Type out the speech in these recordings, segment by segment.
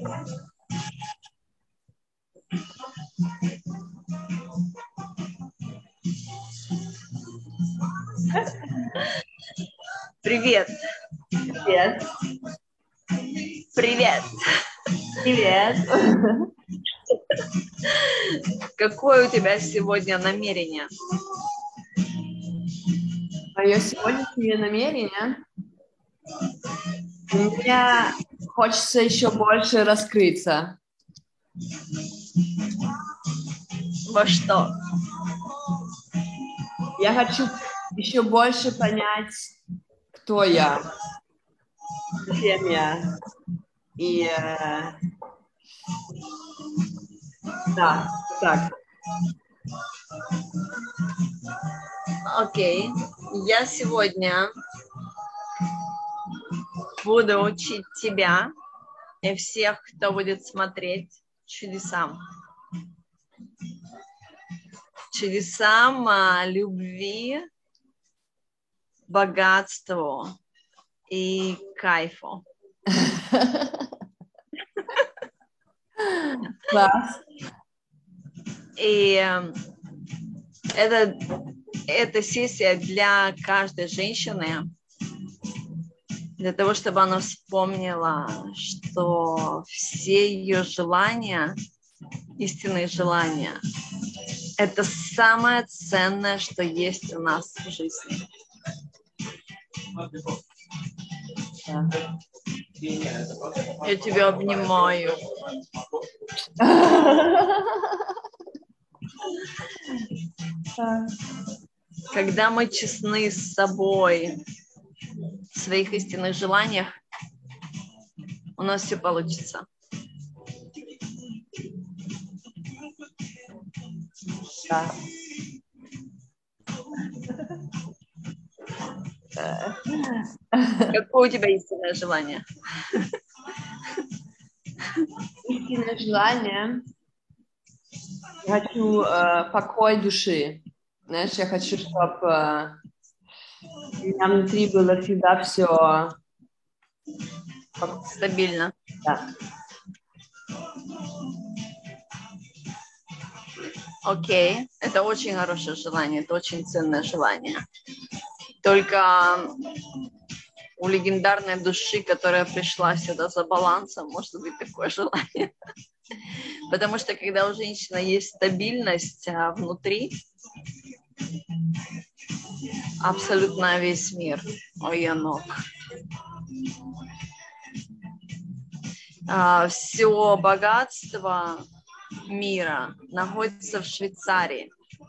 Привет. Привет. Привет. Привет. Какое у тебя сегодня намерение? Мое сегодняшнее намерение. Мне хочется еще больше раскрыться. Во что? Я хочу еще больше понять, кто я, кем я. И да, так. Окей. Я сегодня буду учить тебя и всех, кто будет смотреть, чудесам. Чудесам любви, богатству и кайфу. Класс. И эта сессия для каждой женщины, для того, чтобы она вспомнила, что все ее желания, истинные желания, это самое ценное, что есть у нас в жизни. Я тебя обнимаю. Когда мы честны с собой в своих истинных желаниях, у нас все получится. Да. Какое у тебя истинное желание? Истинное желание. Я хочу покой души. Знаешь, я хочу, чтобы у меня внутри было всегда все Стабильно. Да. Окей, это очень хорошее желание, это очень ценное желание. Только у легендарной души, которая пришла сюда за балансом, может быть такое желание. Потому что когда у женщины есть стабильность внутри, абсолютно весь мир у ее ног. Все богатство мира находится в Швейцарии.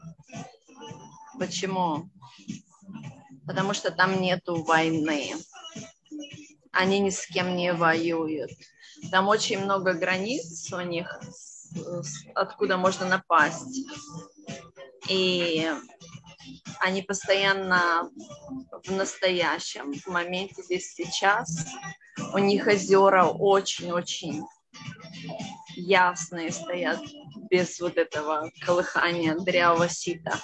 Почему? Потому что там нету войны. Они ни с кем не воюют. Там очень много границ у них, откуда можно напасть. И они постоянно в настоящем, в моменте здесь сейчас. У них озера очень-очень ясные стоят, без вот этого колыхания дырявого сита.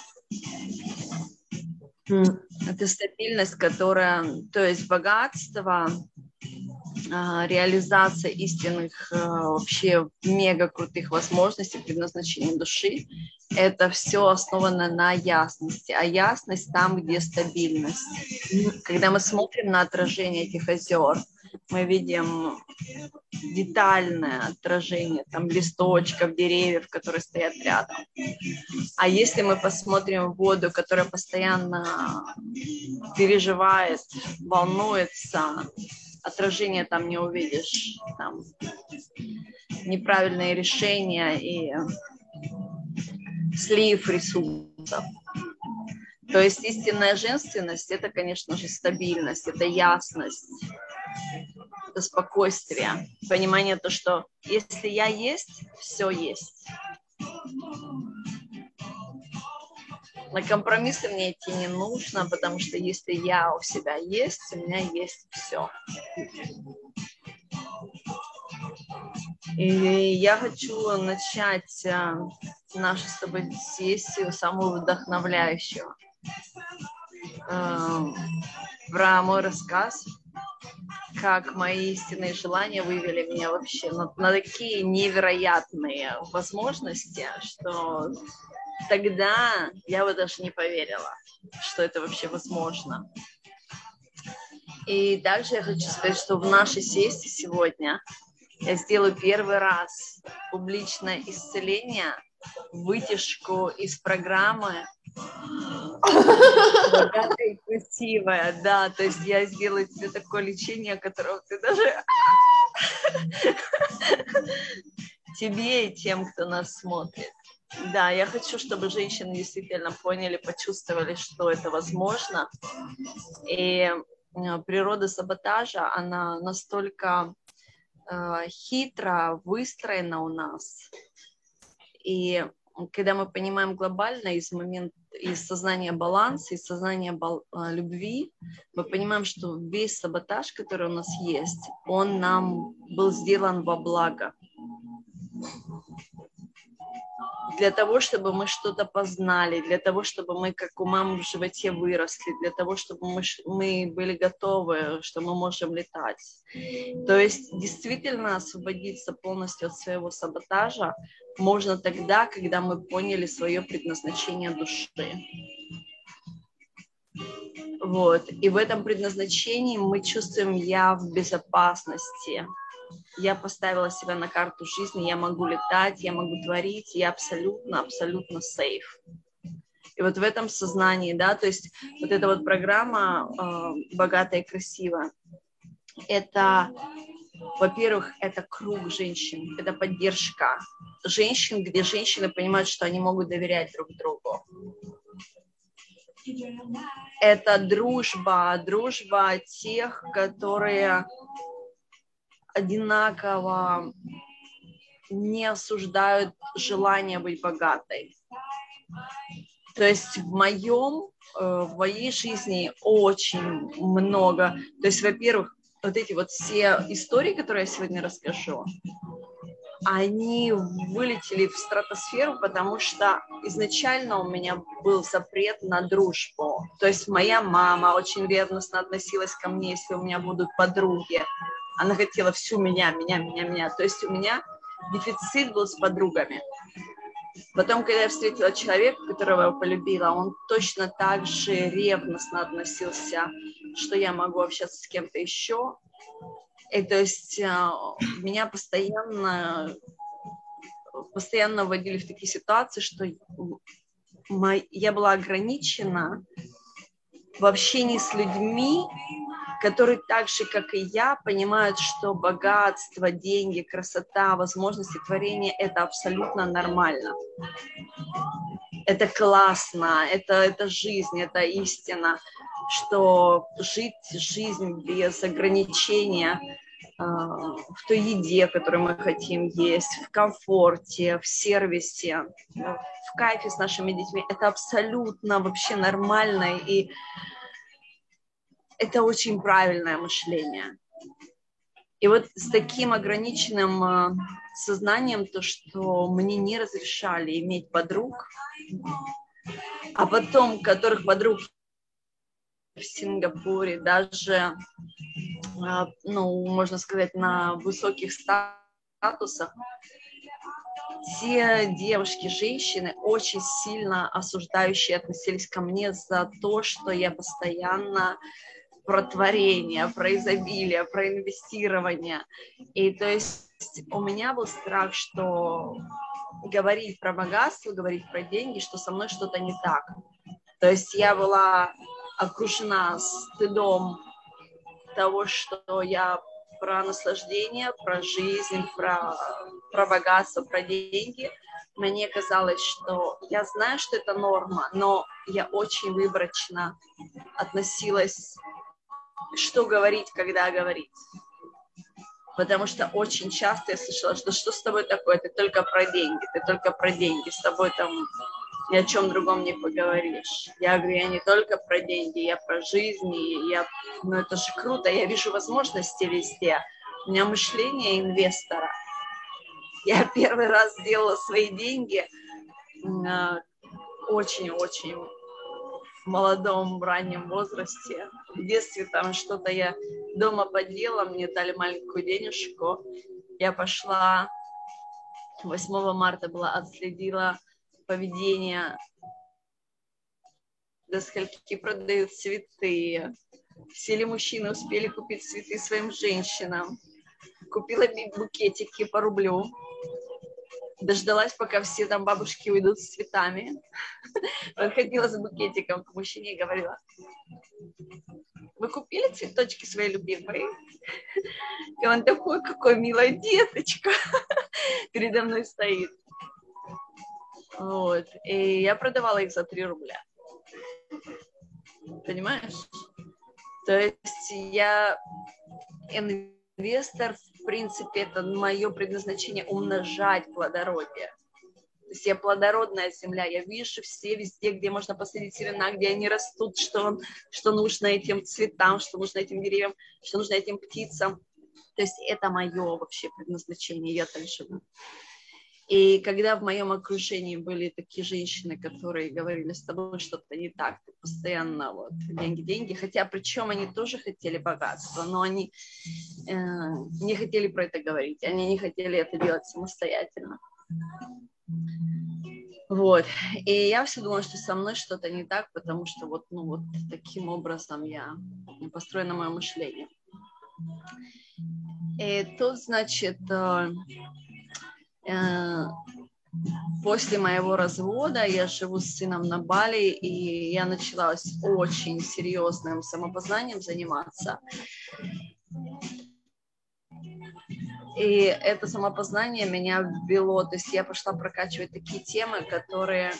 Это стабильность, которая, то есть богатство, реализация истинных вообще мега крутых возможностей, предназначения души, это все основано на ясности. А ясность там, где стабильность. Когда мы смотрим на отражение этих озер, мы видим детальное отражение там листочков, деревьев, которые стоят рядом. А если мы посмотрим в воду, которая постоянно переживает, волнуется, отражения там не увидишь, там неправильные решения и слив ресурсов. То есть истинная женственность – это, конечно же, стабильность, это ясность, это спокойствие, понимание то, что если я есть, все есть. На компромиссы мне идти не нужно, потому что если я у себя есть, у меня есть все. И я хочу начать нашу с тобой сессию, самую вдохновляющую, про мой рассказ, как мои истинные желания вывели меня вообще на такие невероятные возможности, что тогда я бы даже не поверила, что это вообще возможно. И также я хочу сказать, что в нашей сессии сегодня я сделаю первый раз публичное исцеление, вытяжку из программы «Богатая и красивая». Да, то есть я сделаю тебе такое лечение, которого ты даже... Тебе и тем, кто нас смотрит. Да, я хочу, чтобы женщины действительно поняли, почувствовали, что это возможно. И природа саботажа, она настолько хитро выстроена у нас. И когда мы понимаем глобально из сознания баланса, из сознания любви, мы понимаем, что весь саботаж, который у нас есть, он нам был сделан во благо. Для того, чтобы мы что-то познали, для того, чтобы мы, как у мамы в животе, выросли, для того, чтобы мы были готовы, что мы можем летать. То есть действительно освободиться полностью от своего саботажа можно тогда, когда мы поняли свое предназначение души. Вот. И в этом предназначении мы чувствуем «я в безопасности». Я поставила себя на карту жизни, я могу летать, я могу творить, я абсолютно safe. И вот в этом сознании, да, то есть вот эта вот программа «Богатая и красивая», это, во-первых, это круг женщин, это поддержка женщин, где женщины понимают, что они могут доверять друг другу. Это дружба тех, которые одинаково не осуждают желание быть богатой. То есть в моей жизни очень много. То есть, во-первых, вот эти вот все истории, которые я сегодня расскажу, они вылетели в стратосферу, потому что изначально у меня был запрет на дружбу. То есть моя мама очень ревностно относилась ко мне, если у меня будут подруги. Она хотела всю меня. То есть у меня дефицит был с подругами. Потом, когда я встретила человека, которого я полюбила, он точно так же ревностно относился, что я могу общаться с кем-то еще. И то есть меня постоянно вводили в такие ситуации, что я была ограничена в общении с людьми, которые так же, как и я, понимают, что богатство, деньги, красота, возможности творения – это абсолютно нормально. Это классно, это жизнь, это истина, что жить жизнь без ограничения в той еде, которую мы хотим есть, в комфорте, в сервисе, в кайфе с нашими детьми – это абсолютно вообще нормально, и это очень правильное мышление. И вот с таким ограниченным сознанием, то, что мне не разрешали иметь подруг, а потом, которых подруг в Сингапуре, даже, можно сказать, на высоких статусах, те девушки, женщины очень сильно осуждающие относились ко мне за то, что я постоянно про творение, про изобилие, про инвестирование. И то есть у меня был страх, что говорить про богатство, говорить про деньги, что со мной что-то не так. То есть я была окружена стыдом того, что я про наслаждение, про жизнь, про богатство, про деньги. Мне казалось, что я знаю, что это норма, но я очень выборочно относилась, что говорить, когда говорить. Потому что очень часто я слышала, что с тобой такое, ты только про деньги, с тобой там ни о чем другом не поговоришь. Я говорю, я не только про деньги, я про жизнь, это же круто, я вижу возможности везде. У меня мышление инвестора. Я первый раз сделала свои деньги очень-очень в молодом, раннем возрасте. В детстве там что-то я дома поделала, мне дали маленькую денежку. Я пошла, 8 марта была, отследила поведение, до скольки продают цветы. Все ли мужчины успели купить цветы своим женщинам. Купила букетики по рублю. Дождалась, пока все там бабушки уйдут с цветами. Подходила за букетиком к мужчине и говорила: вы купили цветочки свои любимые? И он такой: какой милая деточка. Передо мной стоит. Вот. И я продавала их за 3 рубля. Понимаешь? То есть я инвестор, в принципе, это мое предназначение — умножать плодородие. То есть я плодородная земля, я вижу все везде, где можно посадить семена, где они растут, что нужно этим цветам, что нужно этим деревьям, что нужно этим птицам. То есть это мое вообще предназначение, я так живу. И когда в моем окружении были такие женщины, которые говорили: с тобой что-то не так, ты постоянно вот деньги, деньги, хотя причем они тоже хотели богатства, но они не хотели про это говорить, они не хотели это делать самостоятельно. Вот. И я все думала, что со мной что-то не так, потому что вот таким образом построено мое мышление. И тут, значит, после моего развода я живу с сыном на Бали, и я начала с очень серьезным самопознанием заниматься. И это самопознание меня ввело, то есть я пошла прокачивать такие темы, которые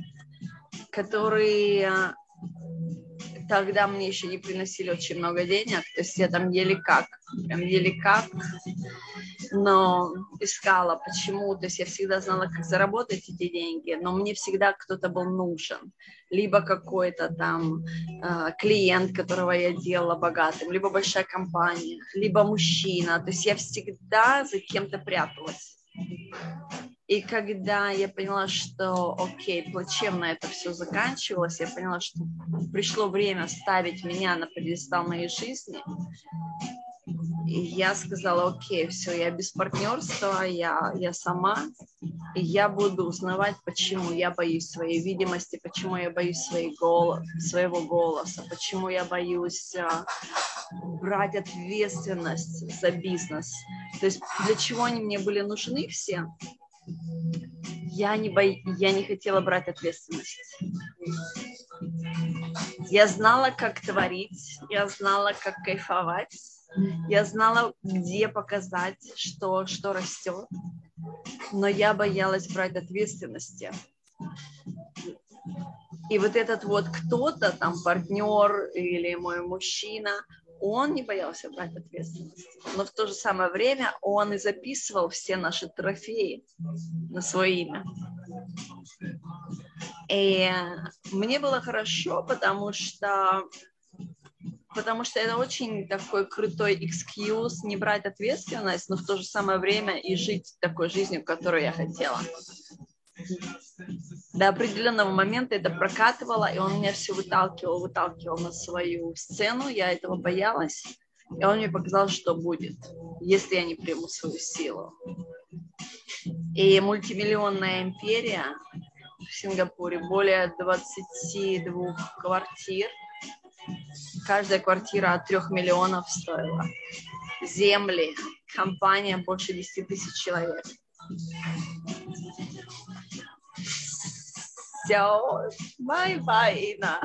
тогда мне еще не приносили очень много денег, то есть я там еле как, но искала, почему, то есть я всегда знала, как заработать эти деньги, но мне всегда кто-то был нужен, либо какой-то там клиент, которого я делала богатым, либо большая компания, либо мужчина, то есть я всегда за кем-то пряталась. И когда я поняла, что окей, плачевно это все заканчивалось, я поняла, что пришло время ставить меня на пьедестал моей жизни. И я сказала: окей, все, я без партнерства, я сама, и я буду узнавать, почему я боюсь своей видимости, почему я боюсь своего голоса, почему я боюсь брать ответственность за бизнес. То есть для чего они мне были нужны все? Я не хотела брать ответственность. Я знала, как творить, я знала, как кайфовать, я знала, где показать, что растет, но я боялась брать ответственности. И вот этот вот кто-то, там партнер или мой мужчина, он не боялся брать ответственность. Но в то же самое время он и записывал все наши трофеи на свое имя. И мне было хорошо, потому что это очень такой крутой экскьюз не брать ответственность, но в то же самое время и жить такой жизнью, которую я хотела. До определенного момента это прокатывало, и он меня все выталкивал на свою сцену. Я этого боялась, и он мне показал, что будет, если я не приму свою силу. И мультимиллионная империя в Сингапуре, более 22 квартир. Каждая квартира от 3 миллионов стоила. Земли, компания больше 10 тысяч человек. Все, бай-бай, Инна.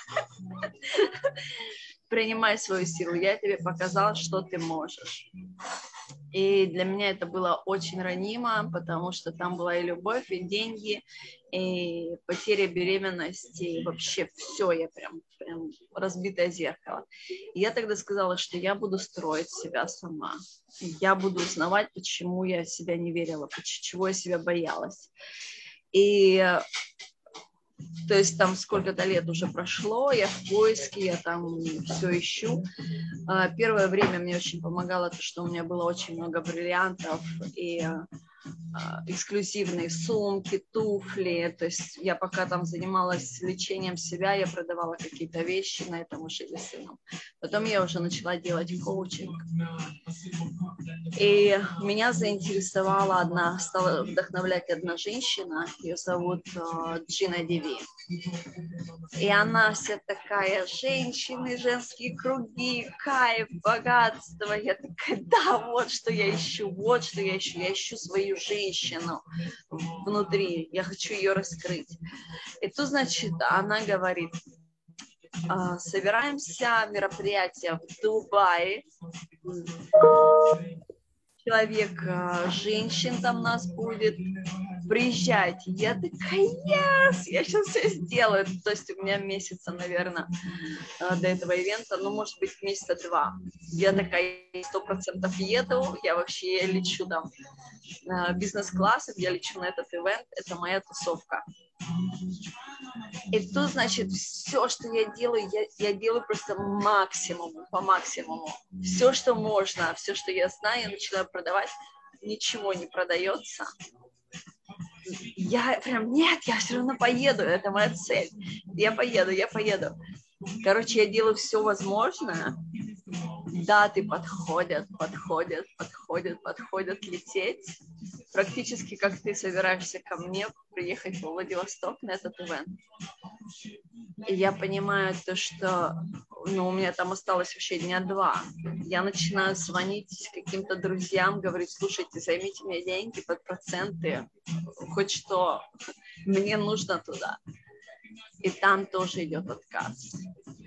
Принимай свою силу. Я тебе показала, что ты можешь. И для меня это было очень ранимо, потому что там была и любовь, и деньги, и потеря беременности, и вообще все, я прям разбитое зеркало. И я тогда сказала, что я буду строить себя сама. Я буду узнавать, почему я себя не верила, чего я себя боялась. И то есть там сколько-то лет уже прошло, я в поиске, я там все ищу. Первое время мне очень помогало то, что у меня было очень много бриллиантов, и эксклюзивные сумки, туфли. То есть я пока там занималась лечением себя, я продавала какие-то вещи, на этом мы жили с сыном. Потом я уже начала делать коучинг. И меня заинтересовала стала вдохновлять одна женщина, ее зовут Джина Диви. И она вся такая, женщины, женские круги, кайф, богатство. Я такая, да, вот что я ищу, вот что я ищу. Я ищу свою женщину внутри, я хочу ее раскрыть. И тут, значит, она говорит, собираемся мероприятие в Дубае. Человек, женщин там нас будет, приезжайте. Я такая, yes, я сейчас все сделаю. То есть у меня месяца, наверное, до этого ивента, ну, может быть, месяца 2. Я такая 100% еду, я вообще лечу там бизнес-классом, я лечу на этот ивент, это моя тусовка. И тут, значит, все, что я делаю просто максимум, по максимуму. Все, что можно, все, что я знаю, я начинаю продавать. Ничего не продается. Я прям, нет, я все равно поеду, это моя цель. Я поеду. Короче, я делаю все возможное. Даты подходят лететь. Практически как ты собираешься ко мне приехать в Владивосток на этот ивент. И я понимаю то, что у меня там осталось вообще дня 2. Я начинаю звонить каким-то друзьям, говорить, слушайте, займите мне деньги под проценты, хоть что, мне нужно туда. И там тоже идет отказ.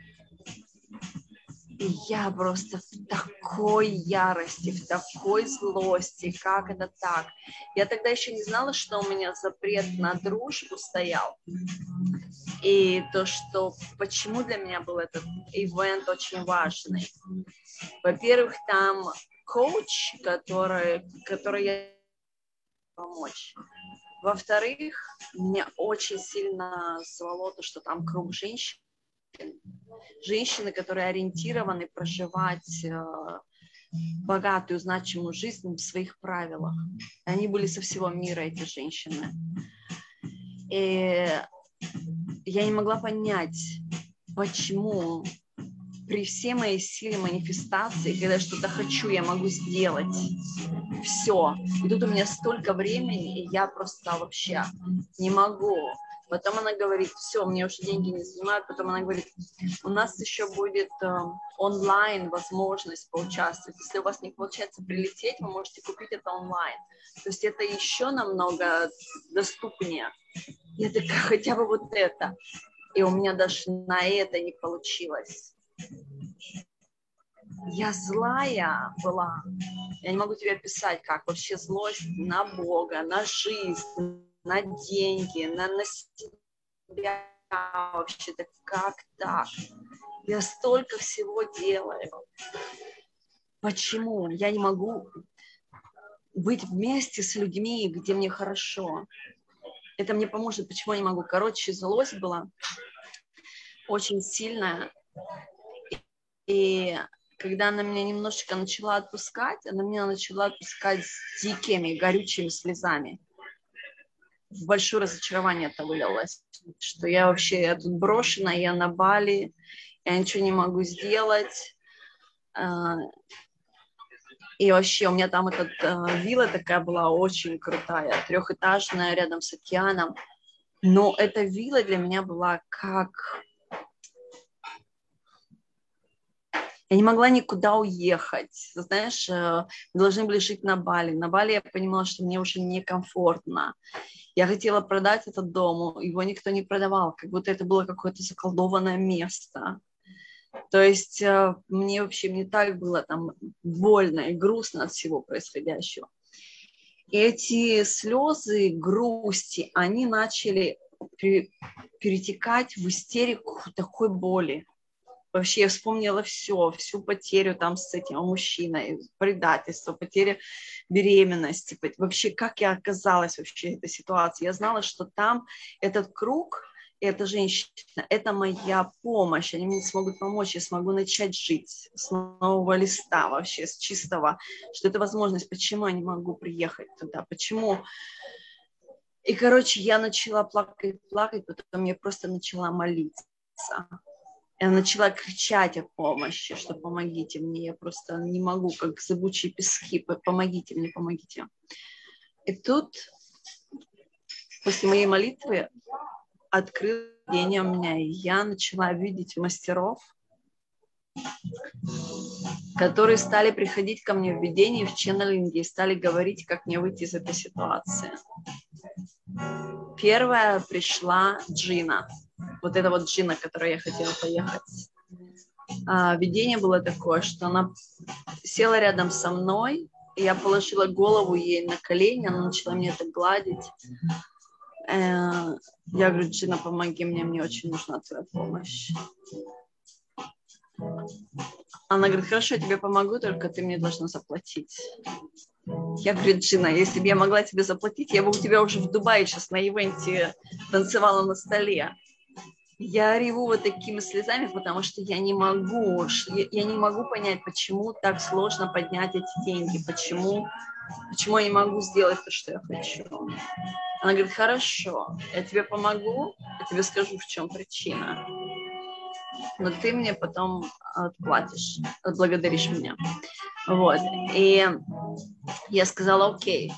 И я просто в такой ярости, в такой злости, как это так? Я тогда еще не знала, что у меня запрет на дружбу стоял. И то, что почему для меня был этот ивент очень важный. Во-первых, там коуч, который я помочь. Во-вторых, меня очень сильно звало то, что там круг женщин. Женщины, которые ориентированы проживать богатую, значимую жизнь в своих правилах. Они были со всего мира, эти женщины. И я не могла понять, почему при всей моей силе манифестации, когда я что-то хочу, я могу сделать все. И тут у меня столько времени, и я просто вообще не могу. Потом она говорит, все, мне уже деньги не занимают. Потом она говорит, у нас еще будет онлайн возможность поучаствовать. Если у вас не получается прилететь, вы можете купить это онлайн. То есть это еще намного доступнее. Я такая, хотя бы вот это. И у меня даже на это не получилось. Я злая была. Я не могу тебе описать, как вообще злость на Бога, на жизнь, на деньги, на себя вообще-то. Как так? Я столько всего делаю. Почему? Я не могу быть вместе с людьми, где мне хорошо. Это мне поможет. Почему я не могу? Короче, злость была очень сильная. И когда она меня немножечко начала отпускать, она меня начала отпускать с дикими, горючими слезами. В большое разочарование это вылилось, что я тут брошена, я на Бали, я ничего не могу сделать. И вообще у меня там вилла такая была очень крутая, 3-этажная, рядом с океаном. Но эта вилла для меня была как... Я не могла никуда уехать. Знаешь, мы должны были жить на Бали. На Бали я понимала, что мне уже некомфортно. Я хотела продать этот дом, его никто не продавал, как будто это было какое-то заколдованное место. То есть мне вообще не так было там больно и грустно от всего происходящего. И эти слезы грусти, они начали перетекать в истерику такой боли. Вообще я вспомнила всю потерю там с этим мужчиной, предательство, потеря беременности. Вообще, как я оказалась вообще в этой ситуации. Я знала, что там этот круг, эта женщина, это моя помощь, они мне смогут помочь, я смогу начать жить с нового листа вообще, с чистого, что это возможность, почему я не могу приехать туда, почему. И, короче, я начала плакать, потом я просто начала молиться. Я начала кричать о помощи, что помогите мне, я просто не могу, как зыбучие пески, помогите мне, помогите. И тут, после моей молитвы, открылось видение у меня, и я начала видеть мастеров, которые стали приходить ко мне в видении, в ченнелинге, и стали говорить, как мне выйти из этой ситуации. Первая пришла Джина, вот эта вот Джина, которой я хотела поехать. Видение было такое, что она села рядом со мной, и я положила голову ей на колени, она начала мне это гладить. Я говорю: Джина, помоги мне, мне очень нужна твоя помощь. Она говорит: хорошо, я тебе помогу, только ты мне должна заплатить. Я говорю: Джина, если бы я могла тебе заплатить, я бы у тебя уже в Дубае сейчас на ивенте танцевала на столе. Я реву вот такими слезами, потому что я не могу понять, почему так сложно поднять эти деньги, почему я не могу сделать то, что я хочу. Она говорит: хорошо, я тебе помогу, я тебе скажу, в чем причина, но ты мне потом отплатишь, отблагодаришь меня. Вот, и я сказала: окей.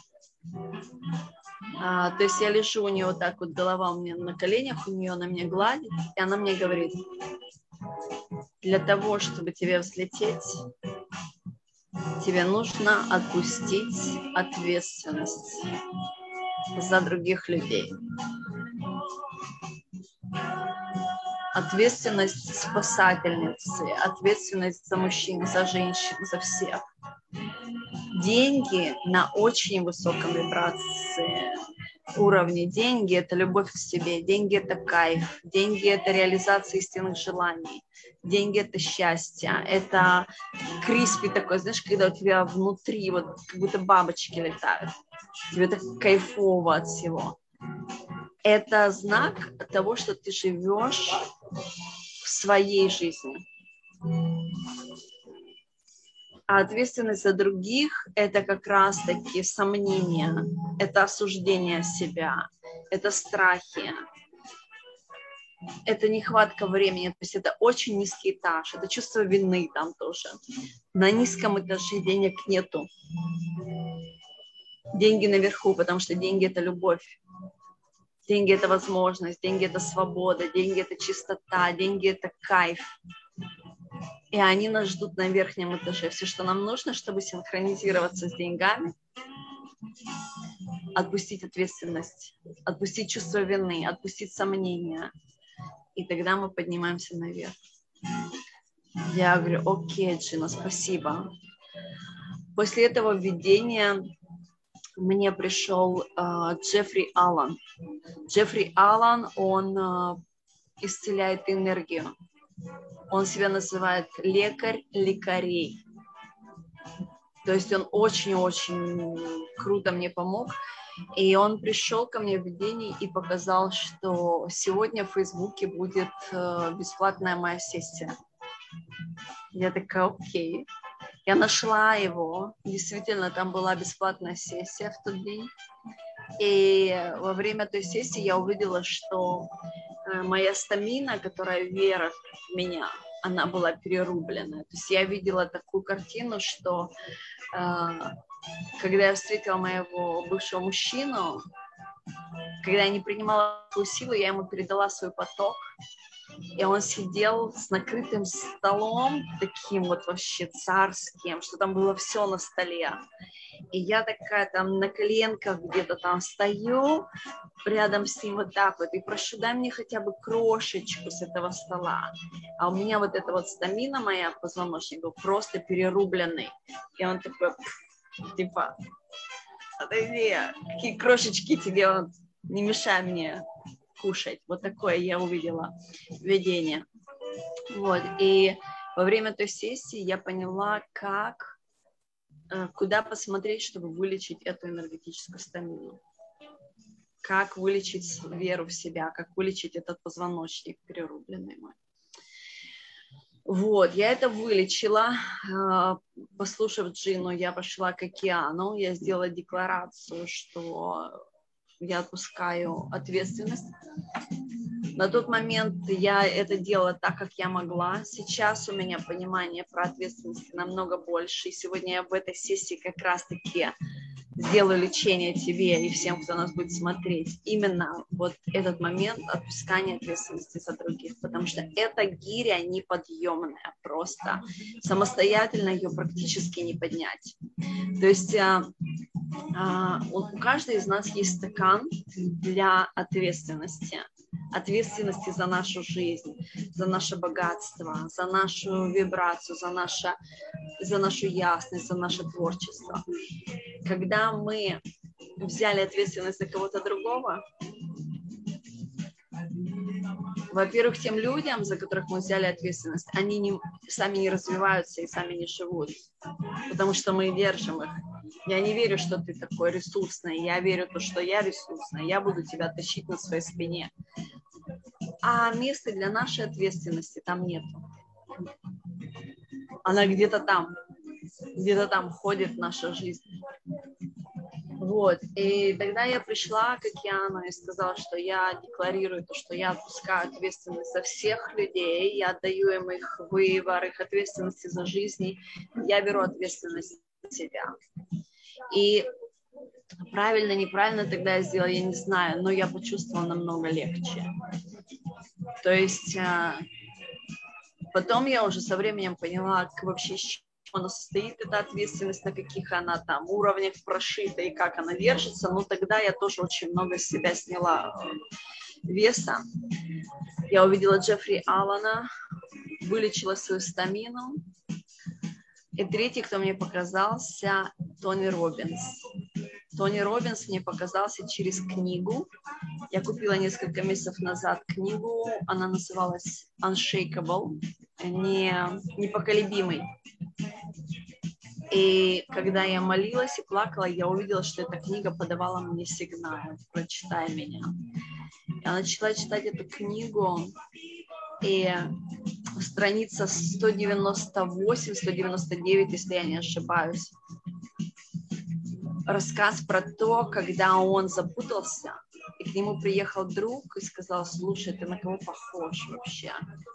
То есть я лежу у нее вот так вот, голова у меня на коленях, у нее, она меня гладит, и она мне говорит: для того, чтобы тебе взлететь, тебе нужно отпустить ответственность за других людей. Ответственность спасательницы, ответственность за мужчин, за женщин, за всех. Деньги на очень высоком вибрации уровне. Деньги – это любовь к себе, деньги – это кайф, деньги – это реализация истинных желаний, деньги – это счастье, это криспи такой, знаешь, когда у тебя внутри вот как будто бабочки летают, тебе так кайфово от всего. Это знак того, что ты живешь в своей жизни. А ответственность за других – это как раз-таки сомнения, это осуждение себя, это страхи, это нехватка времени, то есть это очень низкий этаж, это чувство вины там тоже. На низком этаже денег нету. Деньги наверху, потому что деньги – это любовь. Деньги – это возможность, деньги – это свобода, деньги – это чистота, деньги – это кайф. И они нас ждут на верхнем этаже. Все, что нам нужно, чтобы синхронизироваться с деньгами, отпустить ответственность, отпустить чувство вины, отпустить сомнения. И тогда мы поднимаемся наверх. Я говорю: окей, Джина, спасибо. После этого видения мне пришел Джеффри Аллан. Джеффри Аллан, он исцеляет энергию. Он себя называет лекарь лекарей. То есть он очень-очень круто мне помог. И он пришел ко мне в видении и показал, что сегодня в Фейсбуке будет бесплатная моя сессия. Я такая: окей. Я нашла его. Действительно, там была бесплатная сессия в тот день. И во время той сессии я увидела, что моя стамина, которая вера в меня, она была перерублена. То есть я видела такую картину, что когда я встретила моего бывшего мужчину, когда я не принимала свою силу, я ему передала свой поток, и он сидел с накрытым столом, таким вот вообще царским, что там было все на столе. И я такая там на коленках где-то там стою, рядом с ним вот так вот, и прошу: дай мне хотя бы крошечку с этого стола. А у меня вот эта вот стамина моя, позвоночник был просто перерубленный. И он такой, типа: отойди, какие крошечки тебе, вот, не мешай мне кушать. Вот такое я увидела видение. Вот, и во время той сессии я поняла, куда посмотреть, чтобы вылечить эту энергетическую стамину. как вылечить веру в себя, как вылечить этот позвоночник перерубленный мой. Вот, я это вылечила, послушав Джину, я пошла к океану, я сделала декларацию, что я отпускаю ответственность. На тот момент я это делала так, как я могла. Сейчас у меня понимание про ответственность намного больше, и сегодня я в этой сессии как раз-таки сделаю лечение тебе и всем, кто нас будет смотреть. Именно вот этот момент отпускания ответственности за других, потому что эта гиря неподъемная просто. Самостоятельно ее практически не поднять. То есть у каждого из нас есть стакан для ответственности. Ответственности за нашу жизнь, за наше богатство, за нашу вибрацию, за нашу ясность, за наше творчество. Когда мы взяли ответственность за кого-то другого, во-первых, тем людям, за которых мы взяли ответственность, они сами не развиваются и сами не живут, потому что мы держим их. Я не верю, что ты такой ресурсный, я верю в то, что я ресурсная, я буду тебя тащить на своей спине. А места для нашей ответственности там нет. Она где-то там ходит наша жизнь. Вот, и тогда я пришла к океану и сказала, что я декларирую то, что я отпускаю ответственность за всех людей, я отдаю им их выбор, их ответственности за жизни, я беру ответственность за себя. И правильно, неправильно тогда я сделала, я не знаю, но я почувствовала намного легче. То есть потом я уже со временем поняла, как вообще она состоит, эта ответственность, на каких она там уровнях прошита и как она держится, но тогда я тоже очень много с себя сняла веса. Я увидела Джеффри Аллена, вылечила свою стамину. И третий, кто мне показался, Тони Роббинс. Тони Роббинс мне показался через книгу. Я купила несколько месяцев назад книгу, она называлась Unshakable, непоколебимый. И когда я молилась и плакала, я увидела, что эта книга подавала мне сигнал: прочитай меня. Я начала читать эту книгу, и страница 198-199, если я не ошибаюсь, рассказ про то, когда он запутался, и к нему приехал друг и сказал: слушай, ты на кого похож вообще?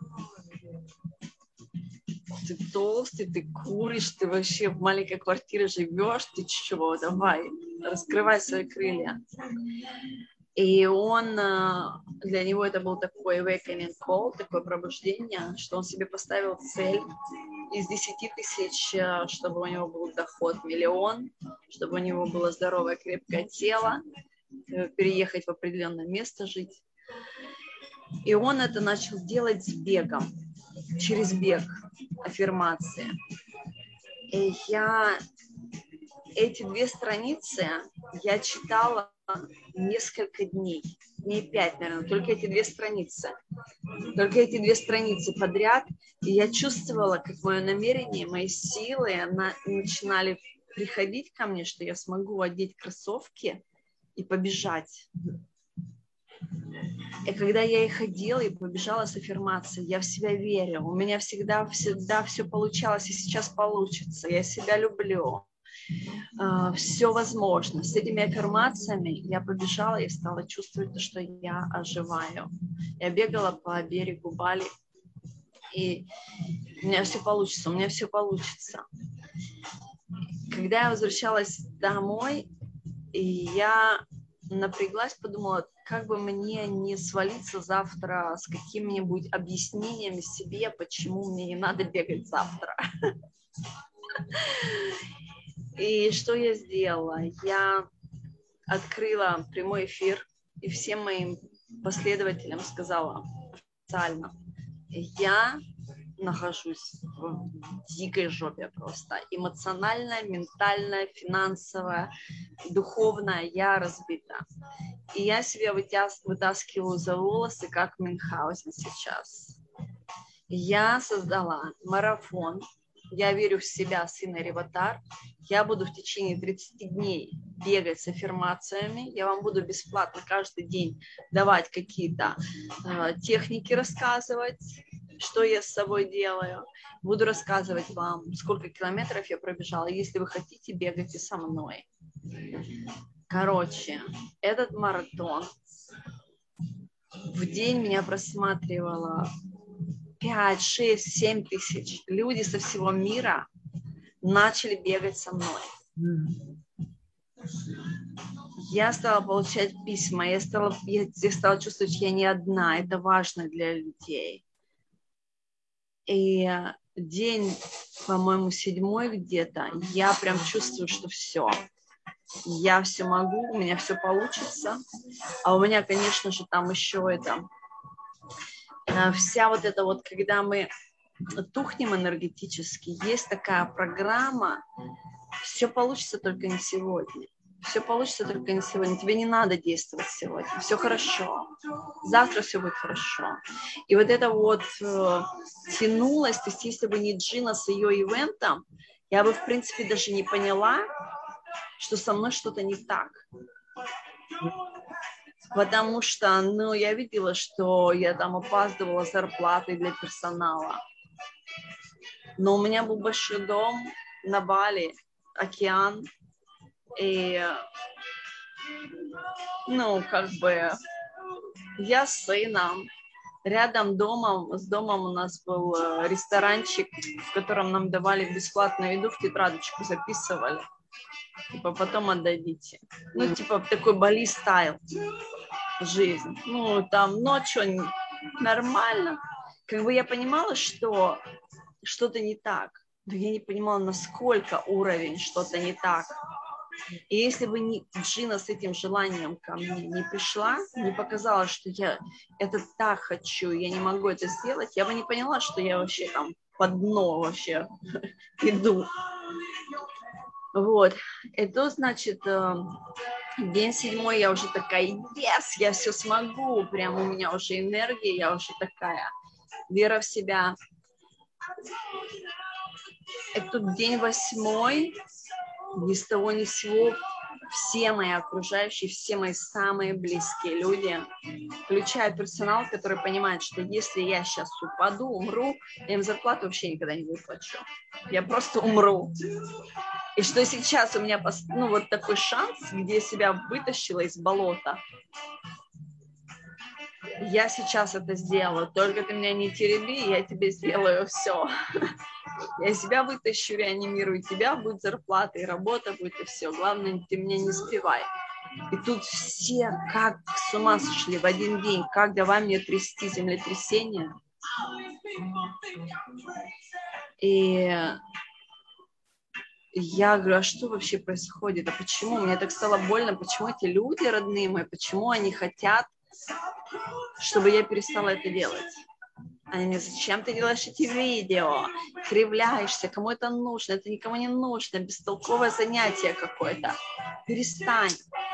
Ты толстый, ты куришь, ты вообще в маленькой квартире живешь, ты чего, давай, раскрывай свои крылья. И он, для него это был такой awakening call, такое пробуждение, что он себе поставил цель из 10 тысяч, чтобы у него был доход 1 миллион, чтобы у него было здоровое, крепкое тело, переехать в определенное место жить. И он это начал делать с бегом, через бег, аффирмации. И эти 2 страницы я читала несколько дней 5, наверное, только эти 2 страницы. Только эти 2 страницы подряд. И я чувствовала, как мое намерение, мои силы начинали приходить ко мне, что я смогу одеть кроссовки и побежать. И когда я их одела и побежала с аффирмацией, я в себя верю. У меня всегда все получалось, и сейчас получится. Я себя люблю. Все возможно. С этими аффирмациями я побежала и стала чувствовать, что я оживаю. Я бегала по берегу Бали, и у меня все получится. Когда я возвращалась домой, я напряглась, подумала, как бы мне не свалиться завтра с какими-нибудь объяснениями себе, почему мне не надо бегать завтра. И что я сделала? Я открыла прямой эфир и всем моим последователям сказала официально: я нахожусь в дикой жопе просто. Эмоционально, ментально, финансово, духовно я разбита. И я себя вытаскиваю за волосы, как Мюнхгаузен сейчас. Я создала марафон я верю в себя, сына Реватар, я буду в течение 30 дней бегать с аффирмациями, я вам буду бесплатно каждый день давать какие-то техники, рассказывать, что я с собой делаю. Буду рассказывать вам, сколько километров я пробежала. Если вы хотите, бегайте со мной. Короче, этот маратон в день меня просматривало 5, 6, 7 тысяч. Люди со всего мира начали бегать со мной. Я стала получать письма, я стала чувствовать, что я не одна. Это важно для людей. И день, по-моему, 7 где-то, я прям чувствую, что все. Я все могу, у меня все получится. А у меня, конечно же, там еще это... Вся вот эта вот, когда мы тухнем энергетически, есть такая программа, все получится только не сегодня. Все получится только не сегодня. Тебе не надо действовать сегодня. Все хорошо. Завтра все будет хорошо. И вот это вот тянулось, то есть если бы не Джина с ее ивентом, я бы, в принципе, даже не поняла, что со мной что-то не так. Потому что, я видела, что я там опаздывала с зарплатой для персонала. Но у меня был большой дом на Бали, океан. И, я с сыном. Рядом с домом у нас был ресторанчик, в котором нам давали бесплатную еду, в тетрадочку записывали. Типа, потом отдадите. Такой Бали стайл жизнь. Там ночью нормально. Я понимала, что что-то не так. Но я не понимала, насколько уровень что-то не так. И если бы Джина с этим желанием ко мне не пришла, не показала, что я это так хочу, я не могу это сделать, я бы не поняла, что я вообще там под дно вообще иду. Вот. Это значит, день 7 я уже такая, yes, я все смогу, прям у меня уже энергия, я уже такая, вера в себя. Это день 8, ни с того ни с сего все мои окружающие, все мои самые близкие люди, включая персонал, который понимает, что если я сейчас упаду, умру, я им зарплату вообще никогда не выплачу. Я просто умру. И что сейчас у меня вот такой шанс, где я себя вытащила из болота. Я сейчас это сделаю. Только ты меня не тереби, я тебе сделаю все. Я себя вытащу, реанимирую тебя, будет зарплата и работа будет, и все. Главное, ты меня не сбивай. И тут все как с ума сошли в один день. Как давай мне трясти землетрясение. И я говорю, а что вообще происходит? А почему? Мне так стало больно. Почему эти люди родные мои, почему они хотят, чтобы я перестала это делать? Они мне, зачем ты делаешь эти видео? Кривляешься, кому это нужно? Это никому не нужно, бестолковое занятие какое-то. Перестань.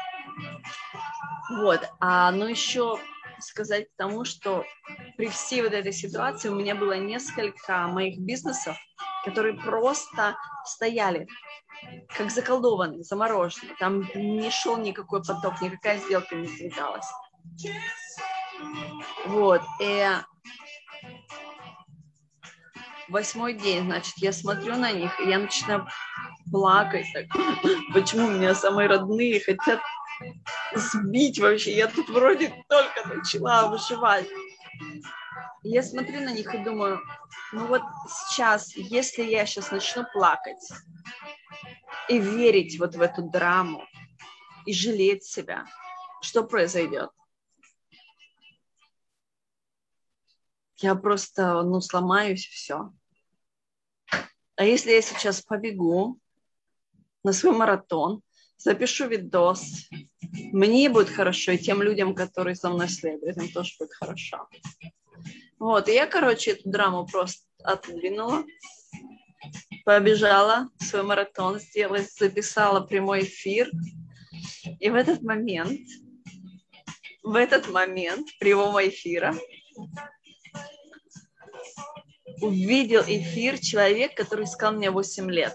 Вот. Еще сказать тому, что при всей вот этой ситуации у меня было несколько моих бизнесов, которые просто стояли, как заколдованные, замороженные. Там не шел никакой поток, никакая сделка не двигалась. Вот. И 8 день, значит, я смотрю на них, и я начинаю плакать. Так, почему меня самые родные хотят сбить вообще? Я тут вроде только начала выживать. И я смотрю на них и думаю, вот сейчас, если я сейчас начну плакать и верить вот в эту драму, и жалеть себя, что произойдет? Я просто, сломаюсь, все. А если я сейчас побегу на свой маратон, запишу видос, мне будет хорошо, и тем людям, которые за мной следуют, им тоже будет хорошо. Вот, и я, эту драму просто отодвинула, побежала свой маратон сделать, записала прямой эфир, и в этот момент прямого эфира увидел эфир человек, который искал меня 8 лет.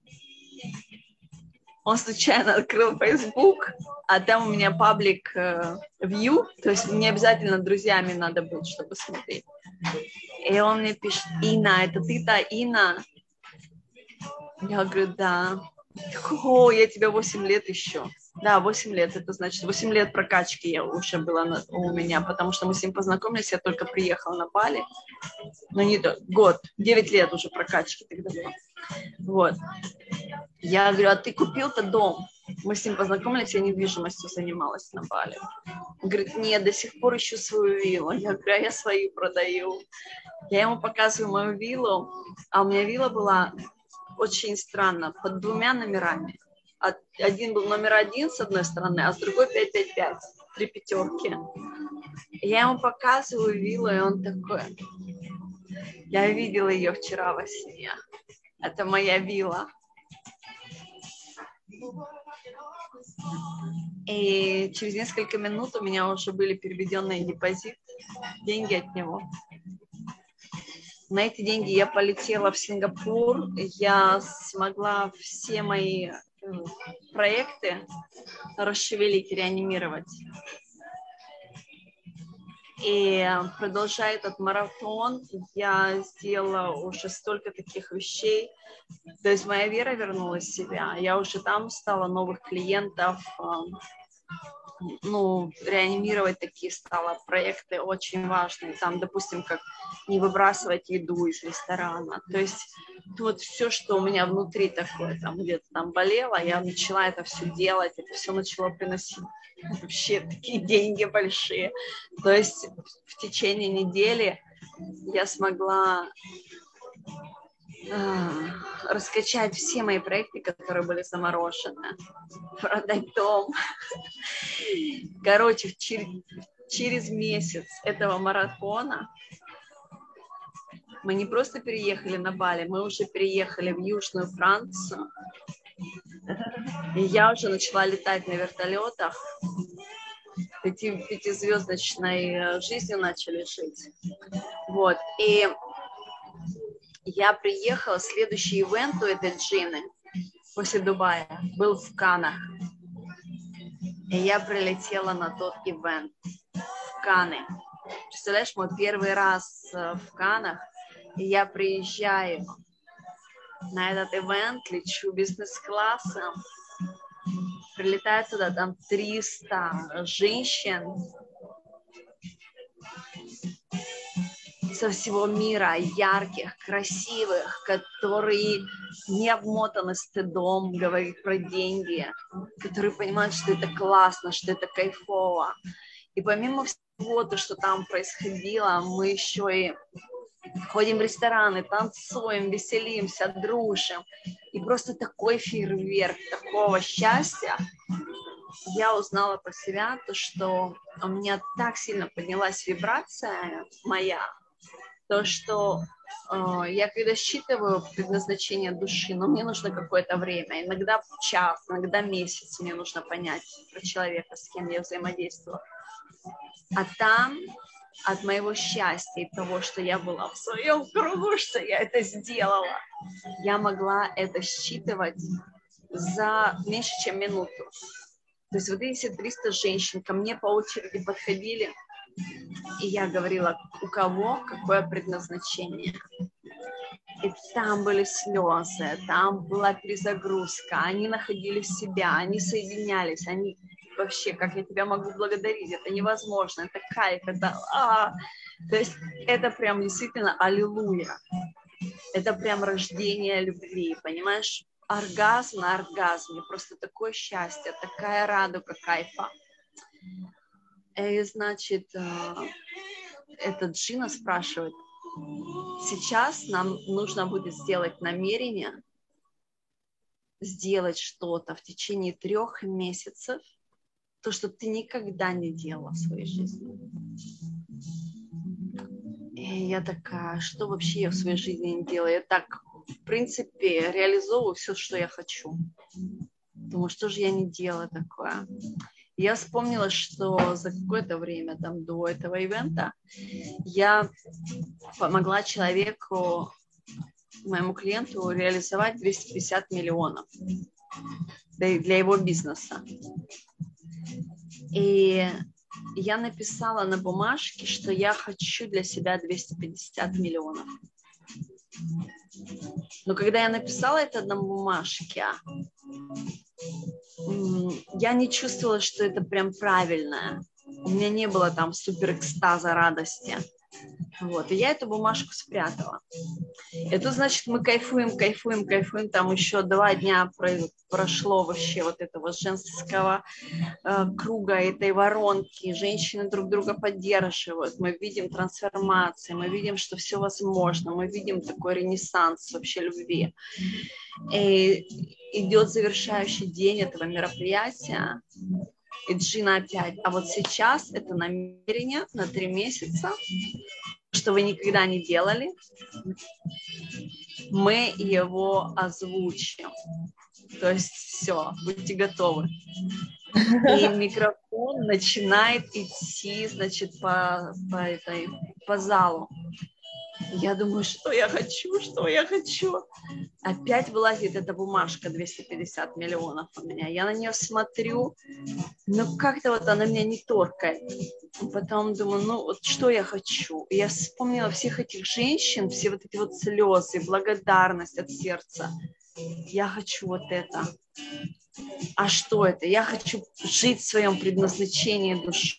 Он случайно открыл Facebook, а там у меня паблик view, то есть не обязательно друзьями надо быть, чтобы смотреть. И он мне пишет: Инна, это ты та Инна? Я говорю: да. О, я тебя 8 лет еще. Да, 8 лет, это значит 8 лет прокачки я уже была у меня, потому что мы с ним познакомились, я только приехала на Бали. Ну, не год, 9 лет уже прокачки тогда было. Вот. Я говорю: а ты купил-то дом? Мы с ним познакомились, я недвижимостью занималась на Бали. Он говорит: нет, до сих пор ищу свою виллу. Я говорю: а я свою продаю. Я ему показываю мою виллу, а у меня вилла была очень странно, под 2 номерами. Один был номер 1 с одной стороны, а с другой 555, 3 пятерки. Я ему показываю виллу, и он такой: я видела ее вчера во сне. Это моя вилла. И через несколько минут у меня уже были переведенные депозит, деньги от него. На эти деньги я полетела в Сингапур. Я смогла все мои проекты расшевелить, реанимировать. И продолжая этот марафон, я сделала уже столько таких вещей. То есть моя вера вернулась в себя. Я уже там стала новых клиентов, реанимировать такие стало проекты очень важные. Там, допустим, как не выбрасывать еду из ресторана. То есть вот все, что у меня внутри такое, там где-то там болело, я начала это все делать, это все начало приносить вообще такие деньги большие. То есть в течение недели я смогла раскачать все мои проекты, которые были заморожены, продать дом. Короче, через месяц этого марафона мы не просто переехали на Бали, мы уже переехали в Южную Францию. И я уже начала летать на вертолетах. Пятизвездочной жизнью начали жить. Вот. И я приехала, следующий ивент у этой Джины после Дубая был в Каннах. И я прилетела на тот ивент в Канны. Представляешь, мой первый раз в Каннах, и я приезжаю на этот ивент, лечу бизнес-классом, прилетаю туда, там 300 женщин со всего мира, ярких, красивых, которые не обмотаны стыдом говорить про деньги, которые понимают, что это классно, что это кайфово. И помимо всего, то, что там происходило, мы еще и ходим в рестораны, танцуем, веселимся, дружим. И просто такой фейерверк, такого счастья. Я узнала про себя, то, что у меня так сильно поднялась вибрация моя, то, что я когда считываю предназначение души, но мне нужно какое-то время, иногда час, иногда месяц мне нужно понять про человека, с кем я взаимодействую. А там от моего счастья и того, что я была в своем кругу, что я это сделала, я могла это считывать за меньше, чем минуту. То есть вот эти 300 женщин ко мне по очереди подходили, и я говорила, у кого какое предназначение. И там были слезы, там была перезагрузка, они находили себя, они соединялись, они вообще, как я тебя могу благодарить, это невозможно, это кайф, это То есть это прям действительно аллилуйя, это прям рождение любви, понимаешь? Оргазм на оргазме, просто такое счастье, такая радуга кайфа. И, значит, эта Джина спрашивает, сейчас нам нужно будет сделать намерение, сделать что-то в течение 3 месяцев, то, что ты никогда не делала в своей жизни. И я такая, что вообще я в своей жизни не делаю? Я так, в принципе, реализовываю все, что я хочу. Думаю, что же я не делаю такое? Я вспомнила, что за какое-то время там, до этого ивента я помогла человеку, моему клиенту, реализовать 250 миллионов для его бизнеса. И я написала на бумажке, что я хочу для себя 250 миллионов. Но когда я написала это на бумажке, я не чувствовала, что это прям правильное. У меня не было там супер экстаза, радости. Вот. И я эту бумажку спрятала. Это значит, мы кайфуем. Там еще 2 дня прошло вообще вот этого женского круга, этой воронки. Женщины друг друга поддерживают. Мы видим трансформации, мы видим, что все возможно. Мы видим такой ренессанс вообще любви. И идет завершающий день этого мероприятия. И Джина опять. А вот сейчас это намерение на 3 месяца, что вы никогда не делали, мы его озвучим. То есть все, будьте готовы. И микрофон начинает идти, значит, по залу. Я думаю, что я хочу. Опять вылазит эта бумажка 250 миллионов у меня. Я на нее смотрю, но как-то вот она меня не торкает. Потом думаю, ну вот что я хочу. И я вспомнила всех этих женщин, все вот эти вот слезы, благодарность от сердца. Я хочу вот это. А что это? Я хочу жить в своем предназначении души.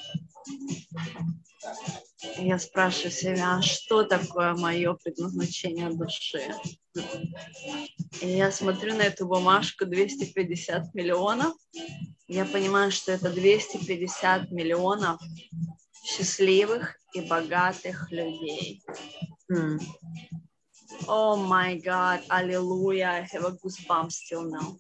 И я спрашиваю себя, а что такое мое предназначение души? И я смотрю на эту бумажку 250 миллионов. Я понимаю, что это 250 миллионов счастливых и богатых людей. Oh my God, hallelujah, I have a goosebumps still now.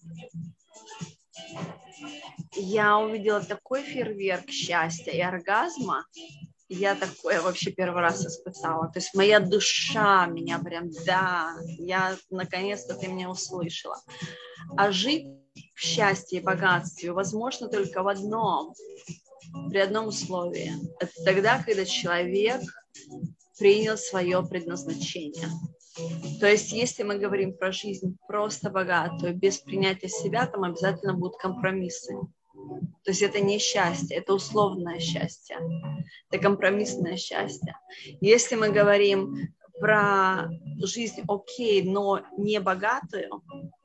Я увидела такой фейерверк счастья и оргазма. Я такое вообще первый раз испытала. То есть моя душа меня прям, да, я наконец-то ты меня услышала. А жить в счастье и богатстве возможно только при одном условии. Это тогда, когда человек принял свое предназначение. То есть, если мы говорим про жизнь просто богатую, без принятия себя, там обязательно будут компромиссы. То есть это не счастье, это условное счастье, это компромиссное счастье. Если мы говорим про жизнь окей, но не богатую,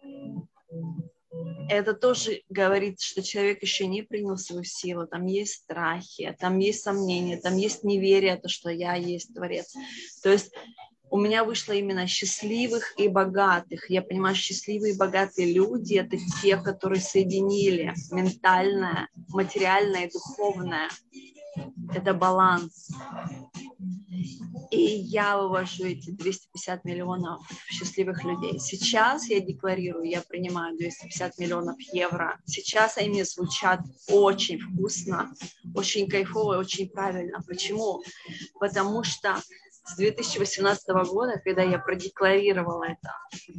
это тоже говорит, что человек еще не принял свою силу, там есть страхи, там есть сомнения, там есть неверие, то, что я есть Творец. То есть у меня вышло именно счастливых и богатых. Я понимаю, счастливые и богатые люди – это те, которые соединили ментальное, материальное и духовное. Это баланс. И я вывожу эти 250 миллионов счастливых людей. Сейчас я декларирую, я принимаю 250 миллионов евро. Сейчас они звучат очень вкусно, очень кайфово и очень правильно. Почему? Потому что с 2018 года, когда я продекларировала это,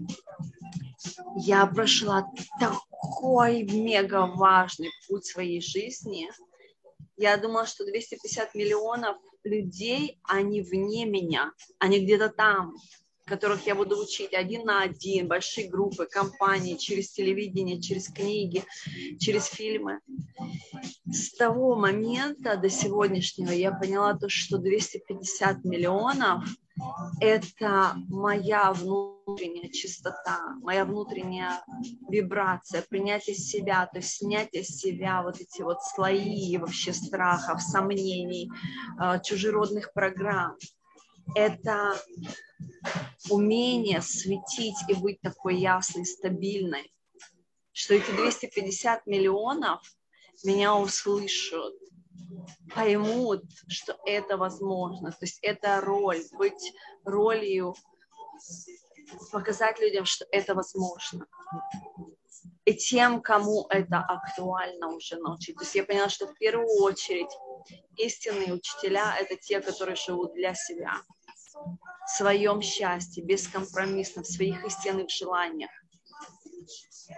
я прошла такой мега важный путь своей жизни. Я думала, что 250 миллионов людей, они вне меня, они где-то там, которых я буду учить 1 на 1, большие группы, компании, через телевидение, через книги, через фильмы. С того момента до сегодняшнего я поняла то, что 250 миллионов – это моя внутренняя чистота, моя внутренняя вибрация, принятие себя, то есть снятие с себя вот эти вот слои вообще страхов, сомнений, чужеродных программ. Это умение светить и быть такой ясной, стабильной, что эти 250 миллионов меня услышат, поймут, что это возможно. То есть это роль, быть ролью, показать людям, что это возможно. И тем, кому это актуально уже научить. То есть я поняла, что в первую очередь истинные учителя – это те, которые живут для себя, в своем счастье, бескомпромиссно, в своих истинных желаниях.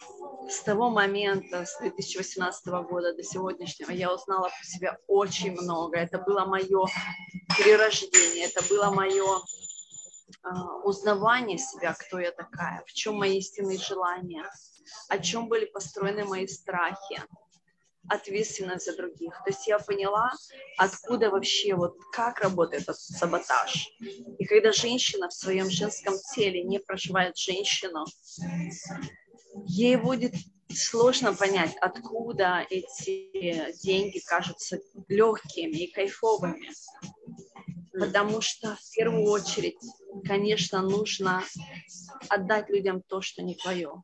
С того момента, с 2018 года до сегодняшнего, я узнала про себя очень много. Это было мое перерождение, это было мое узнавание себя, кто я такая, в чем мои истинные желания, о чем были построены мои страхи, ответственность за других. То есть я поняла, откуда вообще, вот как работает этот саботаж. И когда женщина в своем женском теле не проживает женщину, ей будет сложно понять, откуда эти деньги кажутся легкими и кайфовыми. Потому что в первую очередь, конечно, нужно отдать людям то, что не твое.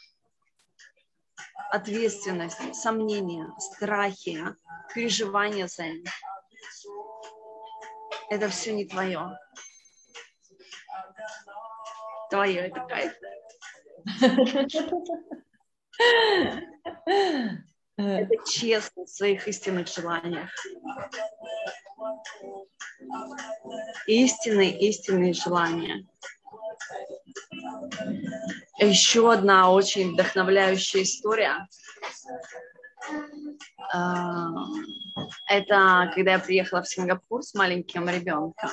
Ответственность, сомнения, страхи, переживания за них. Это все не твое. Твое это кайф. Это честно в своих истинных желаниях. Истинные желания. Еще одна очень вдохновляющая история. Это когда я приехала в Сингапур с маленьким ребенком.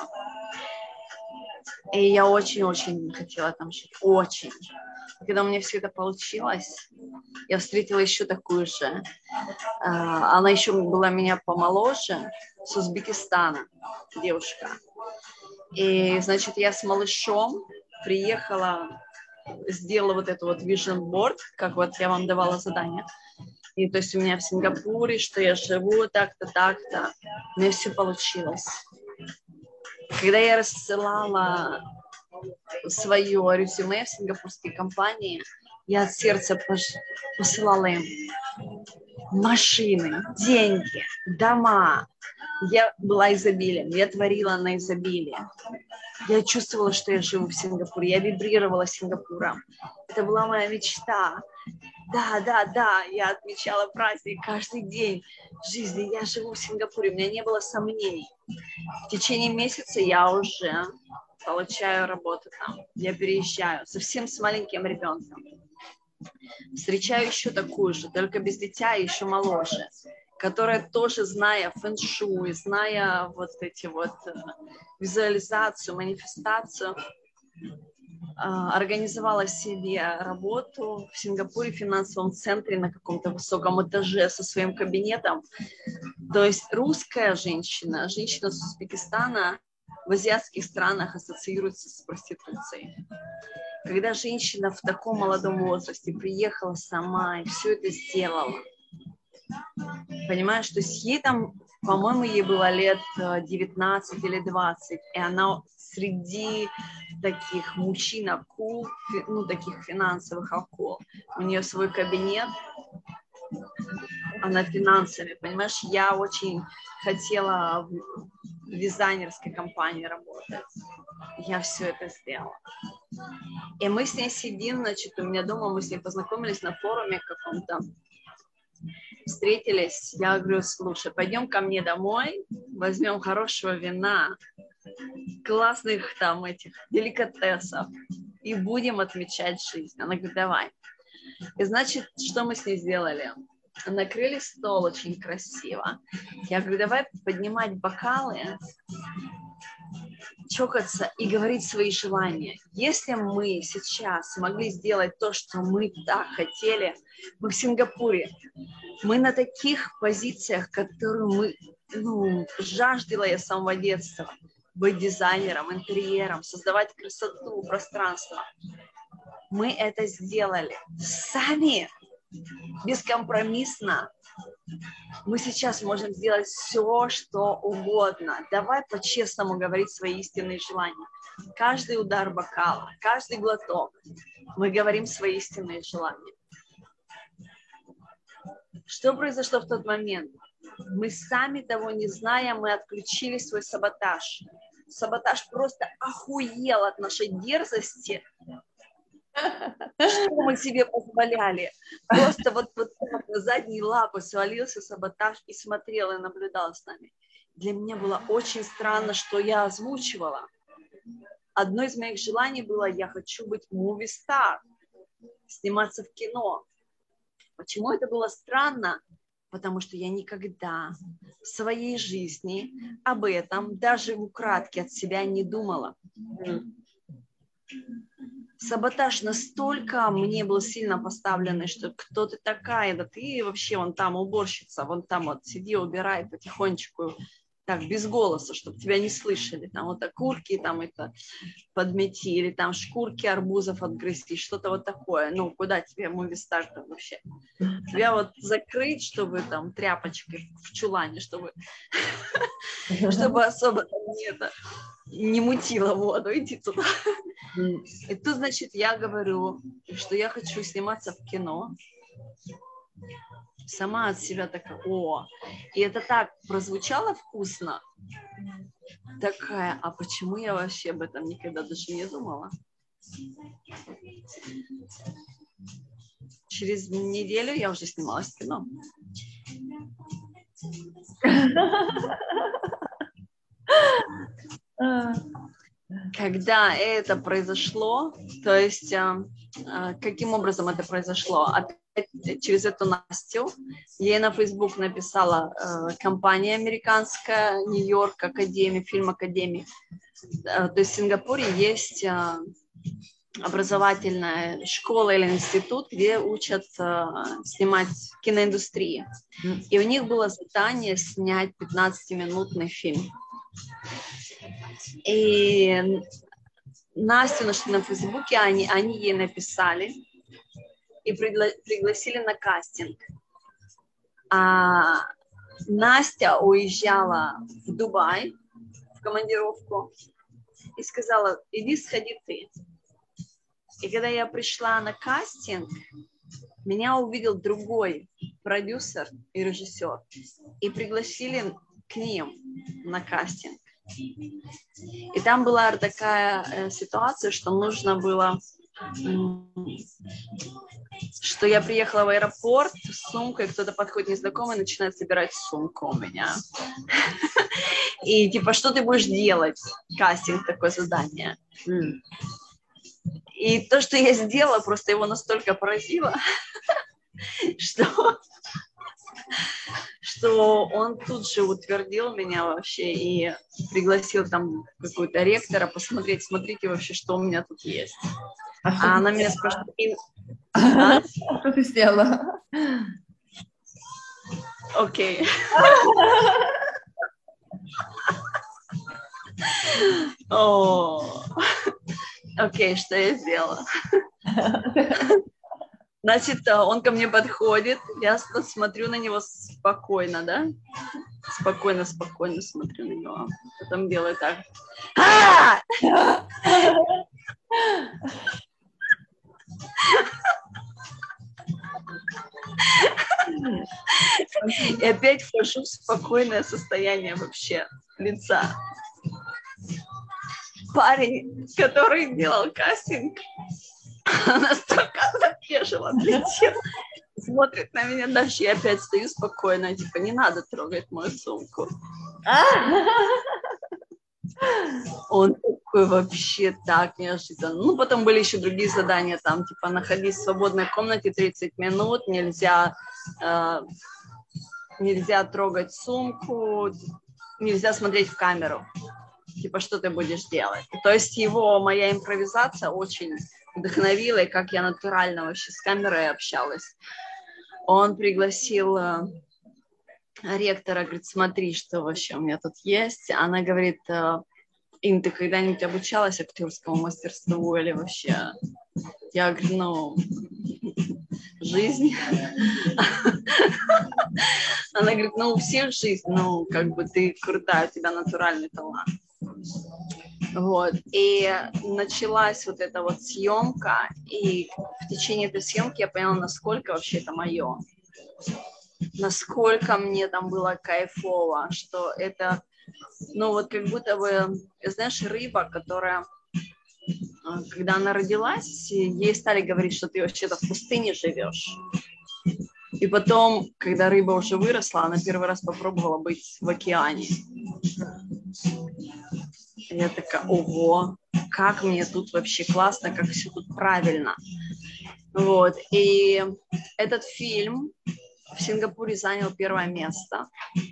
И я очень-очень хотела там жить. Очень. Когда у меня все это получилось, я встретила еще такую же. Она еще была меня помоложе, с Узбекистана, девушка. И, значит, я с малышом приехала, сделала вот это вот vision board, как вот я вам давала задание. И то есть у меня в Сингапуре, что я живу так-то, так-то. У меня все получилось. Когда я рассылала свое резюме в сингапурские компании, я от сердца посылала им машины, деньги, дома. Я была изобилием, я творила на изобилие. Я чувствовала, что я живу в Сингапуре, я вибрировала Сингапуром. Это была моя мечта. Да, я отмечала праздник каждый день в жизни. Я живу в Сингапуре, у меня не было сомнений. В течение месяца я уже получаю работу там. Я переезжаю совсем с маленьким ребенком. Встречаю еще такую же, только без дитя и еще моложе, которая тоже, зная фэн-шуй, зная вот эти вот визуализацию, манифестацию, организовала себе работу в Сингапуре в финансовом центре на каком-то высоком этаже со своим кабинетом. То есть русская женщина, женщина с Узбекистана в азиатских странах ассоциируется с проституцией. Когда женщина в таком молодом возрасте приехала сама и все это сделала, понимаешь, то есть ей там, по-моему, ей было лет 19 или 20, и она среди таких мужчин акул, ну, таких финансовых акул, у нее свой кабинет, она финансами, понимаешь, я очень хотела в дизайнерской компании работать, я все это сделала. И мы с ней сидим, значит, у меня дома, мы с ней познакомились на форуме каком-то, встретились, я говорю, слушай, пойдем ко мне домой, возьмем хорошего вина, классных там этих деликатесов и будем отмечать жизнь. Она говорит, давай. И значит, что мы с ней сделали? Накрыли стол очень красиво. Я говорю, давай поднимать бокалы, чокаться и говорить свои желания. Если мы сейчас могли сделать то, что мы так хотели, мы в Сингапуре, мы на таких позициях, которые мы, жаждала я с самого детства, быть дизайнером, интерьером, создавать красоту, пространство. Мы это сделали сами, бескомпромиссно. Мы сейчас можем сделать все, что угодно. Давай по-честному говорить свои истинные желания. Каждый удар бокала, каждый глоток. Мы говорим свои истинные желания. Что произошло в тот момент? Мы сами того не зная, мы отключили свой саботаж. Саботаж просто охуел от нашей дерзости. Что мы себе позволяли? Просто вот на задние лапы свалился саботаж и смотрел, и наблюдал с нами. Для меня было очень странно, что я озвучивала. Одно из моих желаний было, я хочу быть movie star, сниматься в кино. Почему это было странно? Потому что я никогда в своей жизни об этом даже украдке от себя не думала. Саботаж настолько мне был сильно поставленный, что кто ты такая, да ты вообще вон там уборщица, вон там вот сиди, убирай потихонечку, так, без голоса, чтобы тебя не слышали. Там вот окурки, там это подмети, или там шкурки арбузов отгрызти, что-то вот такое. Ну, куда тебе муви-стар там вообще? Тебя вот закрыть, чтобы там тряпочкой в чулане, чтобы особо не мутило воду, иди туда. И тут, значит, я говорю, что я хочу сниматься в кино. Сама от себя такая, и это так прозвучало вкусно. Такая, а почему я вообще об этом никогда даже не думала? Через неделю я уже снималась в кино. Когда это произошло, то есть каким образом это произошло? Опять через эту Настю я ей на Facebook написала компания американская, Нью-Йорк Академия, фильм Академии. То есть в Сингапуре есть образовательная школа или институт, где учат снимать киноиндустрии. И у них было задание снять 15-минутный фильм. И Настю нашли на Фейсбуке, они ей написали и пригласили на кастинг. А Настя уезжала в Дубай в командировку и сказала, иди сходи ты. И когда я пришла на кастинг, меня увидел другой продюсер и режиссер и пригласили к ним на кастинг. И там была такая ситуация, что нужно было, что я приехала в аэропорт с сумкой, кто-то подходит незнакомый, начинает собирать сумку у меня. И типа, что ты будешь делать? Кастинг, такое задание. И то, что я сделала, просто его настолько поразило, что он тут же утвердил меня вообще и пригласил там какую-то ректора посмотреть, смотрите вообще, что у меня тут есть. А она меня спрашивает... Что ты сделала? Окей. Окей, что я сделала? Значит, он ко мне подходит, я смотрю на него спокойно, да? Спокойно смотрю на него. Потом делаю так. И опять вхожу в спокойное состояние вообще лица. Парень, который делал кастинг, настолько забежал, отлетел, смотрит на меня дальше, я опять стою спокойно, типа, не надо трогать мою сумку. Он такой вообще так неожиданно. Ну, потом были еще другие задания, там, типа, находись в свободной комнате 30 минут, нельзя трогать сумку, нельзя смотреть в камеру. Типа, что ты будешь делать? То есть моя импровизация очень вдохновила, и как я натурально вообще с камерой общалась. Он пригласил ректора, говорит, смотри, что вообще у меня тут есть. Она говорит, Ин, ты когда-нибудь обучалась актерскому мастерству или вообще? Я говорю, жизнь. Она говорит, у всех жизнь, как бы ты крутая, у тебя натуральный талант. Вот. И началась вот эта вот съемка, и в течение этой съемки я поняла, насколько вообще это мое. Насколько мне там было кайфово, что это, вот как будто бы, знаешь, рыба, которая, когда она родилась, ей стали говорить, что ты вообще-то в пустыне живешь. И потом, когда рыба уже выросла, она первый раз попробовала быть в океане. И я такая, ого, как мне тут вообще классно, как все тут правильно. Вот. И этот фильм в Сингапуре занял первое место.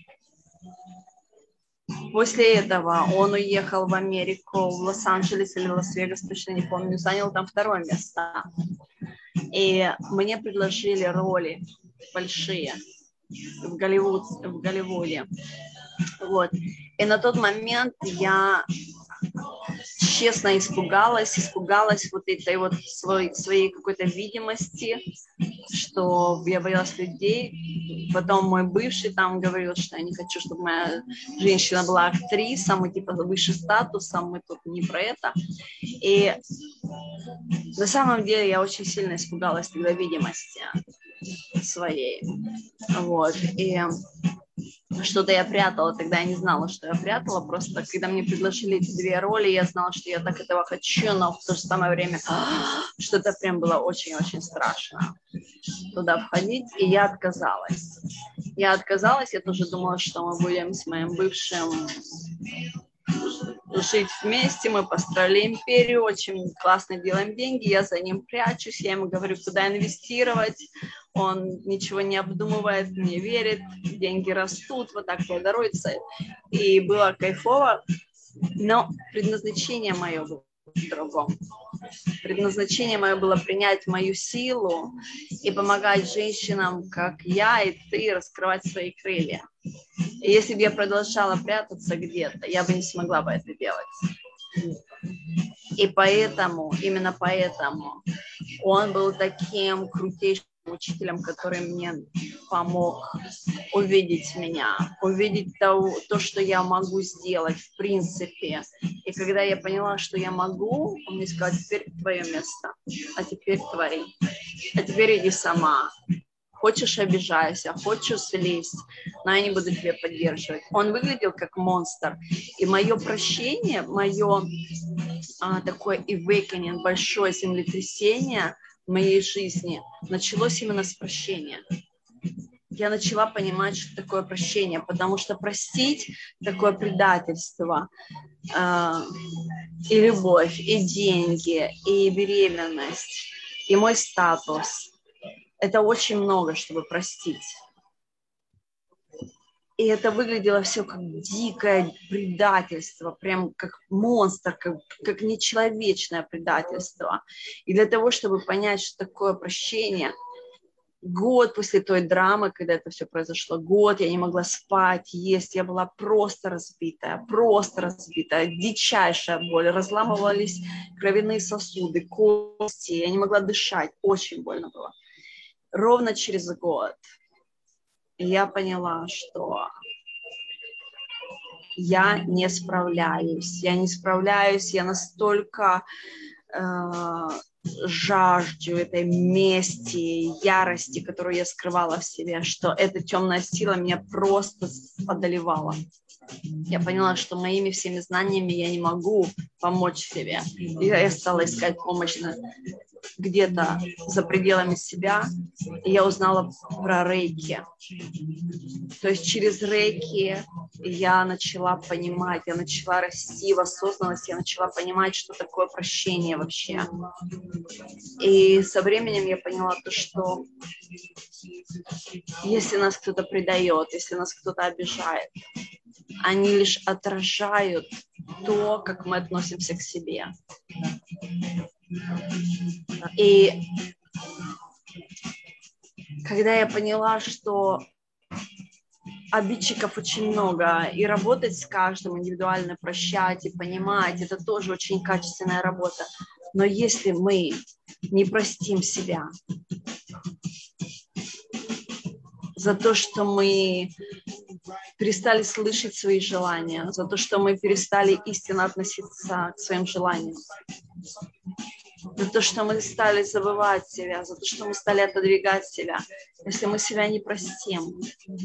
После этого он уехал в Америку, в Лос-Анджелес или Лас-Вегас, точно не помню, занял там второе место. И мне предложили роли большие в Голливуде. Вот. И на тот момент я честно испугалась вот этой вот своей какой-то видимости, что я боялась людей. Потом мой бывший там говорил, что я не хочу, чтобы моя женщина была актрисой, мы типа выше статусом, мы тут не про это. И на самом деле я очень сильно испугалась тогда видимости своей. Вот. И что-то я прятала, тогда я не знала, что я прятала, просто когда мне предложили эти две роли, я знала, что я так этого хочу, но в то же самое время что-то прям было очень-очень страшно туда входить, и я отказалась. Я тоже думала, что мы будем с моим бывшим жить вместе, мы построили империю, очень классно делаем деньги, я за ним прячусь, я ему говорю, куда инвестировать, он ничего не обдумывает, мне верит, деньги растут, вот так плодородится, и было кайфово, но предназначение мое было в другом. Предназначение мое было принять мою силу и помогать женщинам, как я и ты, раскрывать свои крылья. И если бы я продолжала прятаться где-то, я бы не смогла бы это делать. И поэтому, именно поэтому, он был таким крутейшим учителем, который мне помог увидеть меня, увидеть то, что я могу сделать в принципе. И когда я поняла, что я могу, он мне сказал, теперь твое место, а теперь твори, а теперь иди сама. Хочешь, обижайся, хочешь, слезь, но я не буду тебя поддерживать. Он выглядел как монстр. И мое прощение, мое такое awakening, большое землетрясение в моей жизни началось именно с прощения. Я начала понимать, что такое прощение, потому что простить такое предательство, и любовь, и деньги, и беременность, и мой статус – это очень много, чтобы простить. И это выглядело все как дикое предательство, прям как монстр, как нечеловечное предательство. И для того, чтобы понять, что такое прощение, год после той драмы, когда это все произошло, год я не могла спать, есть, я была просто разбитая, дичайшая боль, разламывались кровяные сосуды, кости, я не могла дышать, очень больно было. Ровно через год я поняла, что я не справляюсь, я настолько жажду этой мести, ярости, которую я скрывала в себе, что эта темная сила меня просто одолевала. Я поняла, что моими всеми знаниями я не могу помочь себе. И я стала искать помощь где-то за пределами себя, и я узнала про рейки. То есть через рейки я начала понимать, я начала расти в осознанности, я начала понимать, что такое прощение вообще. И со временем я поняла то, что если нас кто-то предает, если нас кто-то обижает, они лишь отражают то, как мы относимся к себе. И когда я поняла, что обидчиков очень много, и работать с каждым, индивидуально прощать и понимать, это тоже очень качественная работа. Но если мы не простим себя за то, что мы перестали слышать свои желания, за то, что мы перестали истинно относиться к своим желаниям, за то, что мы стали забывать себя, за то, что мы стали отодвигать себя, если мы себя не простим.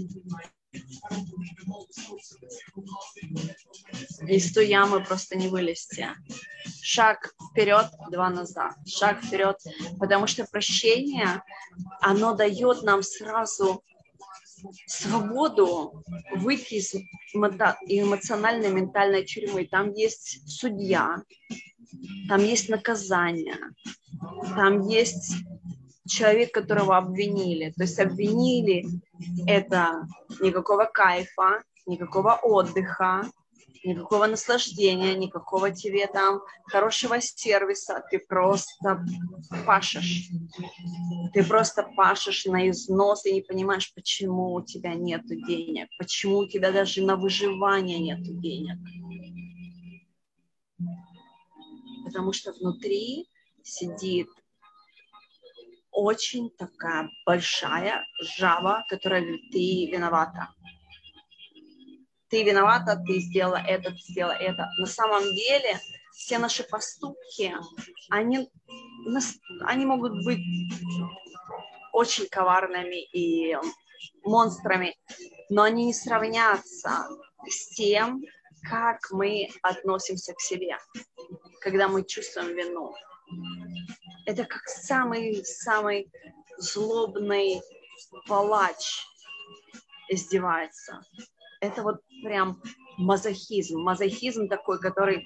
Из той ямы просто не вылезти. Шаг вперед, два назад. Шаг вперед, потому что прощение, оно дает нам сразу свободу выйти из эмоциональной, ментальной тюрьмы. Там есть судья, там есть наказание, там есть человек, которого обвинили. То есть обвинили это никакого кайфа, никакого отдыха, никакого наслаждения, никакого тебе там хорошего сервиса. Ты просто пашешь. Ты просто пашешь на износ и не понимаешь, почему у тебя нет денег, почему у тебя даже на выживание нет денег. Потому что внутри сидит очень такая большая жаба, которая говорит, ты виновата. Ты виновата, ты сделала это, ты сделала это. На самом деле все наши поступки, они могут быть очень коварными и монстрами, но они не сравнятся с тем, как мы относимся к себе, когда мы чувствуем вину. Это как самый злобный палач издевается. Это вот прям мазохизм. Мазохизм такой, который...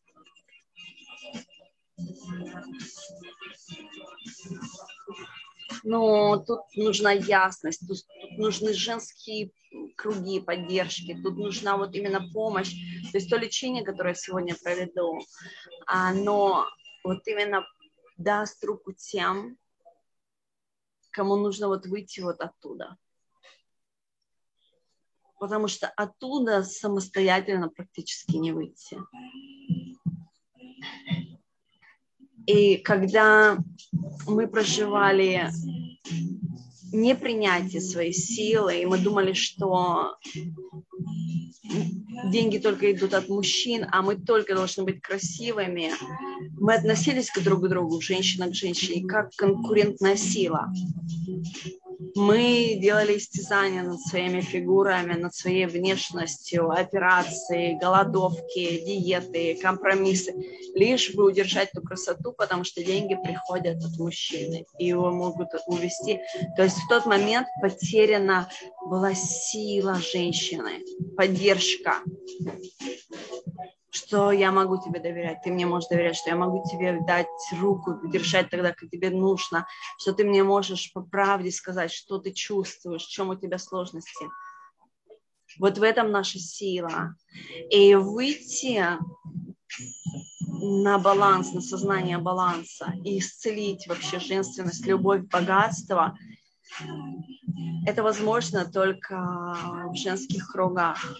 Но тут нужна ясность, тут нужны женские круги поддержки, тут нужна вот именно помощь. То есть то лечение, которое я сегодня проведу, оно вот именно даст руку тем, кому нужно вот выйти вот оттуда. Потому что оттуда самостоятельно практически не выйти. И когда мы проживали непринятие своей силы, и мы думали, что деньги только идут от мужчин, а мы только должны быть красивыми, мы относились друг к другу, женщина к женщине, как конкурентная сила. Мы делали истязания над своими фигурами, над своей внешностью, операции, голодовки, диеты, компромиссы, лишь бы удержать эту красоту, потому что деньги приходят от мужчины, и его могут увести. То есть в тот момент потеряна была сила женщины, поддержка, что я могу тебе доверять, ты мне можешь доверять, что я могу тебе дать руку, держать тогда, как тебе нужно, что ты мне можешь по правде сказать, что ты чувствуешь, в чем у тебя сложности. Вот в этом наша сила. И выйти на баланс, на сознание баланса и исцелить вообще женственность, любовь, богатство, это возможно только в женских кругах.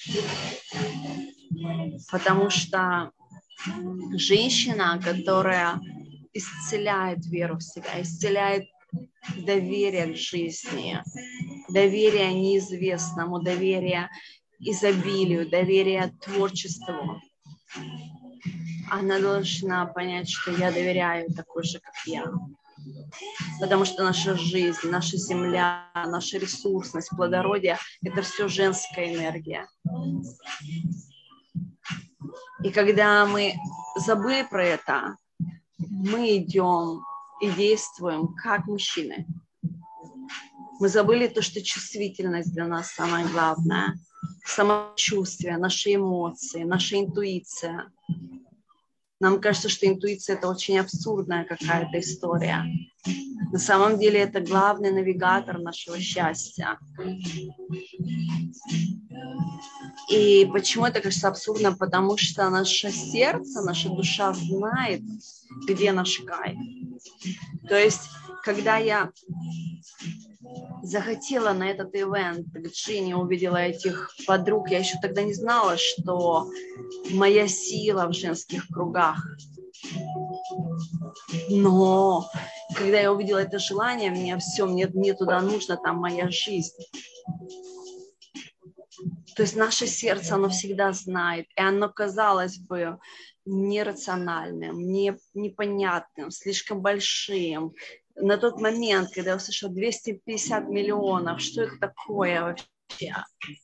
Потому что женщина, которая исцеляет веру в себя, исцеляет доверие к жизни, доверие неизвестному, доверие изобилию, доверие творчеству, она должна понять, что я доверяю такой же, как я. Потому что наша жизнь, наша земля, наша ресурсность, плодородие – это все женская энергия. И когда мы забыли про это, мы идем и действуем как мужчины. Мы забыли то, что чувствительность для нас самое главное. Самочувствие, наши эмоции, наша интуиция. Нам кажется, что интуиция – это очень абсурдная какая-то история. На самом деле это главный навигатор нашего счастья. И почему это кажется абсурдным? Потому что наше сердце, наша душа знает, где наш кайф. То есть, когда я захотела на этот ивент к Джинни, увидела этих подруг, я еще тогда не знала, что моя сила в женских кругах. Но когда я увидела это желание, мне туда нужно, там моя жизнь. То есть наше сердце, оно всегда знает, и оно, казалось бы, нерациональным, непонятным, слишком большим. На тот момент, когда я услышала 250 миллионов, что это такое вообще?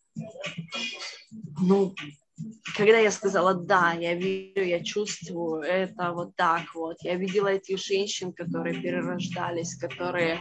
Ну, когда я сказала, да, я верю, я чувствую, это вот так вот. Я видела этих женщин, которые перерождались, которые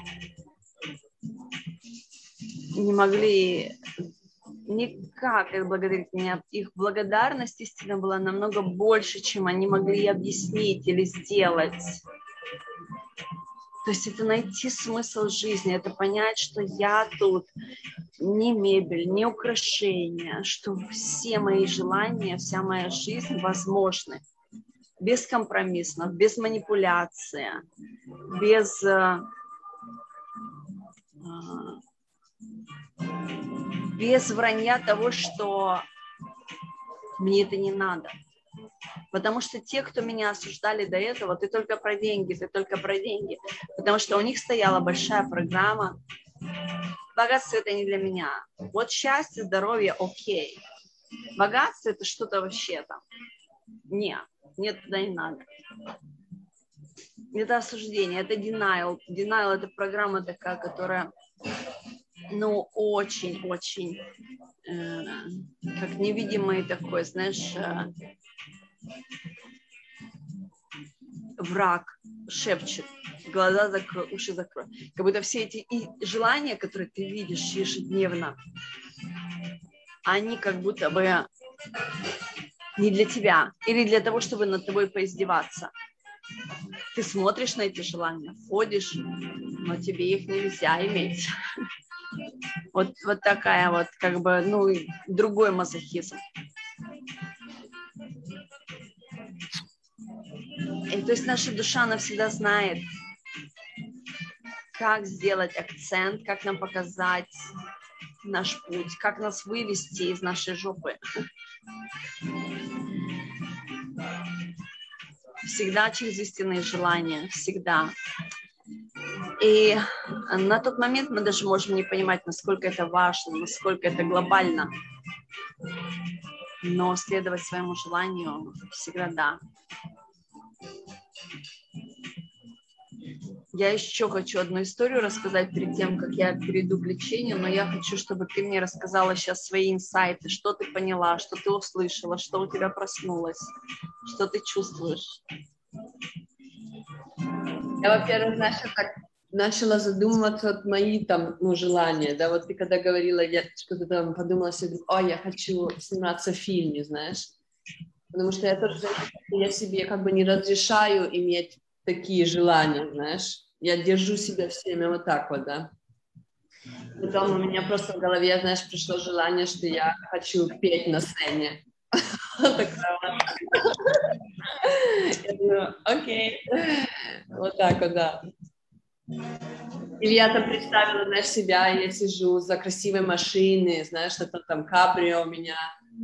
не могли никак благодарить меня. Их благодарность истинно была намного больше, чем они могли объяснить или сделать. То есть это найти смысл жизни, это понять, что я тут не мебель, не украшения, что все мои желания, вся моя жизнь возможны. Бескомпромиссно, без манипуляции, без вранья того, что мне это не надо. Потому что те, кто меня осуждали до этого, ты только про деньги, ты только про деньги. Потому что у них стояла большая программа. Богатство это не для меня. Вот счастье, здоровье, окей. Богатство это что-то вообще там. Нет, туда не надо. Это осуждение, это denial. Denial это программа такая, которая, очень-очень, как невидимый такой, знаешь, враг шепчет, глаза закрой, уши закрой. Как будто все эти желания, которые ты видишь ежедневно, они как будто бы не для тебя или для того, чтобы над тобой поиздеваться. Ты смотришь на эти желания, ходишь, но тебе их нельзя иметь. Вот такая вот, как бы, другой мазохизм. И то есть наша душа, она всегда знает, как сделать акцент, как нам показать наш путь, как нас вывести из нашей жопы. Всегда через истинные желания, всегда. И на тот момент мы даже можем не понимать, насколько это важно, насколько это глобально. Но следовать своему желанию всегда да. Я еще хочу одну историю рассказать перед тем, как я перейду к лечению, но я хочу, чтобы ты мне рассказала сейчас свои инсайты, что ты поняла, что ты услышала, что у тебя проснулось, что ты чувствуешь. Я, во-первых, начала задумываться от мои там, желания, да, вот ты когда говорила, я что-то там подумала себе, я хочу сниматься в фильме, знаешь, потому что я себе как бы не разрешаю иметь такие желания, знаешь, я держу себя все время вот так вот, да. Потом у меня просто в голове, знаешь, пришло желание, что я хочу петь на сцене. Я думаю, окей. Вот так вот, да. Или я там представила, знаешь, себя, я сижу за красивой машиной, знаешь, что-то там кабрио у меня,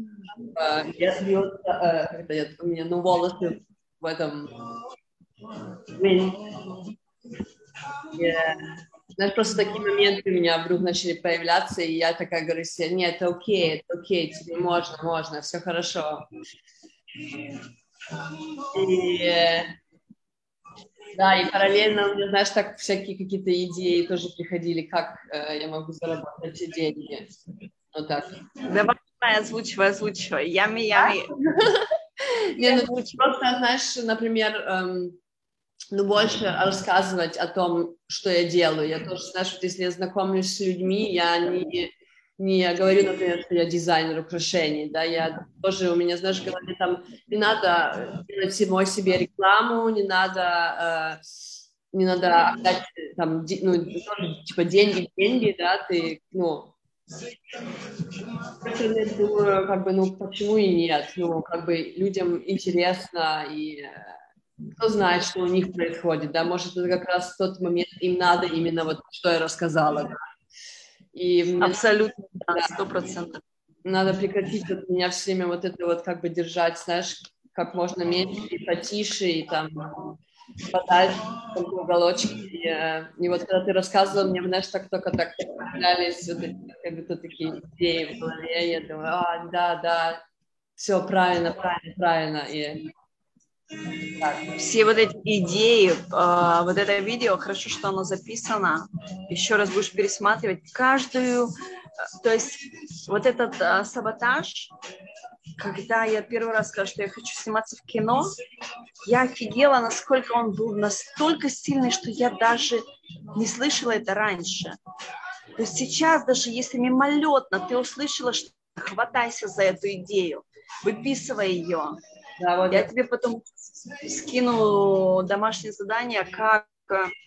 у меня, волосы в этом, знаешь, просто такие моменты у меня вдруг начали появляться, и я такая говорю себе, нет, это окей, тебе можно, все хорошо. И параллельно у меня, знаешь, так всякие какие-то идеи тоже приходили, как я могу заработать эти деньги. Вот так. Давай, озвучивай. Ями. Просто, знаешь, например, больше рассказывать о том, что я делаю. Я тоже, знаешь, вот если я знакомлюсь с людьми, я не говорю, например, что я дизайнер украшений, да, я тоже, у меня, знаешь, в голове там, не надо делать самой себе рекламу, не надо отдать там, типа деньги, да, ты, думаю, как бы, почему и нет, как бы людям интересно, и кто знает, что у них происходит, да, может, это как раз в тот момент им надо именно вот, что я рассказала, да. И абсолютно, да, 100%. Надо прекратить от меня все время вот это вот как бы держать, знаешь, как можно меньше и потише, и там подальше в уголочке. И вот когда ты рассказывала мне, знаешь, только так появлялись вот эти, как будто такие идеи в голове, я думаю, да, все правильно. И все вот эти идеи, вот это видео, хорошо, что оно записано, еще раз будешь пересматривать каждую, то есть вот этот саботаж, когда я первый раз сказала, что я хочу сниматься в кино, я офигела, насколько он был настолько сильный, что я даже не слышала это раньше. То есть сейчас даже если мимолетно ты услышала, что хватайся за эту идею, выписывай ее. Да, вот я тебе потом скину домашнее задание, как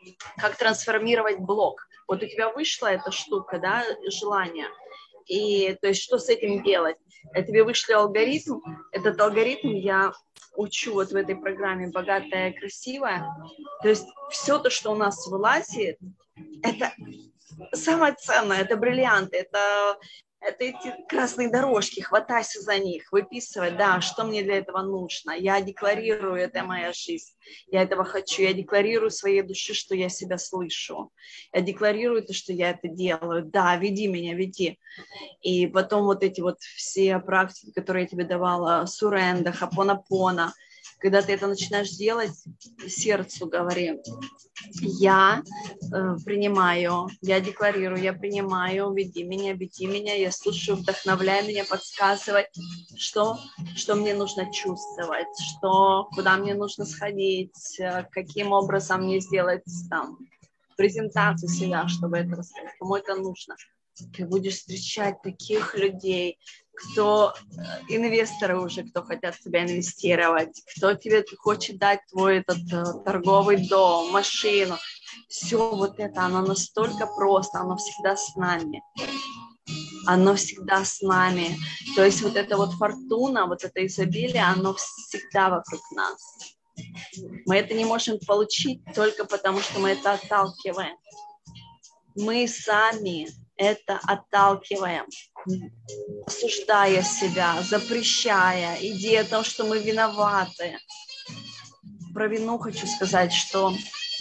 как трансформировать блок. Вот у тебя вышла эта штука, да, желание. И то есть что с этим делать? Я тебе вышлю алгоритм. Этот алгоритм я учу вот в этой программе «Богатая и красивая». То есть все то, что у нас вылазит, это самое ценное, это бриллианты, это эти красные дорожки, хватайся за них, выписывай, да, что мне для этого нужно. Я декларирую, это моя жизнь, я этого хочу, я декларирую своей душе, что я себя слышу. Я декларирую то, что я это делаю. Да, веди меня, веди. И потом вот эти вот все практики, которые я тебе давала, суренда, хапонапона, когда ты это начинаешь делать, сердцу говори, я принимаю, я декларирую, я принимаю, веди меня, я слушаю, вдохновляй меня, подсказывай, что мне нужно чувствовать, куда мне нужно сходить, каким образом мне сделать там презентацию себя, чтобы это рассказать, кому это нужно. Ты будешь встречать таких людей, кто инвесторы уже, кто хотят в тебя инвестировать, кто тебе хочет дать твой этот торговый дом, машину. Все вот это, оно настолько просто, оно всегда с нами. Оно всегда с нами. То есть вот эта вот фортуна, вот это изобилие, оно всегда вокруг нас. Мы это не можем получить только потому, что мы это отталкиваем. Мы сами это отталкиваем, осуждая себя, запрещая, идея о том, что мы виноваты. Про вину хочу сказать, что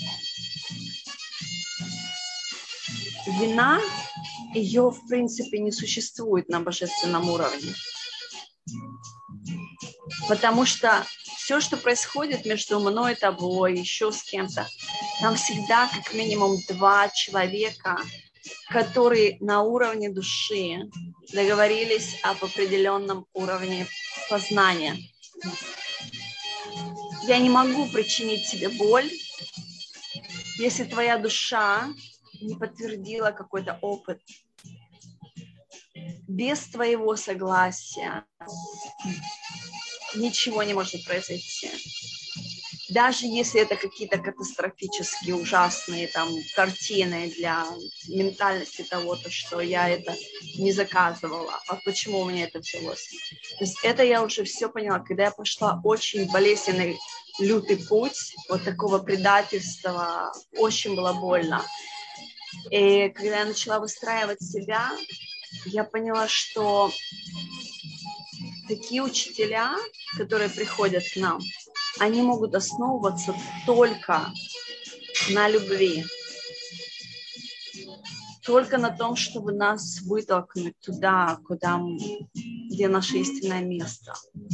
вина, ее в принципе не существует на божественном уровне. Потому что все, что происходит между мной и тобой, еще с кем-то, там всегда как минимум 2 человека, которые на уровне души договорились об определенном уровне познания. Я не могу причинить тебе боль, если твоя душа не подтвердила какой-то опыт. Без твоего согласия ничего не может произойти. Даже если это какие-то катастрофические, ужасные там картины для ментальности того, что я это не заказывала, а почему у меня это взялось. То есть это я уже все поняла, когда я пошла очень болезненный, лютый путь, вот такого предательства, очень было больно. И когда я начала выстраивать себя, я поняла, что такие учителя, которые приходят к нам, они могут основываться только на любви, только на том, чтобы нас вытолкнуть туда, где наше истинное место.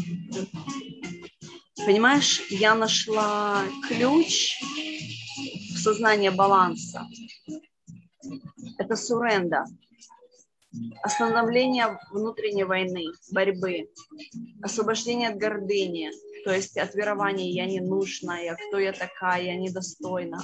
Понимаешь, я нашла ключ в сознание баланса. Это суренда. Остановление внутренней войны, борьбы, освобождение от гордыни, то есть от верования «я не нужна», «я кто я такая», «я недостойна».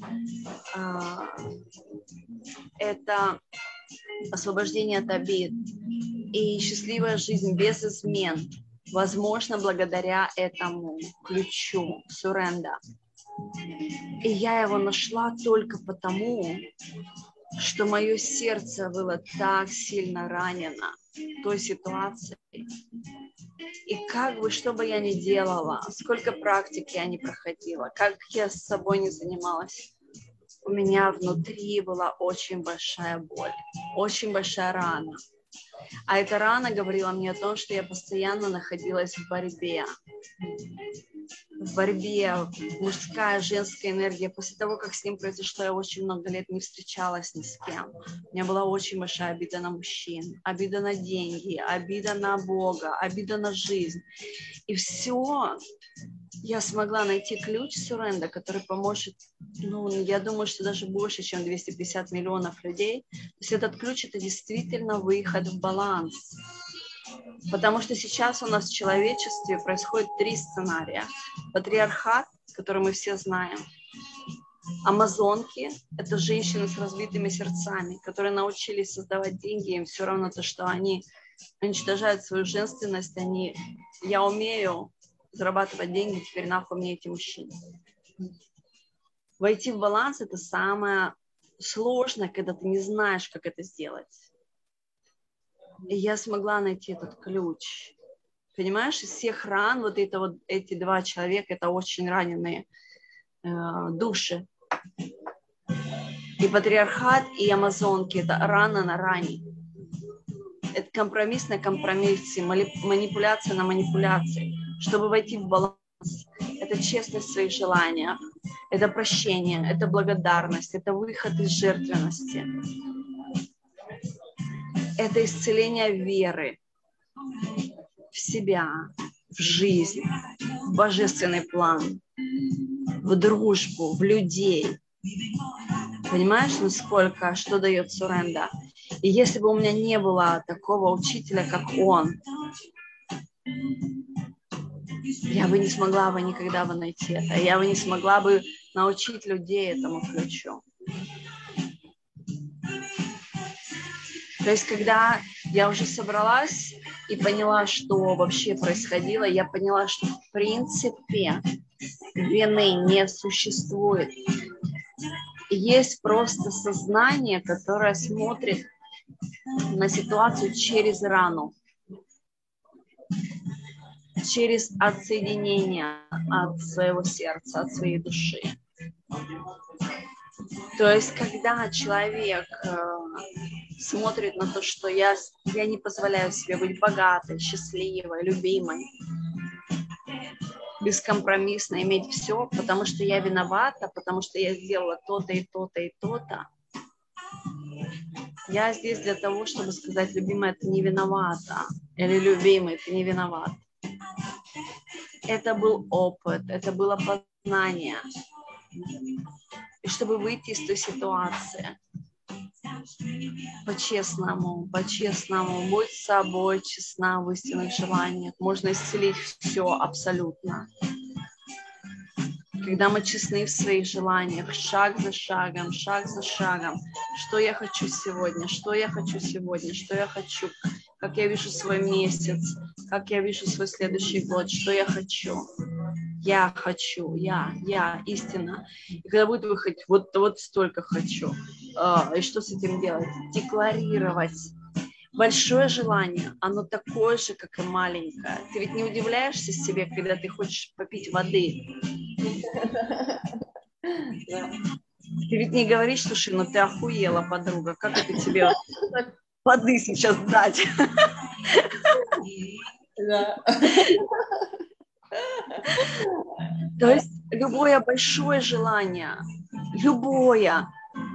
Это освобождение от обид. И счастливая жизнь без измен возможно благодаря этому ключу суренда. И я его нашла только потому, что мое сердце было так сильно ранено той ситуацией. И как бы, что бы я ни делала, сколько практик я не проходила, как я с собой не занималась, у меня внутри была очень большая боль, очень большая рана. А эта рана говорила мне о том, что я постоянно находилась в борьбе. В борьбе, мужская, женская энергия. После того, как с ним произошло, я очень много лет не встречалась ни с кем. У меня была очень большая обида на мужчин, обида на деньги, обида на Бога, обида на жизнь. И все, я смогла найти ключ суренда, который поможет, я думаю, что даже больше, чем 250 миллионов людей. То есть этот ключ – это действительно выход в баланс. Потому что сейчас у нас в человечестве происходит 3 сценария. Патриархат, который мы все знаем. Амазонки – это женщины с разбитыми сердцами, которые научились создавать деньги, им все равно то, что они уничтожают свою женственность, я умею зарабатывать деньги, теперь нахуй мне эти мужчины. Войти в баланс – это самое сложное, когда ты не знаешь, как это сделать. И я смогла найти этот ключ. Понимаешь, из всех ран эти два человека – это очень раненые души. И патриархат, и амазонки – это рана на ране. Это компромисс на компромиссе, манипуляция на манипуляции. Чтобы войти в баланс, это честность в своих желаниях, это прощение, это благодарность, это выход из жертвенности. Это исцеление веры в себя, в жизнь, в божественный план, в дружбу, в людей. Понимаешь, насколько, что дает суренда? И если бы у меня не было такого учителя, как он, я бы не смогла бы никогда бы найти это. Я бы не смогла бы научить людей этому ключу. То есть, когда я уже собралась и поняла, что вообще происходило, я поняла, что в принципе вины не существует. Есть просто сознание, которое смотрит на ситуацию через рану, через отсоединение от своего сердца, от своей души. То есть, когда человек смотрит на то, что я не позволяю себе быть богатой, счастливой, любимой, бескомпромиссно иметь все, потому что я виновата, потому что я сделала то-то и то-то и то-то. Я здесь для того, чтобы сказать: любимая, ты не виновата, или любимый, ты не виноват. Это был опыт, это было познание. И чтобы выйти из той ситуации, по-честному, будь собой честна в истинных желаниях. Можно исцелить все абсолютно. Когда мы честны в своих желаниях, шаг за шагом, что я хочу сегодня, что я хочу, как я вижу свой месяц, как я вижу свой следующий год, что я хочу. Я хочу, я, истина. И когда будет выходить, вот столько хочу. И что с этим делать? Декларировать. Большое желание, оно такое же, как и маленькое. Ты ведь не удивляешься себе, когда ты хочешь попить воды? Ты ведь не говоришь: слушай, ну ты охуела, подруга, как это тебе воды сейчас дать? То есть любое большое желание, любое,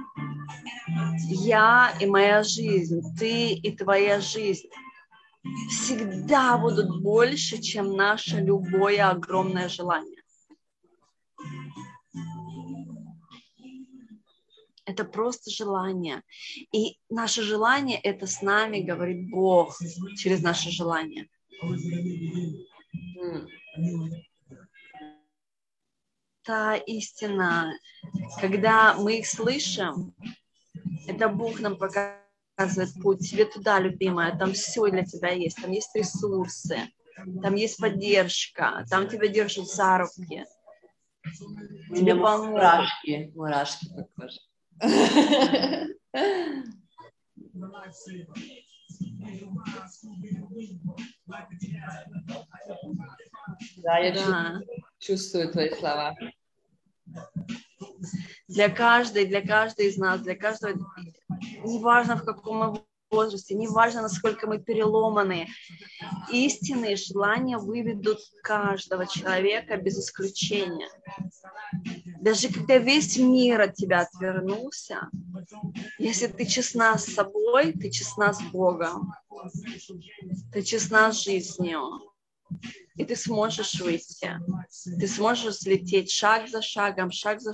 я и моя жизнь, ты и твоя жизнь всегда будут больше, чем наше любое огромное желание. Это просто желание. И наше желание – это с нами говорит Бог через наше желание. Та истина, когда мы их слышим, это Бог нам показывает путь. Тебе туда, любимая, там все для тебя есть. Там есть ресурсы, там есть поддержка, там тебя держат за руки. Тебе помогут. Мурашки по коже. Да, я чувствую твои слова. Для каждой из нас, для каждого, неважно в каком мы возрасте, неважно, насколько мы переломаны, истинные желания выведут каждого человека без исключения. Даже когда весь мир от тебя отвернулся, если ты честна с собой, ты честна с Богом, ты честна с жизнью, и ты сможешь выйти, ты сможешь взлететь шаг за шагом,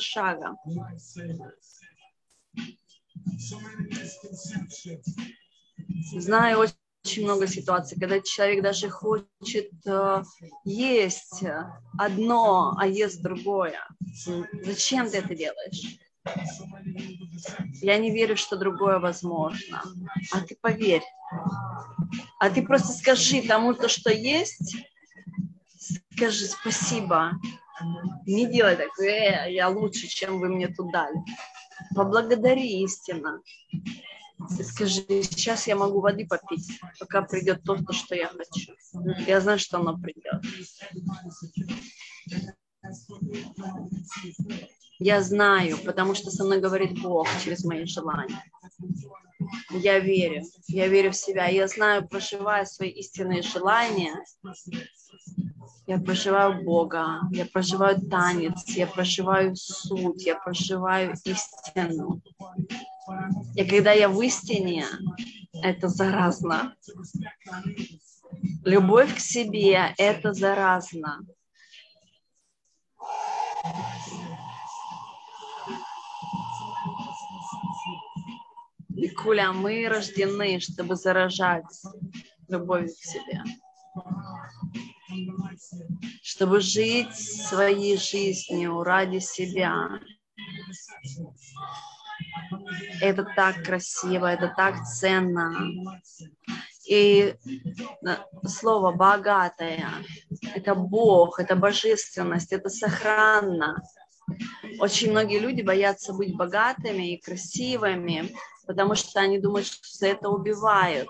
Знаю очень много ситуаций, когда человек даже хочет есть одно, а ест другое. Зачем ты это делаешь? Я не верю, что другое возможно. А ты поверь. А ты просто скажи тому, то, что есть, скажи спасибо. Не делай так, я лучше, чем вы мне тут дали. Поблагодари истинно. И скажи, сейчас я могу воды попить, пока придет то, что я хочу. Я знаю, что оно придет. Я знаю, потому что со мной говорит Бог через мои желания. Я верю в себя. Я знаю, проживая свои истинные желания, я проживаю Бога, я проживаю танец, я проживаю суть, я проживаю истину. И когда я в истине, это заразно. Любовь к себе – это заразно. Викуля, мы рождены, чтобы заражать любовью к себе. Чтобы жить своей жизнью ради себя. Это так красиво, это так ценно. И слово «богатое» – это Бог, это божественность, это сохранно. Очень многие люди боятся быть богатыми и красивыми, потому что они думают, что за это убивают.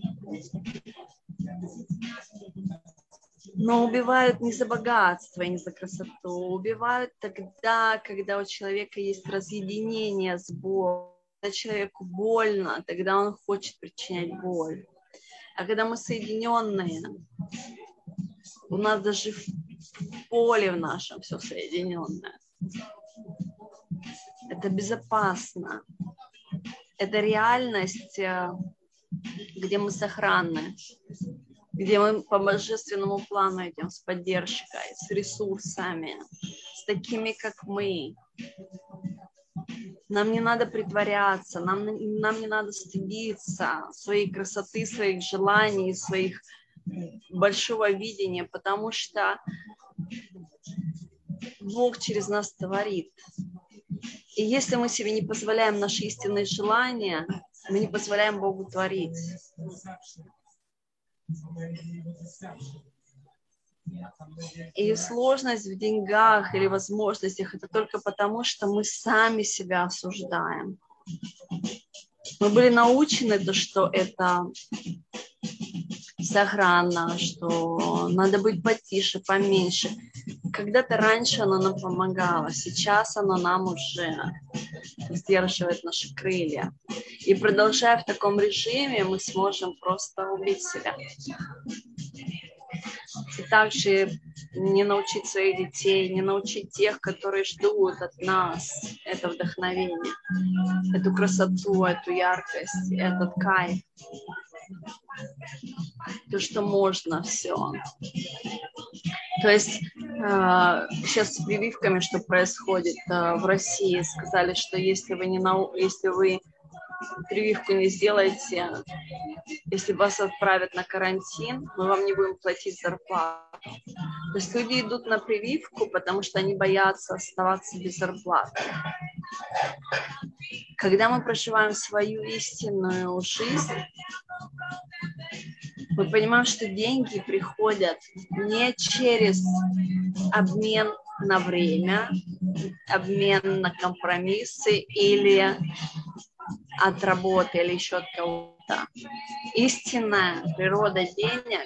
Но убивают не за богатство и не за красоту. Убивают тогда, когда у человека есть разъединение с Богом. Когда человеку больно, тогда он хочет причинять боль. А когда мы соединенные, у нас даже в поле в нашем все соединенное. Это безопасно. Это реальность, где мы сохранны, где мы по божественному плану идем с поддержкой, с ресурсами, с такими, как мы. Нам не надо притворяться, нам не надо стыдиться своей красоты, своих желаний, своих большого видения, потому что Бог через нас творит. И если мы себе не позволяем наши истинные желания, мы не позволяем Богу творить. И сложность в деньгах или возможностях – это только потому, что мы сами себя осуждаем. Мы были научены, что это сохранно, что надо быть потише, поменьше. Когда-то раньше оно нам помогало, сейчас оно нам уже сдерживает наши крылья. И продолжая в таком режиме, мы сможем просто убить себя. И также не научить своих детей, не научить тех, которые ждут от нас это вдохновение, эту красоту, эту яркость, этот кайф. То, что можно все. То есть сейчас с прививками, что происходит в России, сказали, что если вы прививку не сделаете, если вас отправят на карантин, мы вам не будем платить зарплату. То есть люди идут на прививку, потому что они боятся оставаться без зарплаты. Когда мы проживаем свою истинную жизнь, мы понимаем, что деньги приходят не через обмен на время, обмен на компромиссы или от работы или еще от кого-то. Истинная природа денег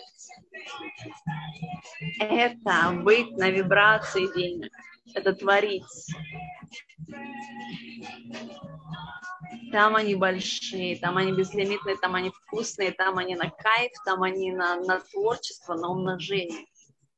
– это быть на вибрации денег, это творить. Там они большие, там они безлимитные, там они вкусные, там они на кайф, там они на творчество, на умножение.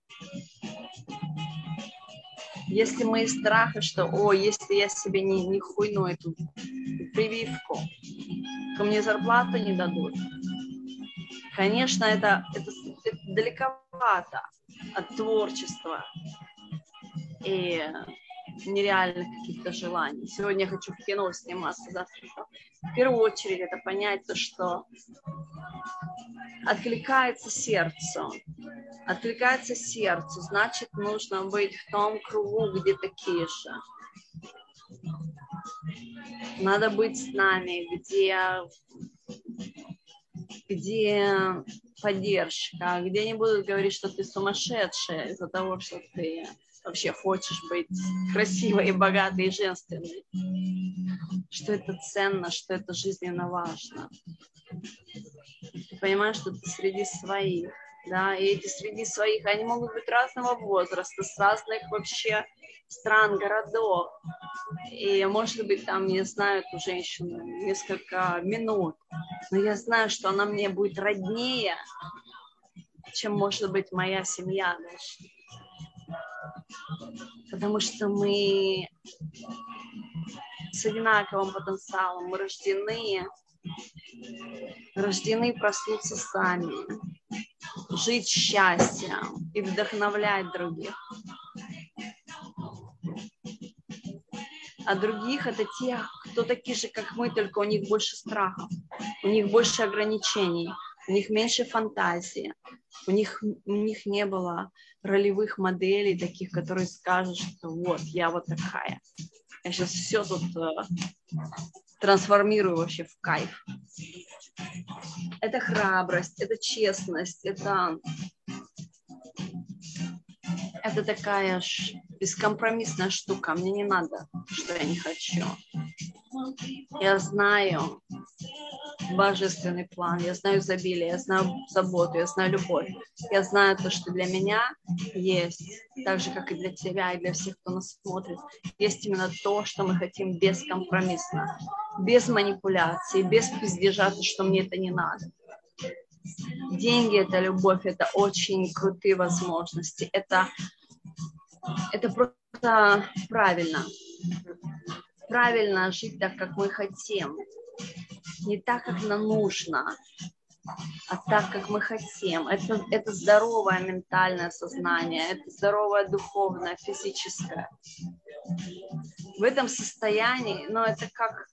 Если мы из страха, что, если я себе не хуйну эту прививку, то мне зарплату не дадут. Конечно, это далековато от творчества и нереальных каких-то желаний. Сегодня я хочу в кино сниматься, завтра. В первую очередь это понять то, что откликается сердцу. Откликается сердцу, значит, нужно быть в том кругу, где такие же. Надо быть с нами, где поддержка, где не будут говорить, что ты сумасшедшая из-за того, что ты вообще хочешь быть красивой и богатой и женственной, что это ценно, что это жизненно важно. Ты понимаешь, что ты среди своих, да, и эти среди своих, они могут быть разного возраста, с разных вообще стран, городов. И, может быть, там я знаю эту женщину несколько минут, но я знаю, что она мне будет роднее, чем, может быть, моя семья даже. Потому что мы с одинаковым потенциалом, мы рождены проснуться сами, жить счастьем и вдохновлять других. А других это те, кто такие же, как мы, только у них больше страхов, у них больше ограничений, у них меньше фантазии, у них не было ролевых моделей таких, которые скажут, что вот, я вот такая. Я сейчас все тут трансформирую вообще в кайф. Это храбрость, это честность, это такая бескомпромиссная штука. Мне не надо, что я не хочу. Я знаю божественный план, я знаю изобилие, я знаю заботу, я знаю любовь. Я знаю то, что для меня есть, так же, как и для тебя, и для всех, кто нас смотрит, есть именно то, что мы хотим бескомпромиссно, без манипуляций, без пиздежа, что мне это не надо. Деньги – это любовь, это очень крутые возможности, это просто правильно. Правильно жить так, как мы хотим. Не так, как нам нужно, а так, как мы хотим. Это здоровое ментальное сознание, это здоровое духовное, физическое. В этом состоянии, это как...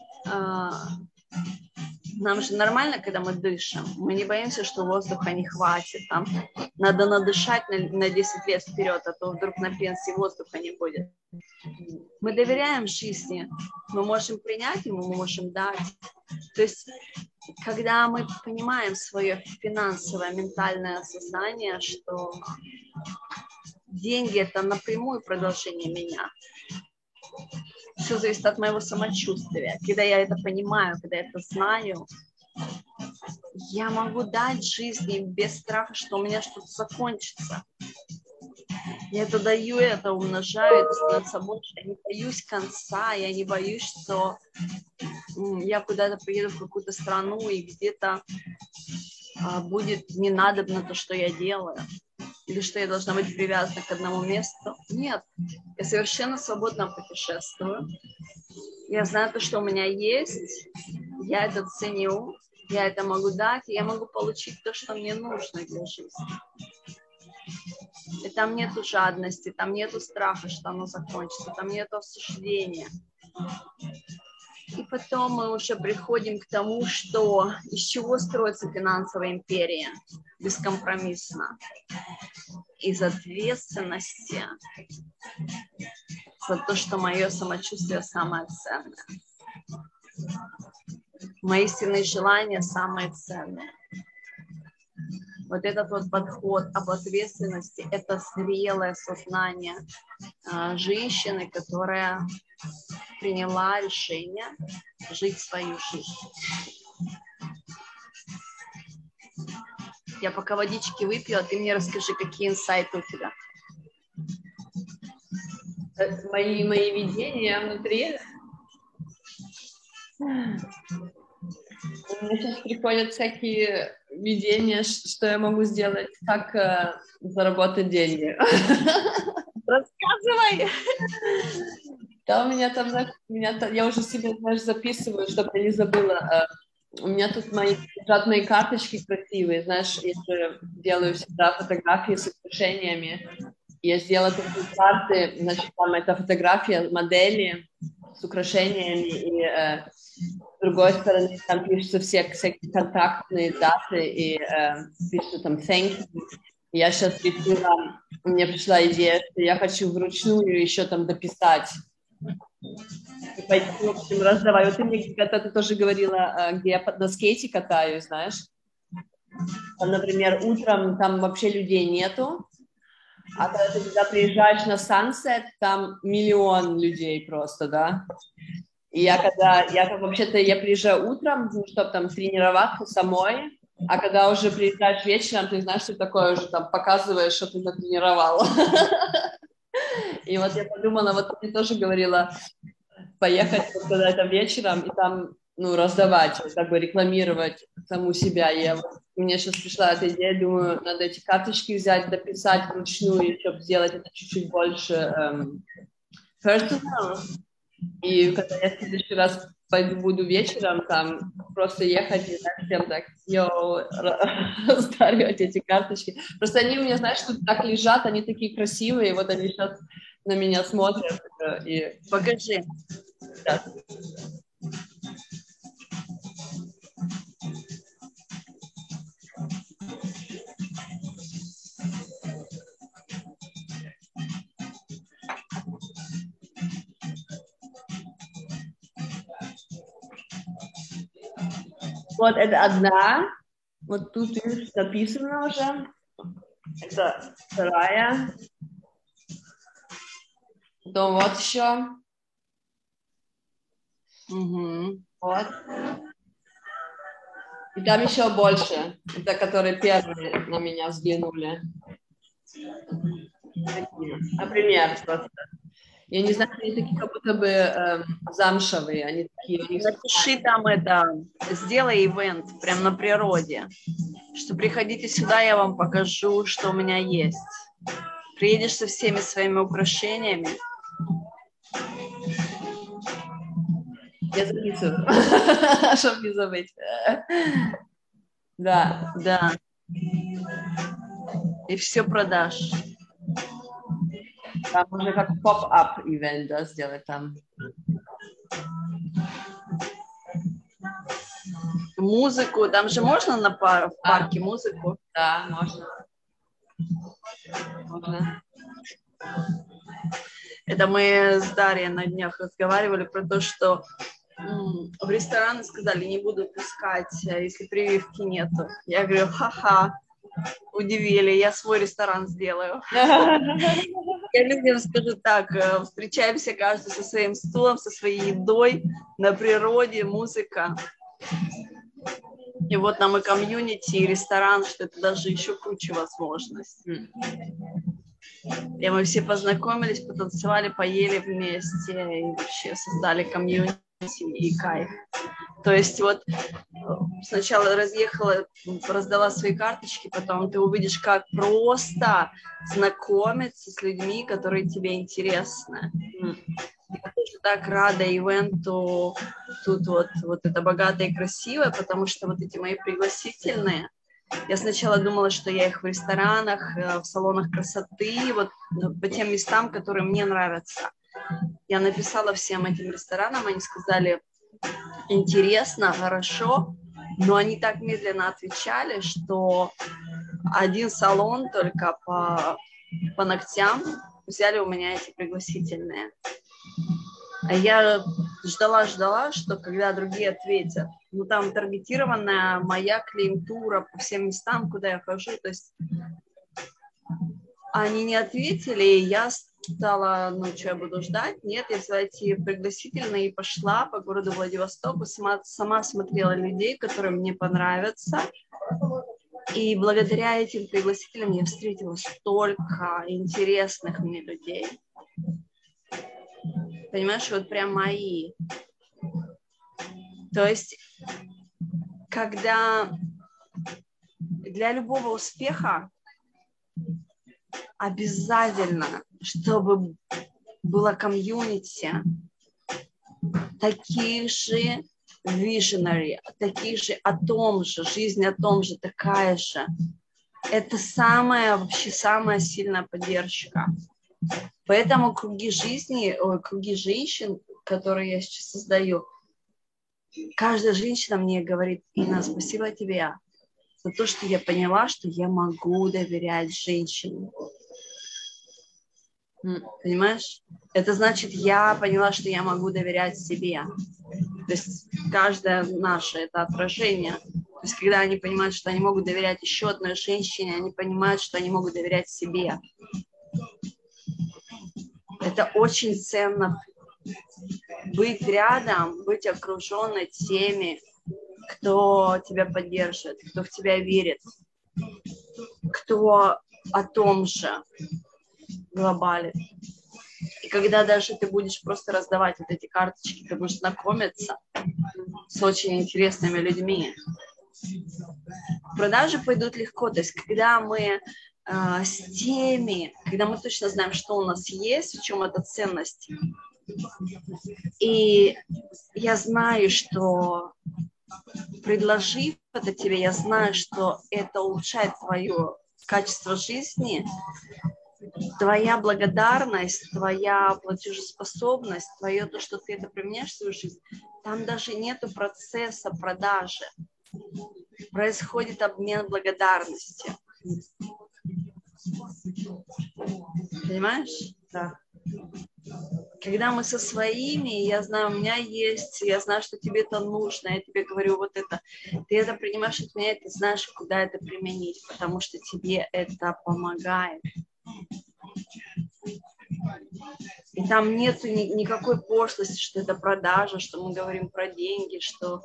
нам же нормально, когда мы дышим. Мы не боимся, что воздуха не хватит. Там надо надышать на 10 лет вперед, а то вдруг на пенсии воздуха не будет. Мы доверяем жизни. Мы можем принять ему, мы можем дать. То есть, когда мы понимаем свое финансовое, ментальное сознание, что деньги – это напрямую продолжение меня. Все зависит от моего самочувствия. Когда я это понимаю, когда я это знаю, я могу дать жизни без страха, что у меня что-то закончится. Я это даю, это умножаю, это становится больше. Я не боюсь конца, я не боюсь, что я куда-то приеду в какую-то страну и где-то будет не надобно то, что я делаю. Или что я должна быть привязана к одному месту. Нет, я совершенно свободно путешествую. Я знаю то, что у меня есть, я это ценю, я это могу дать, и я могу получить то, что мне нужно для жизни. И там нету жадности, там нету страха, что оно закончится, там нету осуждения. И потом мы уже приходим к тому, что из чего строится финансовая империя бескомпромиссно. Из ответственности за то, что мое самочувствие самое ценное. Мои истинные желания самые ценные. Вот этот вот подход об ответственности – это зрелое сознание женщины, которая приняла решение жить свою жизнь. Я пока водички выпью, а ты мне расскажи, какие инсайты у тебя. Мои видения внутри. У меня сейчас приходят всякие видения, что я могу сделать, как заработать деньги. Рассказывай! Да, у меня там, я уже себе, записываю, чтобы я не забыла. У меня тут лежат мои карточки красивые, знаешь, я же делаю всегда фотографии с украшениями. Я сделала такие карты, значит, там эта фотография модели с украшениями, и с другой стороны там пишутся всякие контактные даты, и пишут там thank you. Я сейчас решила, мне пришла идея, что я хочу вручную еще там дописать. И пойти, в общем, раздавай. Вот ты мне когда-то тоже говорила, где я на скейте катаюсь, знаешь. Там, например, утром там вообще людей нету. А когда приезжаешь на Sunset, там миллион людей просто, да. И я вообще-то я приезжаю утром, ну, чтобы там тренироваться самой, а когда уже приезжаешь вечером, ты знаешь, что такое уже там показываешь, что ты натренировала. И вот я подумала, вот ты тоже говорила, поехать вот куда-то вечером и там, ну, раздавать, как бы рекламировать саму себя. Мне сейчас пришла эта идея, думаю, надо эти карточки взять, дописать вручную, чтобы сделать это чуть-чуть больше personal. И когда я в следующий раз пойду, буду вечером, там просто ехать и всем так, раздаривать эти карточки. Просто они у меня, знаешь, тут так лежат, они такие красивые, вот они сейчас на меня смотрят. И... Покажи. Да. Вот это одна, вот тут написано уже, это вторая, потом вот еще, вот, и там еще больше, это которые первые на меня взглянули, например, просто. Я не знаю, они такие как будто бы замшевые, они такие. Напиши там это, сделай ивент прям на природе, что приходите сюда, я вам покажу, что у меня есть. Приедешь со всеми своими украшениями. Я записываю, чтобы не забыть. Да, да. И все продашь. Там уже как поп-ап ивент, да, сделать там. Музыку, там же можно в парке музыку? Да, можно. Можно. Это мы с Дарьей на днях разговаривали про то, что в рестораны сказали, не будут пускать, если прививки нету. Я говорю, ха-ха, удивили, я свой ресторан сделаю. Я людям скажу так, встречаемся каждый со своим стулом, со своей едой, на природе, музыка. И вот нам и комьюнити, и ресторан, что это даже еще круче возможность. И мы все познакомились, потанцевали, поели вместе и вообще создали комьюнити и кайф. То есть вот сначала разъехала, раздала свои карточки, потом ты увидишь, как просто знакомиться с людьми, которые тебе интересны. Я тоже так рада ивенту тут вот это богатое и красивое, потому что вот эти мои пригласительные, я сначала думала, что я их в ресторанах, в салонах красоты, вот по тем местам, которые мне нравятся. Я написала всем этим ресторанам, они сказали, интересно, хорошо, но они так медленно отвечали, что один салон только по ногтям взяли у меня эти пригласительные. А я ждала, что когда другие ответят. Ну, там таргетированная моя клиентура по всем местам, куда я хожу. То есть они не ответили, и я стала, ну, что я буду ждать? Нет, я взяла эти пригласительные и пошла по городу Владивостоку, сама смотрела людей, которые мне понравятся. И благодаря этим пригласителям я встретила столько интересных мне людей. Понимаешь, вот прям мои. То есть, когда для любого успеха обязательно, чтобы было комьюнити, таких же visionary, таких же о том же, жизнь о том же, такая же. Это вообще самая сильная поддержка. Поэтому круги жизни, круги женщин, которые я сейчас создаю, каждая женщина мне говорит: Инна, спасибо тебе за то, что я поняла, что я могу доверять женщине. Понимаешь? Это значит, я поняла, что я могу доверять себе. То есть каждое наше это отражение. То есть когда они понимают, что они могут доверять еще одной женщине, они понимают, что они могут доверять себе. Это очень ценно. Быть рядом, быть окруженной теми, кто тебя поддержит, кто в тебя верит, кто о том же глобале. И когда даже ты будешь просто раздавать вот эти карточки, ты будешь знакомиться с очень интересными людьми. Продажи пойдут легко. То есть когда мы с теми, когда мы точно знаем, что у нас есть, в чем эта ценность. И я знаю, что предложив это тебе, я знаю, что это улучшает твое качество жизни, твоя благодарность, твоя платежеспособность, твое то, что ты это применяешь в свою жизнь, там даже нету процесса продажи. Происходит обмен благодарности. Понимаешь? Да. Когда мы со своими, я знаю, у меня есть, я знаю, что тебе это нужно, я тебе говорю вот это, ты это принимаешь от меня, ты знаешь, куда это применить, потому что тебе это помогает. И там нет никакой пошлости, что это продажа, что мы говорим про деньги, что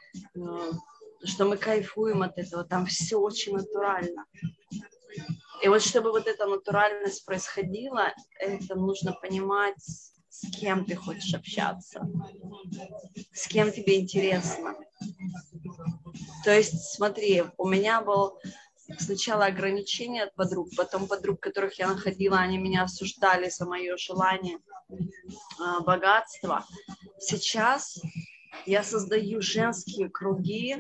мы кайфуем от этого. Там все очень натурально. И вот чтобы вот эта натуральность происходила, это нужно понимать, с кем ты хочешь общаться, с кем тебе интересно. То есть, смотри, у меня был сначала ограничение от подруг, потом подруг, которых я находила, они меня осуждали за мое желание богатства. Сейчас я создаю женские круги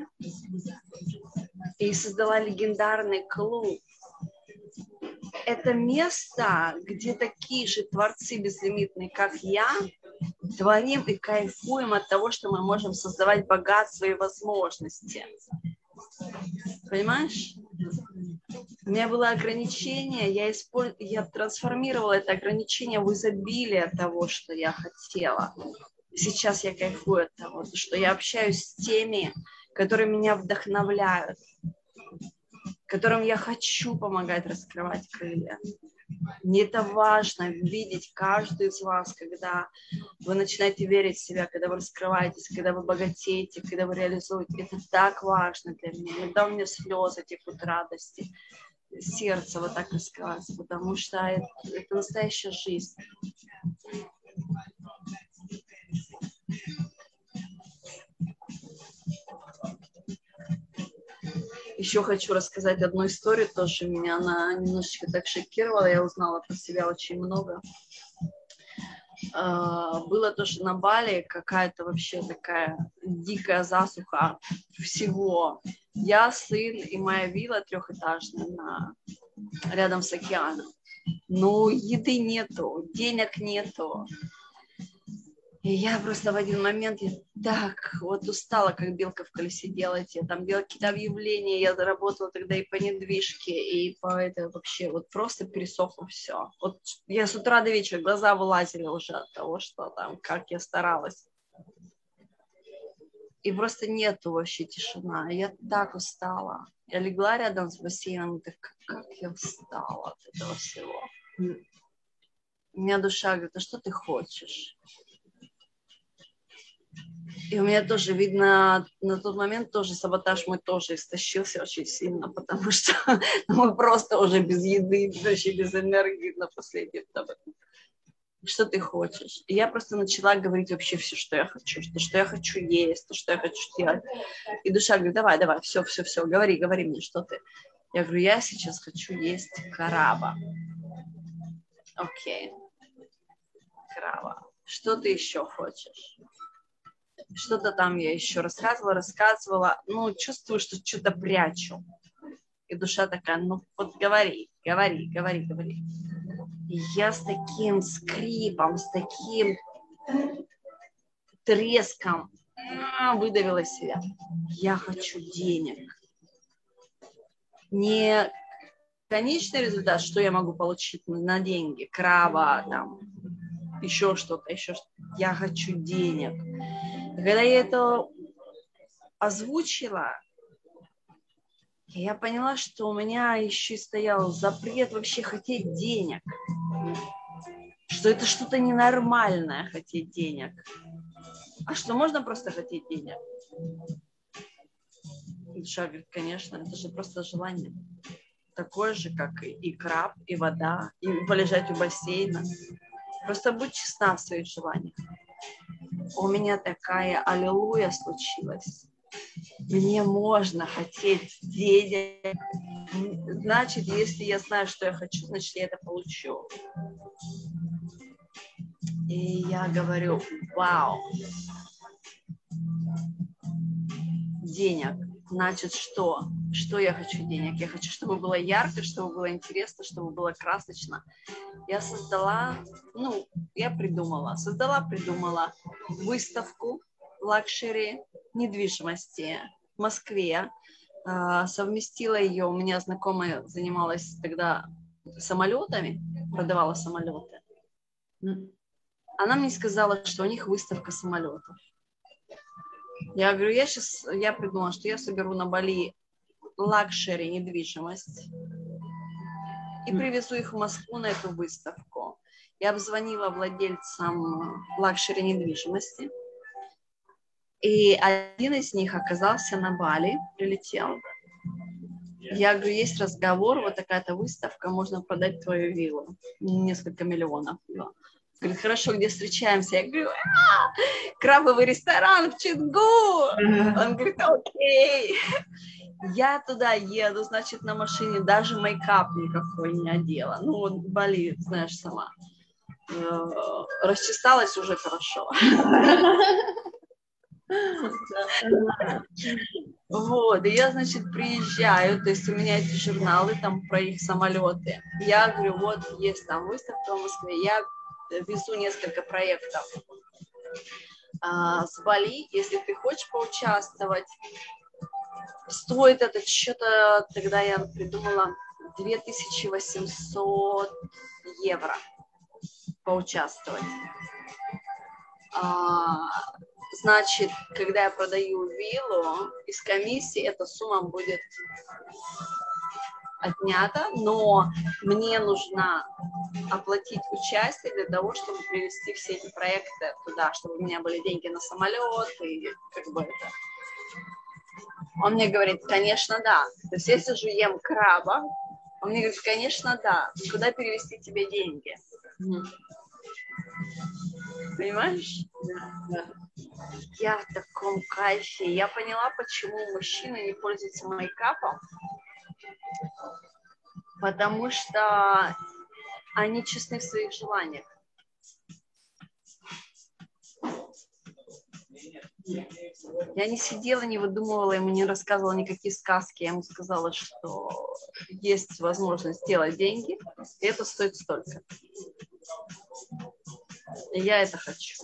и создала легендарный клуб. Это место, где такие же творцы безлимитные, как я, творим и кайфуем от того, что мы можем создавать богатство и возможности. Понимаешь? У меня было ограничение, я трансформировала это ограничение в изобилие того, что я хотела. Сейчас я кайфую от того, что я общаюсь с теми, которые меня вдохновляют, которым я хочу помогать раскрывать крылья. Мне это важно видеть каждый из вас, когда вы начинаете верить в себя, когда вы раскрываетесь, когда вы богатеете, когда вы реализуете. Это так важно для меня. Иногда у меня слезы текут радости, сердце вот так раскрывается, потому что это настоящая жизнь. Еще хочу рассказать одну историю, тоже меня она немножечко так шокировала, я узнала про себя очень много. Было тоже на Бали какая-то вообще такая дикая засуха всего. Я, сын и моя вилла трехэтажная рядом с океаном. Ну, еды нету, денег нету. И я просто в один момент так вот устала, как белка в колесе делать. Там делала какие-то объявления, я заработала тогда и по недвижке, и по это вообще вот просто пересохло все. Вот я с утра до вечера глаза вылазили уже от того, что там, как я старалась. И просто нету вообще тишина. Я так устала. Я легла рядом с бассейном, и так, как я устала от этого всего. У меня душа говорит, а что ты хочешь? И у меня тоже, видно, на тот момент тоже саботаж мой тоже истощился очень сильно, потому что мы просто уже без еды, вообще без энергии на последнем этапе. Что ты хочешь? И я просто начала говорить вообще все, что я хочу, что я хочу есть, то, что я хочу делать. И душа говорит, давай, все, говори мне, что ты. Я говорю, я сейчас хочу есть краба. Окей. Краба. Что ты еще хочешь? Что-то там я еще рассказывала. Ну, чувствую, что что-то прячу. И душа такая, ну, вот говори. И я с таким скрипом, с таким треском выдавила из себя. Я хочу денег. Не конечный результат, что я могу получить на деньги, краба, там, еще что-то. Я хочу денег. И когда я это озвучила, я поняла, что у меня еще стоял запрет вообще хотеть денег. Что что это что-то ненормальное хотеть денег. А что, можно просто хотеть денег? Душа говорит, конечно, это же просто желание. Такое же, как и краб, и вода, и полежать у бассейна. Просто будь честна в своих желаниях. У меня такая аллилуйя случилась. Мне можно хотеть денег. Значит, если я знаю, что я хочу, значит, я это получу. И я говорю, вау, денег. Значит, что? Что я хочу денег? Я хочу, чтобы было ярко, чтобы было интересно, чтобы было красочно. Я создала придумала выставку лакшери недвижимости в Москве. Совместила ее, у меня знакомая занималась тогда самолетами, продавала самолеты. Она мне сказала, что у них выставка самолетов. Я говорю, я придумала, что я соберу на Бали лакшери недвижимость и привезу их в Москву на эту выставку. Я обзвонила владельцам лакшери недвижимости, и один из них оказался на Бали, прилетел. Я говорю, есть разговор, вот такая-то выставка, можно продать твою виллу, несколько миллионов. Говорит, хорошо, где встречаемся? Я говорю, крабовый ресторан в Чингу. Он говорит, окей. Я туда еду, значит, на машине, даже мейкап никакой не одела. Ну, вот Бали, знаешь, сама. Расчесалась уже хорошо. Вот, и я, значит, приезжаю, то есть у меня эти журналы там про их самолеты. Я говорю, вот есть там выставка в Москве, я везу несколько проектов с Бали, если ты хочешь поучаствовать. Стоит это что-то, тогда я придумала 2800 евро поучаствовать. Значит, когда я продаю виллу, из комиссии эта сумма будет отнята, но мне нужно оплатить участие для того, чтобы привести все эти проекты туда, чтобы у меня были деньги на самолет и как бы это. Он мне говорит, конечно, да. То есть я сижу, ем краба, он мне говорит, конечно, да. Куда перевести тебе деньги? Понимаешь? Да. Я в таком кайфе. Я поняла, почему мужчины не пользуются мейкапом. Потому что они честны в своих желаниях. Я не сидела, не выдумывала, ему не рассказывала никакие сказки. Я ему сказала, что есть возможность сделать деньги, и это стоит столько. И я это хочу.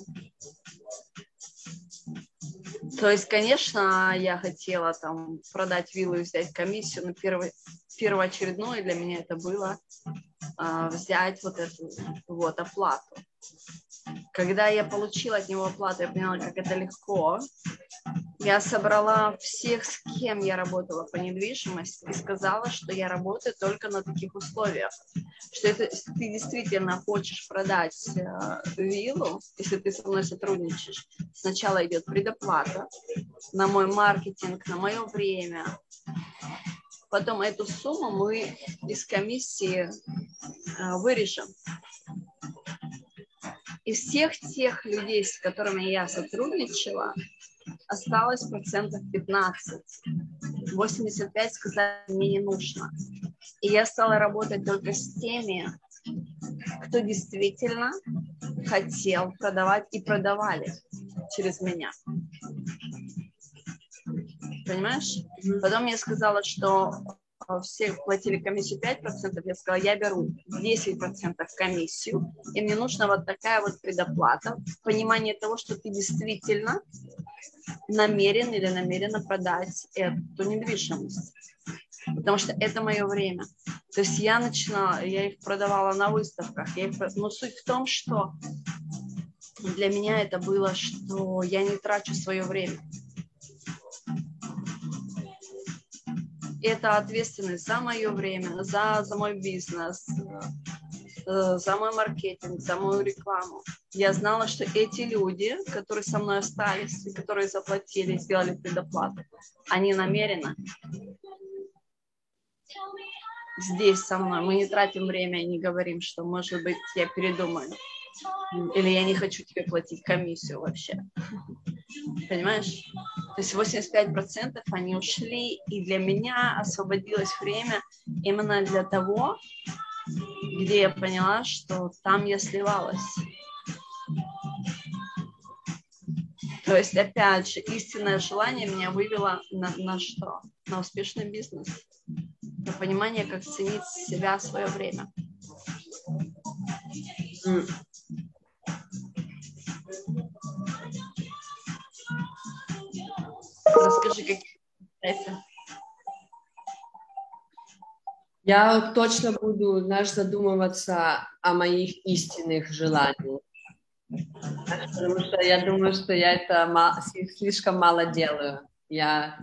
То есть, конечно, я хотела там продать виллу и взять комиссию, но первоочередное для меня это было взять вот эту вот оплату. Когда я получила от него оплату, я поняла, как это легко. Я собрала всех, с кем я работала по недвижимости, и сказала, что я работаю только на таких условиях. Что это, если ты действительно хочешь продать виллу, если ты со мной сотрудничаешь, сначала идет предоплата на мой маркетинг, на мое время. Потом эту сумму мы из комиссии вырежем. Из всех тех людей, с которыми я сотрудничала, осталось 15%. 85% сказали, мне не нужно. И я стала работать только с теми, кто действительно хотел продавать и продавали через меня. Понимаешь? Потом я сказала, что все платили комиссию 5%, я сказала, я беру 10% комиссию, и мне нужна вот такая вот предоплата, понимание того, что ты действительно намерен или намерена продать эту недвижимость. Потому что это мое время. То есть я их продавала на выставках. Но суть в том, что для меня это было, что я не трачу свое время. Это ответственность за мое время, за мой бизнес. за мой маркетинг, за мою рекламу. Я знала, что эти люди, которые со мной остались, и которые заплатили, сделали предоплату, они намеренно здесь со мной. Мы не тратим время и не говорим, что, может быть, я передумаю. Или я не хочу тебе платить комиссию вообще. Понимаешь? То есть 85% они ушли, и для меня освободилось время именно для того, где я поняла, что там я сливалась. То есть, опять же, истинное желание меня вывело на что? На успешный бизнес. На понимание, как ценить себя, свое время. Расскажи, как это. Я точно буду, знаешь, задумываться о моих истинных желаниях. Потому что я думаю, что я это слишком мало делаю. Я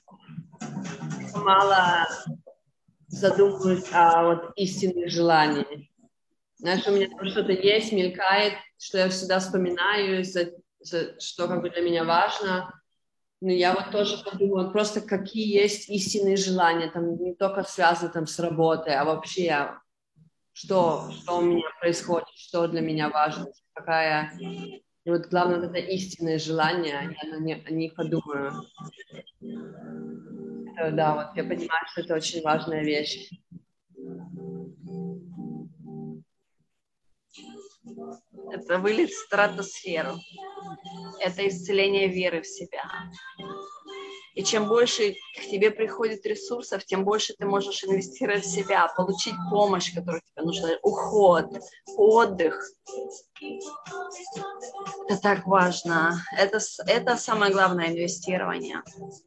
мало задумываюсь о вот истинных желаниях. Знаешь, у меня что-то есть, мелькает, что я всегда вспоминаю, что как бы для меня важно. Но я вот тоже подумала, просто какие есть истинные желания, там не только связаны там с работой, а вообще, что у меня происходит, что для меня важно, какая... И вот главное, это истинное желание, я о них подумаю. Да, вот я понимаю, что это очень важная вещь. Это вылет в стратосферу. Это исцеление веры в себя. И чем больше к тебе приходит ресурсов, тем больше ты можешь инвестировать в себя, получить помощь, которая тебе нужна, уход, отдых. Это так важно. Это самое главное инвестирование.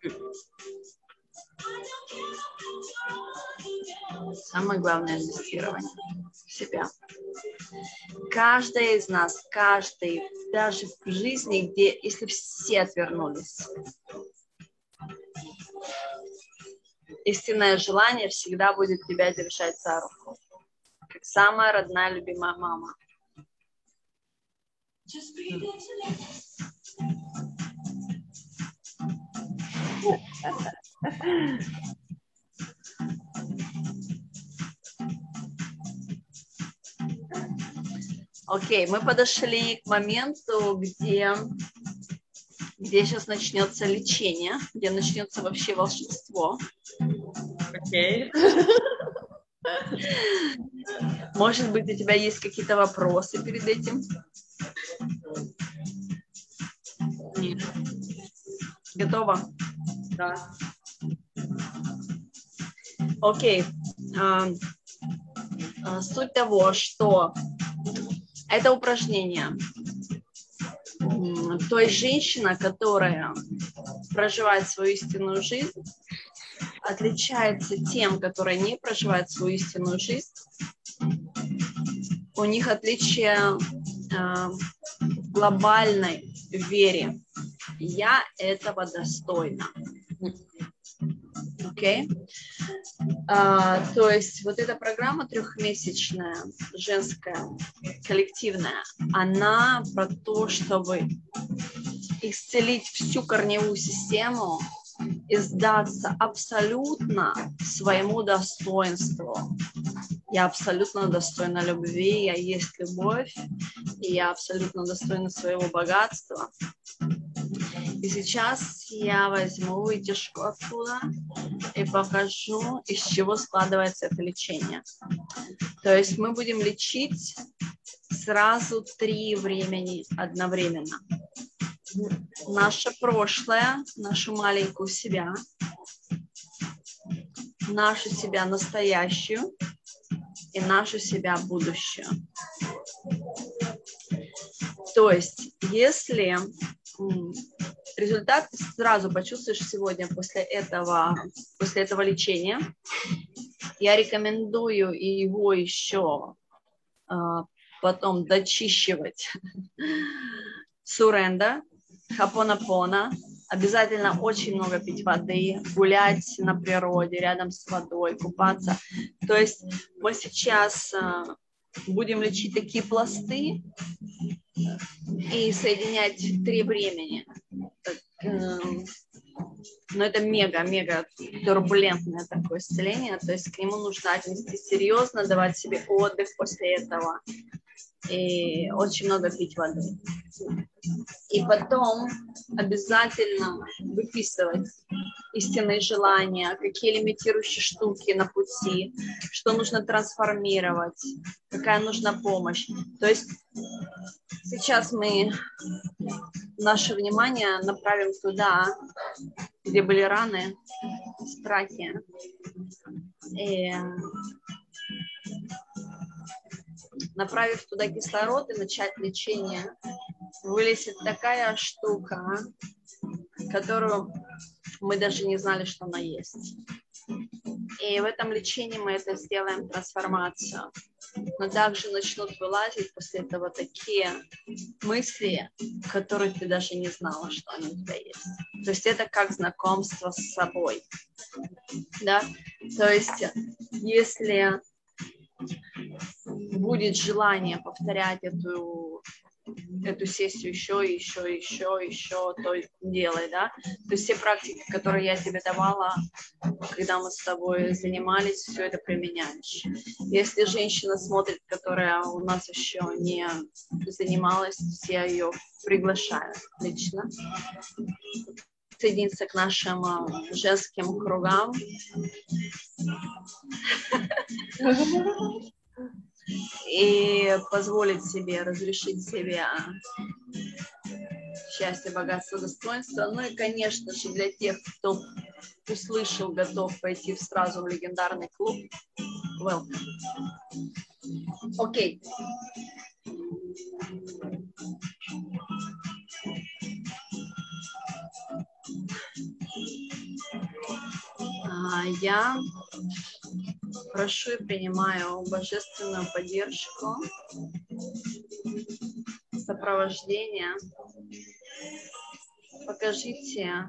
Самое главное инвестирование в себя. Каждая из нас, каждый, даже в жизни, где, если все отвернулись, истинное желание всегда будет тебя держать за руку. Как самая родная, любимая мама. Окей, мы подошли к моменту, где сейчас начнется лечение, где начнется вообще волшебство. Окей. Может быть, у тебя есть какие-то вопросы перед этим? Нет. Готова? Да. Окей. Суть того, что это упражнение. То есть женщина, которая проживает свою истинную жизнь, отличается тем, которые не проживают свою истинную жизнь. У них отличие в глобальной вере. Я этого достойна. Окей? То есть вот эта программа трехмесячная, женская, коллективная, она про то, чтобы исцелить всю корневую систему и сдаться абсолютно своему достоинству. Я абсолютно достойна любви, я есть любовь, и я абсолютно достойна своего богатства. И сейчас я возьму вытяжку оттуда и покажу, из чего складывается это лечение. То есть мы будем лечить сразу 3 времени одновременно. Наше прошлое, нашу маленькую себя, нашу себя настоящую и нашу себя будущую. То есть, если результат сразу почувствуешь сегодня после этого лечения, я рекомендую его еще потом дочищивать суренда, хапонапона, обязательно очень много пить воды, гулять на природе, рядом с водой, купаться. То есть мы сейчас будем лечить такие пласты и соединять 3 времени. Но это мега турбулентное такое исцеление, то есть к нему нужно отнестись серьезно, давать себе отдых после этого и очень много пить воды. И потом обязательно выписывать истинные желания, какие лимитирующие штуки на пути, что нужно трансформировать, какая нужна помощь. То есть сейчас мы наше внимание направим туда, где были раны, страхи. И направив туда кислород и начать лечение, вылезет такая штука, которую мы даже не знали, что она есть. И в этом лечении мы это сделаем, трансформацию. Но также начнут вылазить после этого такие мысли, которых ты даже не знала, что они у тебя есть. То есть это как знакомство с собой. Да? То есть если будет желание повторять эту сессию еще, то делай, да. То есть все практики, которые я тебе давала, когда мы с тобой занимались, все это применяешь. Если женщина смотрит, которая у нас еще не занималась, я ее приглашаю лично присоединиться к нашим женским кругам. И позволить себе, разрешить себе счастье, богатство, достоинство. Ну и, конечно же, для тех, кто услышал, готов пойти сразу в легендарный клуб, welcome. Окей. Я прошу и принимаю божественную поддержку, сопровождение. Покажите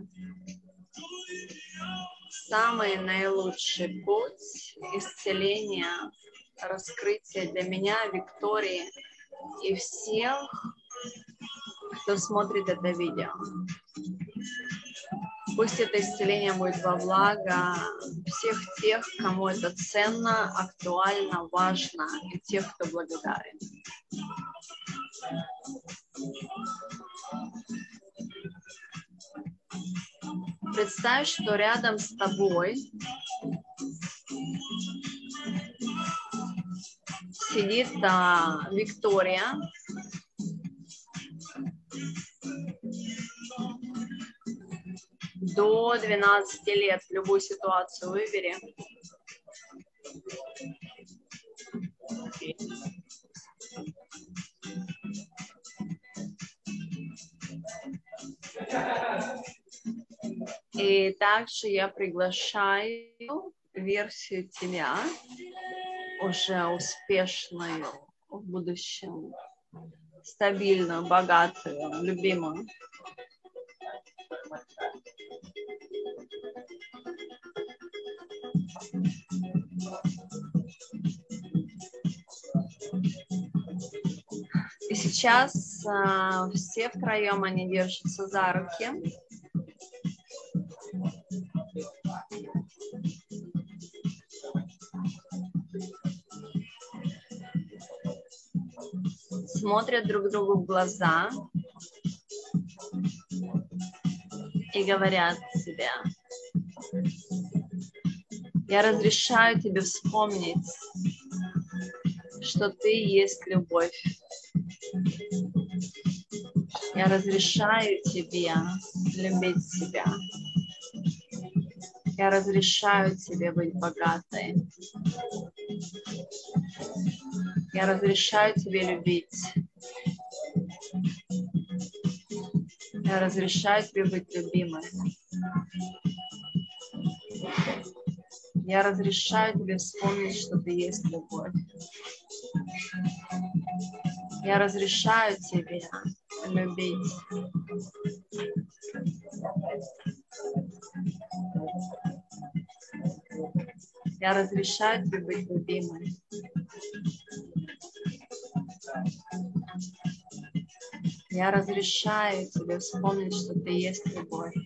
самый наилучший путь исцеления, раскрытия для меня, Виктории и всех, кто смотрит это видео. Пусть это исцеление будет во благо всех тех, кому это ценно, актуально, важно, и тех, кто благодарен. Представь, что рядом с тобой сидит Виктория. До 12 лет в любую ситуацию выбери. И также я приглашаю версию тебя, уже успешную в будущем, стабильную, богатую, любимую. И сейчас все втроем они держатся за руки. Смотрят друг другу в глаза и говорят себе: я разрешаю тебе вспомнить, что ты есть любовь. Я разрешаю тебе любить себя. Я разрешаю тебе быть богатой. Я разрешаю тебе любить. Я разрешаю тебе быть любимой. Я разрешаю тебе вспомнить, что ты есть любовь. Я разрешаю тебе любить. Я разрешаю тебе быть любимой. Я разрешаю тебе вспомнить, что ты есть любовь.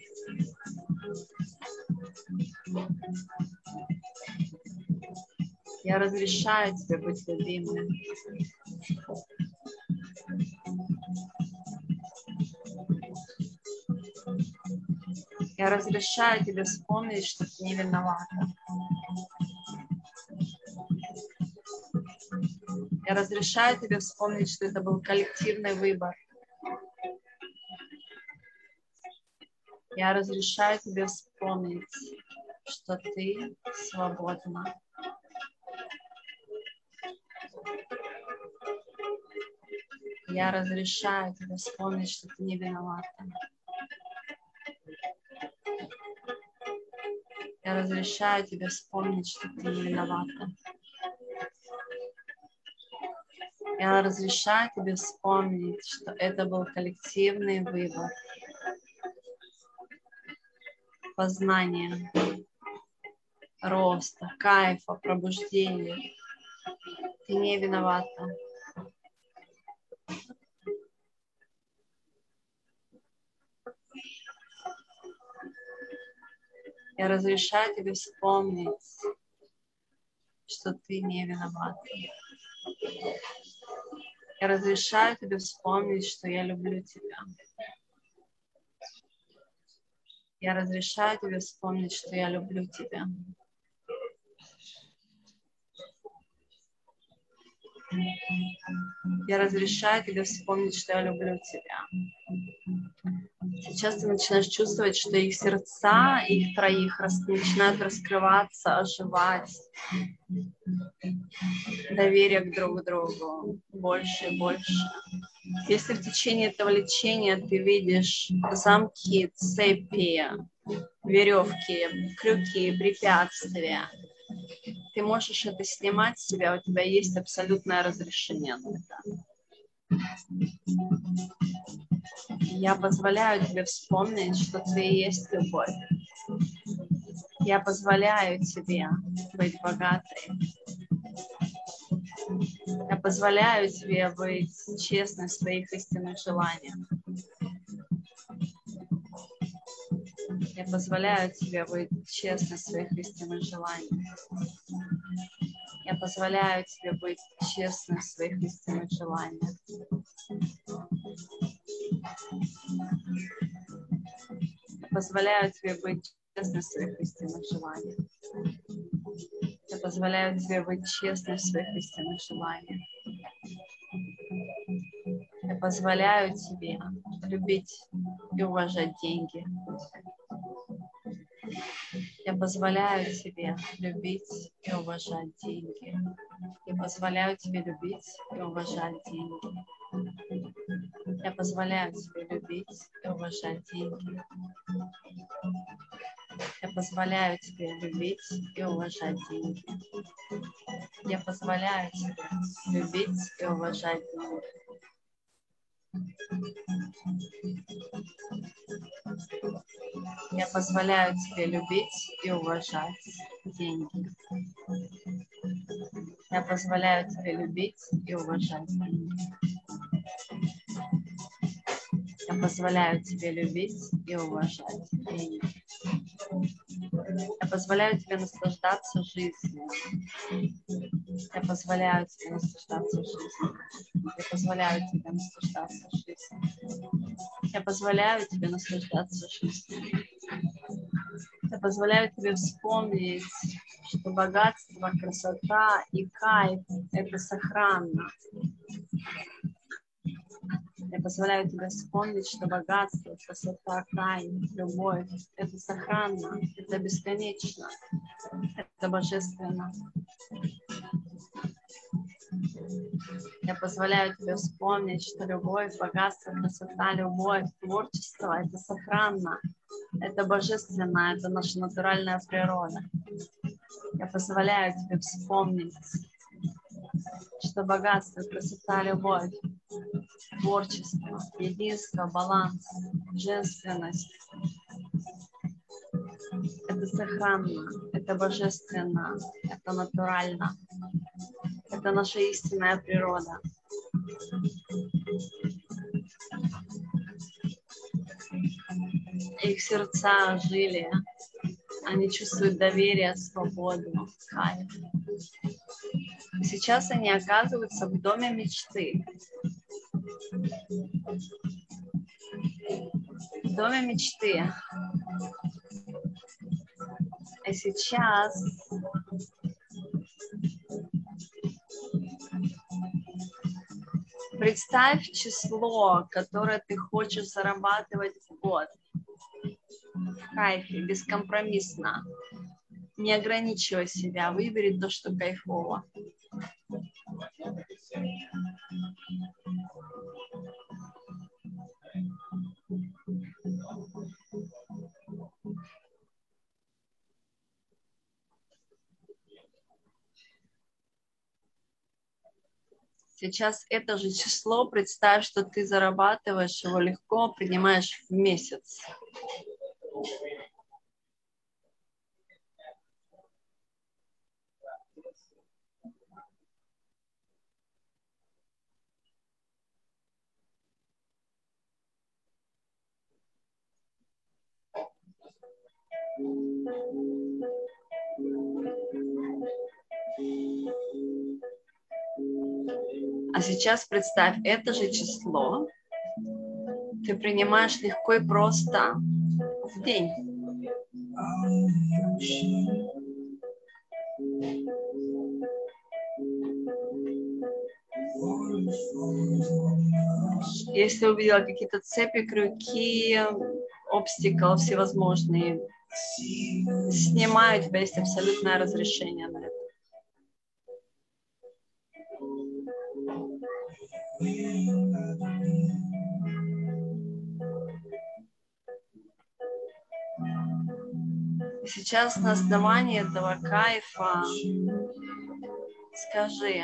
Я разрешаю тебе быть любимым. Я разрешаю тебе вспомнить, что ты не виновата. Я разрешаю тебе вспомнить, что это был коллективный выбор. Я разрешаю тебе вспомнить, что ты свободна. Я разрешаю тебе вспомнить, что ты не виновата. Я разрешаю тебе вспомнить, что ты не виновата. Я разрешаю тебе вспомнить, что это был коллективный выбор. Познания, роста, кайфа, пробуждения. Ты не виновата. Я разрешаю тебе вспомнить, что ты не виновата. Я разрешаю тебе вспомнить, что я люблю тебя. Я разрешаю тебе вспомнить, что я люблю тебя. Я разрешаю тебе вспомнить, что я люблю тебя. Сейчас ты начинаешь чувствовать, что их сердца, их троих начинают раскрываться, оживать. Доверие к друг другу больше и больше. Если в течение этого лечения ты видишь замки, цепи, веревки, крюки, препятствия, ты можешь это снимать с себя, у тебя есть абсолютное разрешение на это. Я позволяю тебе вспомнить, что ты и есть любовь. Я позволяю тебе быть богатой. Я позволяю тебе быть честной в своих истинных желаниях. Я позволяю тебе быть честной в своих истинных желаниях. Я позволяю тебе быть честной в своих истинных желаниях. Я позволяю тебе быть честной в своих истинных желаниях. Я позволяю тебе быть честной в своих истинных желаниях. Я позволяю тебе любить и уважать деньги. Я позволяю тебе любить и уважать деньги. Я позволяю тебе любить и уважать деньги. Я позволяю тебе любить и уважать деньги. Я позволяю тебе любить и уважать деньги. Я позволяю тебе любить и уважать деньги. Я позволяю тебе любить и уважать деньги. Я позволяю тебе любить и уважать деньги. Я позволяю тебе любить и уважать деньги. Я позволяю тебе наслаждаться жизнью. Я позволяю тебе наслаждаться жизнью. Я позволяю тебе наслаждаться жизнью. Я позволяю тебе наслаждаться жизнью. Я позволяю тебе вспомнить, что богатство, красота и кайф – это сохранно. Я позволяю тебе вспомнить, что богатство, красота, кайф, любовь – это сохранно, это бесконечно, это божественно. Я позволяю тебе вспомнить, что любовь, богатство, красота, любовь, творчество – это сохранно, это божественно, это наша натуральная природа. Я позволяю тебе вспомнить, что богатство, красота, любовь, творчество, единство, баланс, женственность – это сохранно, это божественно, это натурально, это наша истинная природа. их сердца жили. Они чувствуют доверие, свободу, кайф. Сейчас они оказываются в доме мечты. В доме мечты. А сейчас представь число, которое ты хочешь зарабатывать в год. В кайфе, бескомпромиссно. Не ограничивай себя, выбери то, что кайфово. Сейчас это же число, представь, что ты зарабатываешь его легко, принимаешь в месяц. А сейчас представь, это же число ты принимаешь легко и просто в день. Если увидела какие-то цепи, крюки, обстикл всевозможные, снимаю, у тебя есть абсолютное разрешение на это. Сейчас на основании этого кайфа скажи,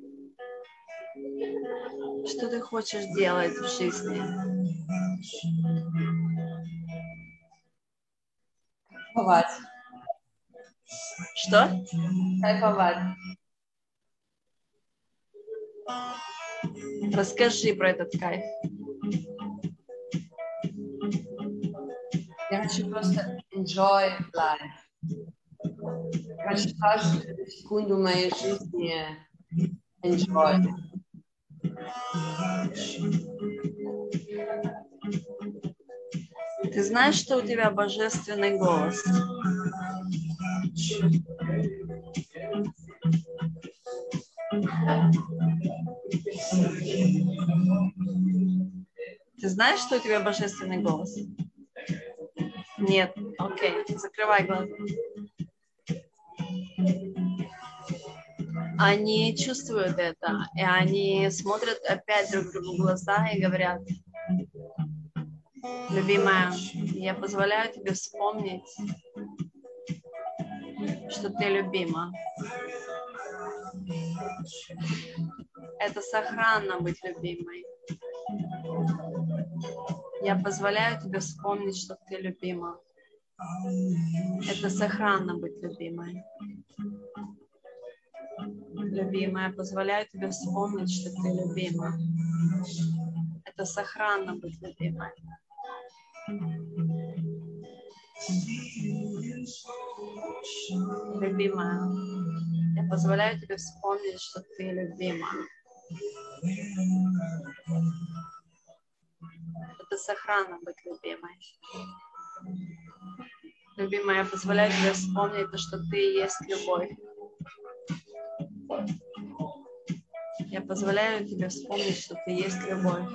что ты хочешь делать в жизни? Кайфовать. Что? Кайфовать. Расскажи про этот кайф. Я хочу просто enjoy life. Я хочу каждую секунду моей жизни enjoy. Ты знаешь, что у тебя божественный голос? Ты знаешь, что у тебя божественный голос? Нет. Окей, закрывай глаза. Они чувствуют это, и они смотрят опять друг другу в глаза и говорят: любимая, я позволяю тебе вспомнить, что ты любима. Это сохранно быть любимой. Я позволяю тебе вспомнить, что ты любима. Это сохранно быть любимой. Любимая, позволяю тебе вспомнить, что ты любима. Это сохранно быть любимой. Любимая, я позволяю тебе вспомнить, что ты любима. Это сохранно быть любимой. Любимая, я позволяю тебе вспомнить то, что ты и есть любовь. Я позволяю тебе вспомнить, что ты есть любовь.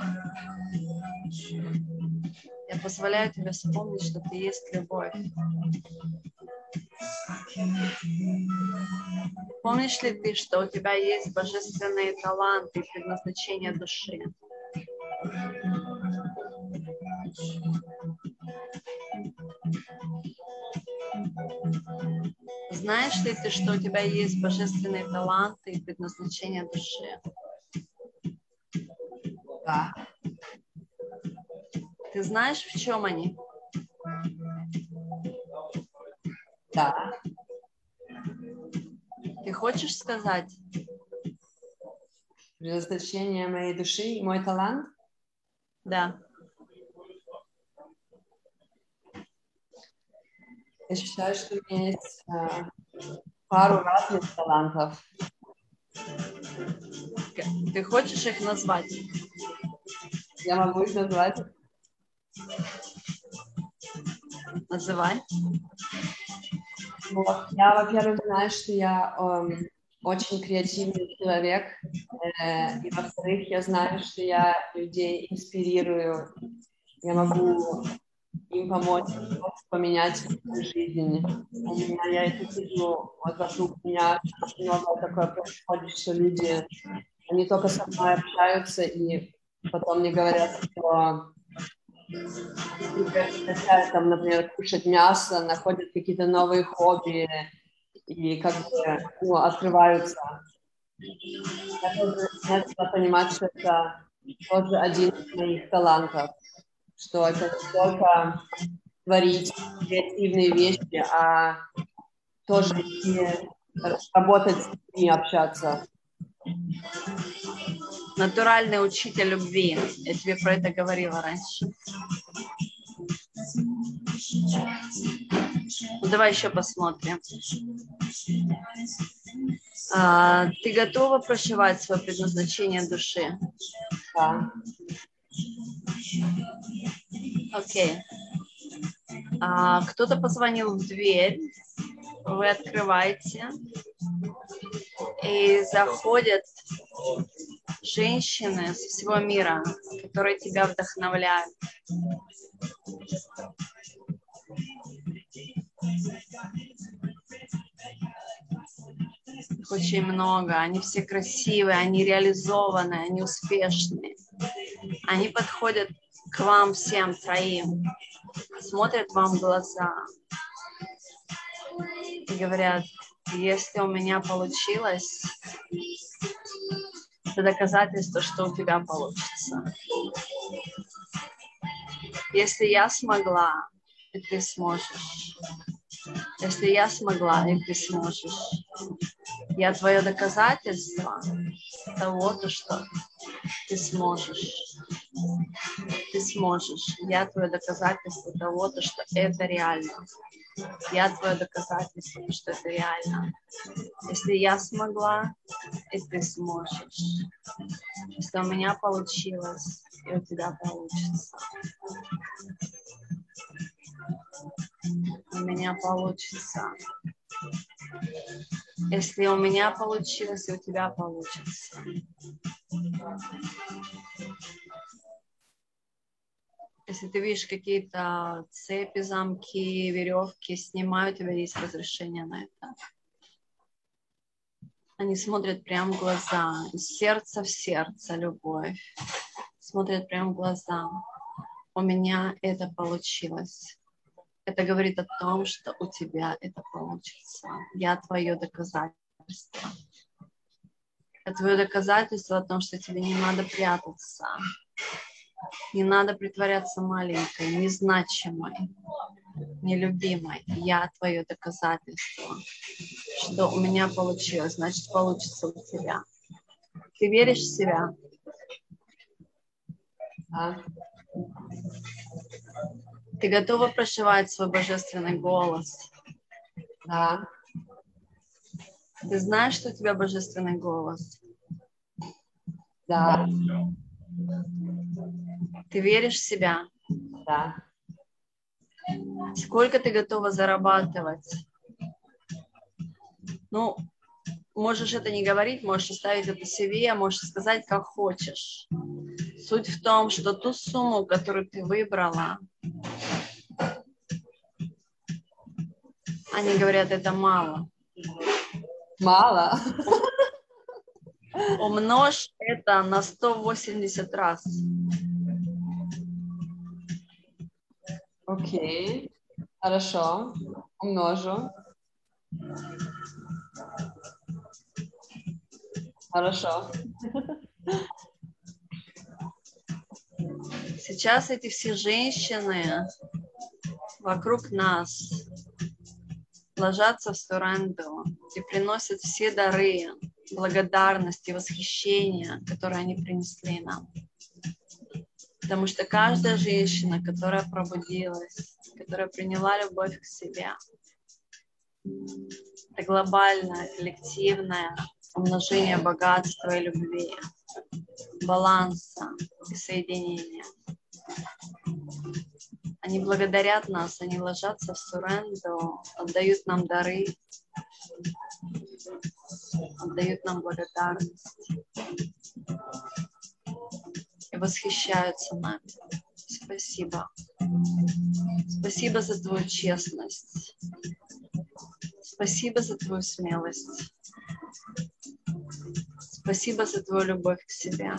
Я позволяю тебе вспомнить, что ты есть любовь. Помнишь ли ты, что у тебя есть божественные таланты и предназначение души? Знаешь ли ты, что у тебя есть божественные таланты и предназначение души? Да. Ты знаешь, в чем они? Да. Ты хочешь сказать? Предназначение моей души и мой талант? Да. Я считаю, что у меня есть пару разных талантов. Ты хочешь их назвать? Я могу их назвать. Называй. Вот. Я, во-первых, знаю, что я очень креативный человек. И, во-вторых, я знаю, что я людей инспирирую. Я могу им помочь поменять свою жизнь. У меня, я это вижу, вот вокруг меня много такое происходит, что люди, они только со мной общаются, и потом мне говорят, что прекращают там, например, кушать мясо, находят какие-то новые хобби и как бы ну, открываются. Я тоже начала понимать, что это тоже один из моих талантов, что это не только творить креативные вещи, а тоже и работать с людьми, общаться. Натуральный учитель любви. Я тебе про это говорила раньше. Ну, давай еще посмотрим. Ты готова проживать свое предназначение души? Да. Окей. Кто-то позвонил в дверь, вы открываете, и заходят женщины со всего мира, которые тебя вдохновляют. Их очень много, они все красивые, они реализованные, они успешные. Они подходят к вам всем троим, смотрят вам в глаза и говорят: если у меня получилось, это доказательство, что у тебя получится. Если я смогла, и ты сможешь. Если я смогла, и ты сможешь. Я твое доказательство того, что ты сможешь. Ты сможешь. Я твое доказательство того, что это реально. Я твое доказательство, что это реально. Если я смогла, и ты сможешь. Если у меня получилось, и у тебя получится. У меня получится. Если у меня получилось, и у тебя получится. Если ты видишь какие-то цепи, замки, веревки, снимай, у тебя есть разрешение на это. Они смотрят прямо в глаза, из сердца в сердце любовь. Смотрят прямо в глаза. У меня это получилось. Это говорит о том, что у тебя это получится. Я твое доказательство. Это твое доказательство о том, что тебе не надо прятаться. Не надо притворяться маленькой, незначимой, нелюбимой. Я твое доказательство, что у меня получилось, значит, получится у тебя. Ты веришь в себя? Да. Ты готова прошивать свой божественный голос? Да. Ты знаешь, что у тебя божественный голос? Да. Ты веришь в себя? Да. Сколько ты готова зарабатывать? Ну, можешь это не говорить, можешь оставить это себе, можешь сказать, как хочешь. Суть в том, что ту сумму, которую ты выбрала, они говорят, это мало. Мало? Умножь это на 180 раз. Окей. Хорошо. Умножу. Хорошо. Сейчас эти все женщины вокруг нас ложатся в суренду и приносят все дары, благодарности, восхищения, которые они принесли нам. Потому что каждая женщина, которая пробудилась, которая приняла любовь к себе, Это глобальное, коллективное умножение богатства и любви, баланса и соединения. Они благодарят нас, они ложатся в суренду, отдают нам дары, отдают нам благодарность и восхищаются нами. Спасибо. Спасибо за твою честность. Спасибо за твою смелость. Спасибо за твою любовь к себе.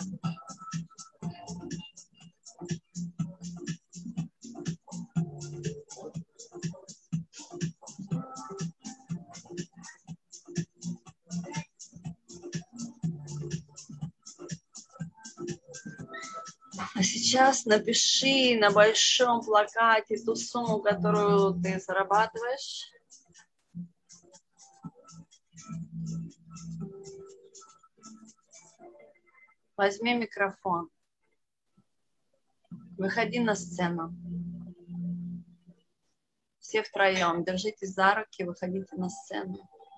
А сейчас напиши на большом плакате ту сумму, которую ты зарабатываешь. Возьми микрофон. Выходи на сцену. Все втроем. Держитесь за руки, выходите на сцену.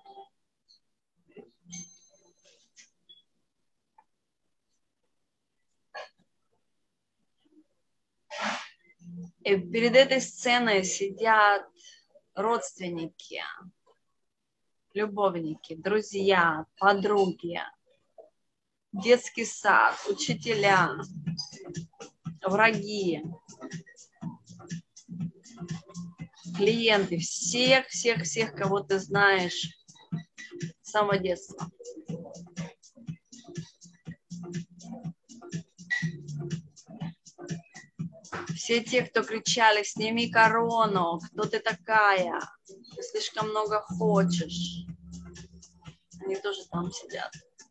И перед этой сценой сидят родственники, любовники, друзья, подруги, детский сад, учителя, враги, клиенты, всех, кого ты знаешь с самого детства. Все те, кто кричали: сними корону, кто ты такая, ты слишком много хочешь. Они тоже там сидят.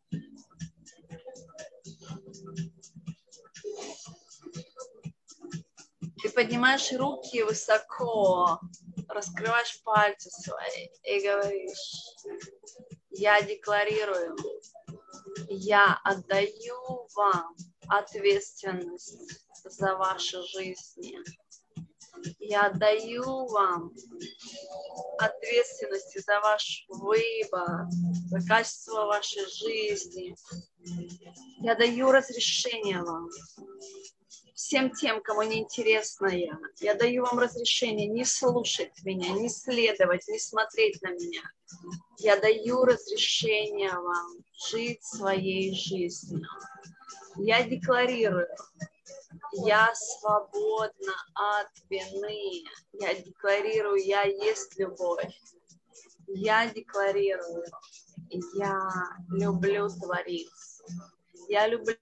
Ты поднимаешь руки высоко, раскрываешь пальцы свои и говоришь: я декларирую, я отдаю вам ответственность за ваши жизни. Я отдаю вам ответственность за ваш выбор, за качество вашей жизни. Я даю разрешение вам. Всем тем, кому не интересно я даю вам разрешение не слушать меня, не следовать, не смотреть на меня. Я даю разрешение вам жить своей жизнью. Я декларирую: я свободна от вины. Я декларирую: я есть любовь. Я декларирую: я люблю творить. Я люблю.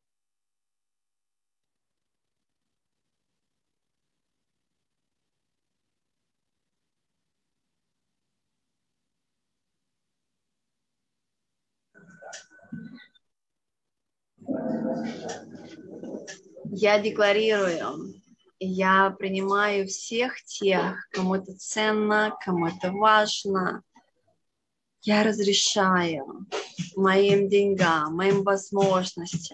Я декларирую: я принимаю всех тех, кому это ценно, кому это важно. Я разрешаю моим деньгам, моим возможностям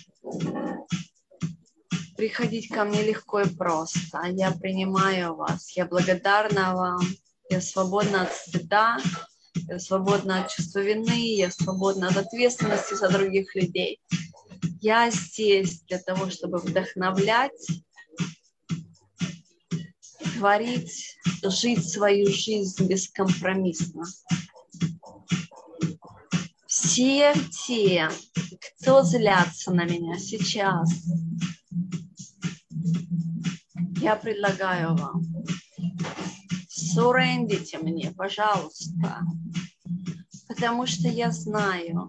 приходить ко мне легко и просто. Я принимаю вас, я благодарна вам, я свободна от стыда, я свободна от чувства вины, я свободна от ответственности за других людей. Я здесь для того, чтобы вдохновлять, творить, жить свою жизнь бескомпромиссно. Все те, кто злятся на меня сейчас, я предлагаю вам: суррендите мне, пожалуйста, потому что я знаю,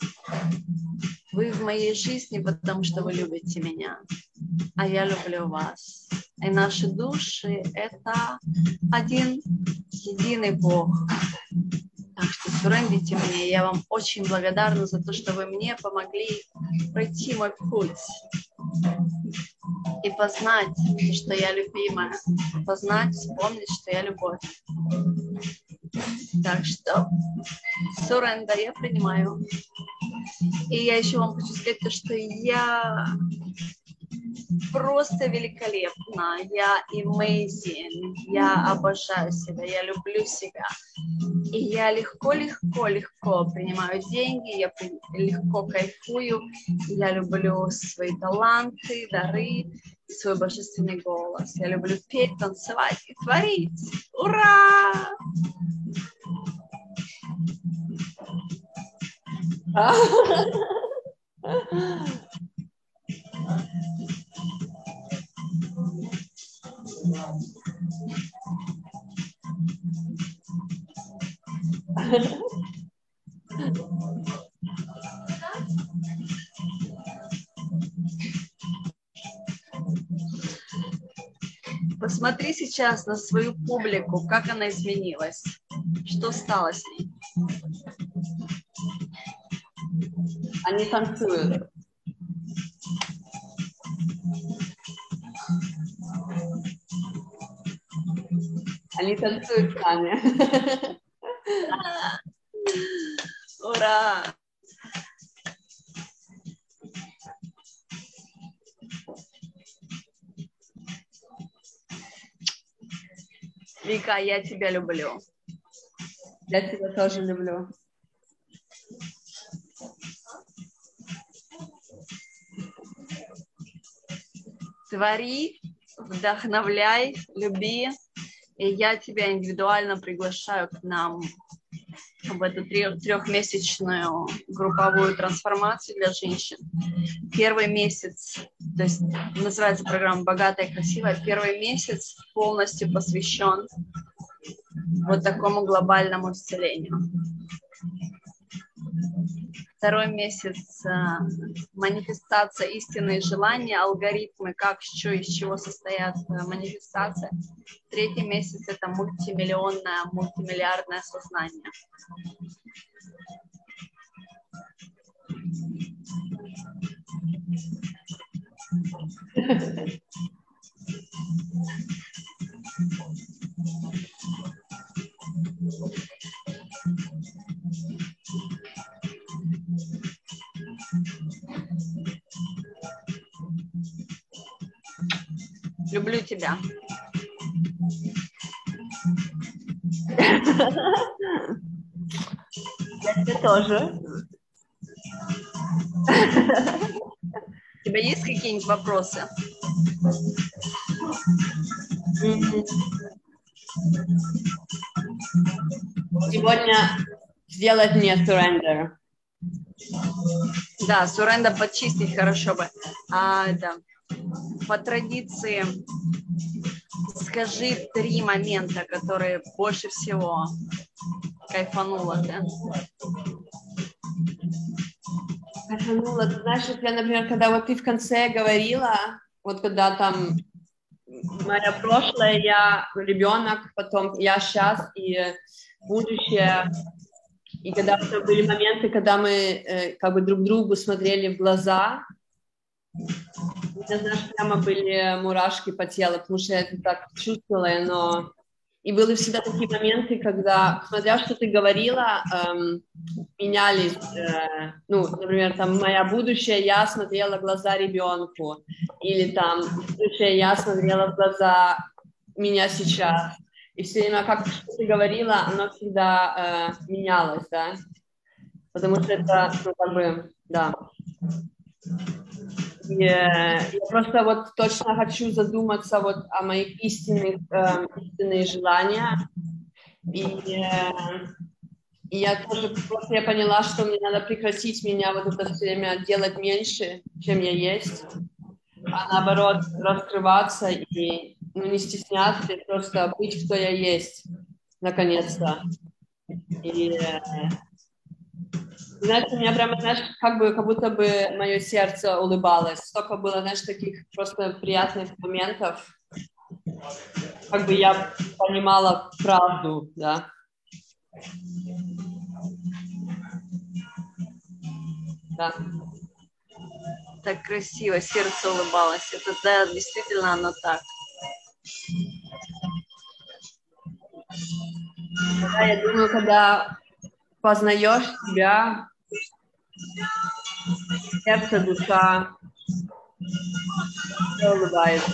вы в моей жизни, потому что вы любите меня, а я люблю вас. И наши души — это один единый Бог. Так что суррендите мне. Я вам очень благодарна за то, что вы мне помогли пройти мой путь и познать, что я любимая, познать, вспомнить, что я любовь. Так что суррендер я принимаю. И я еще вам хочу сказать то, что я просто великолепна, я amazing, я обожаю себя, я люблю себя. И я легко принимаю деньги, я легко кайфую, я люблю свои таланты, дары, свой божественный голос. Я люблю петь, танцевать и творить. Ура! Посмотри сейчас на свою публику, как она изменилась, что стало с ней. Они танцуют. Они танцуют сами. Ура! Вика, я тебя люблю. Я тебя тоже люблю. Твори, вдохновляй, люби. И я тебя индивидуально приглашаю к нам в эту трехмесячную групповую трансформацию для женщин. Первый месяц, то есть называется программа «Богатая и красивая», первый месяц полностью посвящен вот такому глобальному исцелению. Второй месяц манифестация истинные желания, алгоритмы, как, что, из чего состоят манифестация. Третий месяц это мультимиллионное, мультимиллиардное сознание. Люблю тебя. Я тебя тоже. У тебя есть какие-нибудь вопросы? Сегодня сделать мне surrender. Да, surrender почистить хорошо бы. Да. По традиции скажи 3 момента, которые больше всего кайфанула ты. Кайфанула. Ты знаешь, я, например, когда вот ты в конце говорила, вот когда там мое прошлое, я ребенок, потом я сейчас и будущее. И когда это были моменты, когда мы как бы друг другу смотрели в глаза, у меня, знаешь, прямо были мурашки по телу, потому что я это так чувствовала, но... И были всегда такие моменты, когда, смотря что ты говорила, менялись, ну, например, там, моя будущее, я смотрела в глаза ребенку, или там, будущее, я смотрела в глаза меня сейчас. И все время, как что ты говорила, оно всегда менялось, да, потому что это, ну, как бы, да. И, я просто вот точно хочу задуматься вот о моих истинных желаниях. И я тоже просто я поняла, что мне надо прекратить меня вот это все время делать меньше, чем я есть, а наоборот раскрываться и ну, не стесняться, и просто быть, кто я есть, наконец-то. И знаешь, у меня прямо, знаешь, как будто бы мое сердце улыбалось. Столько было, знаешь, таких просто приятных моментов. Как бы я понимала правду, да. Да. Так красиво, сердце улыбалось. Это да, действительно оно так. Да, я думаю, когда познаешь себя, сердце, душа, Все улыбается.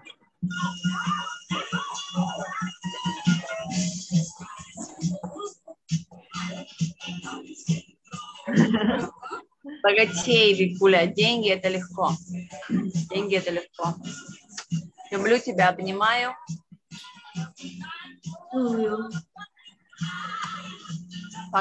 Богатей, Викуля, деньги это легко. Деньги это легко. Люблю тебя, обнимаю.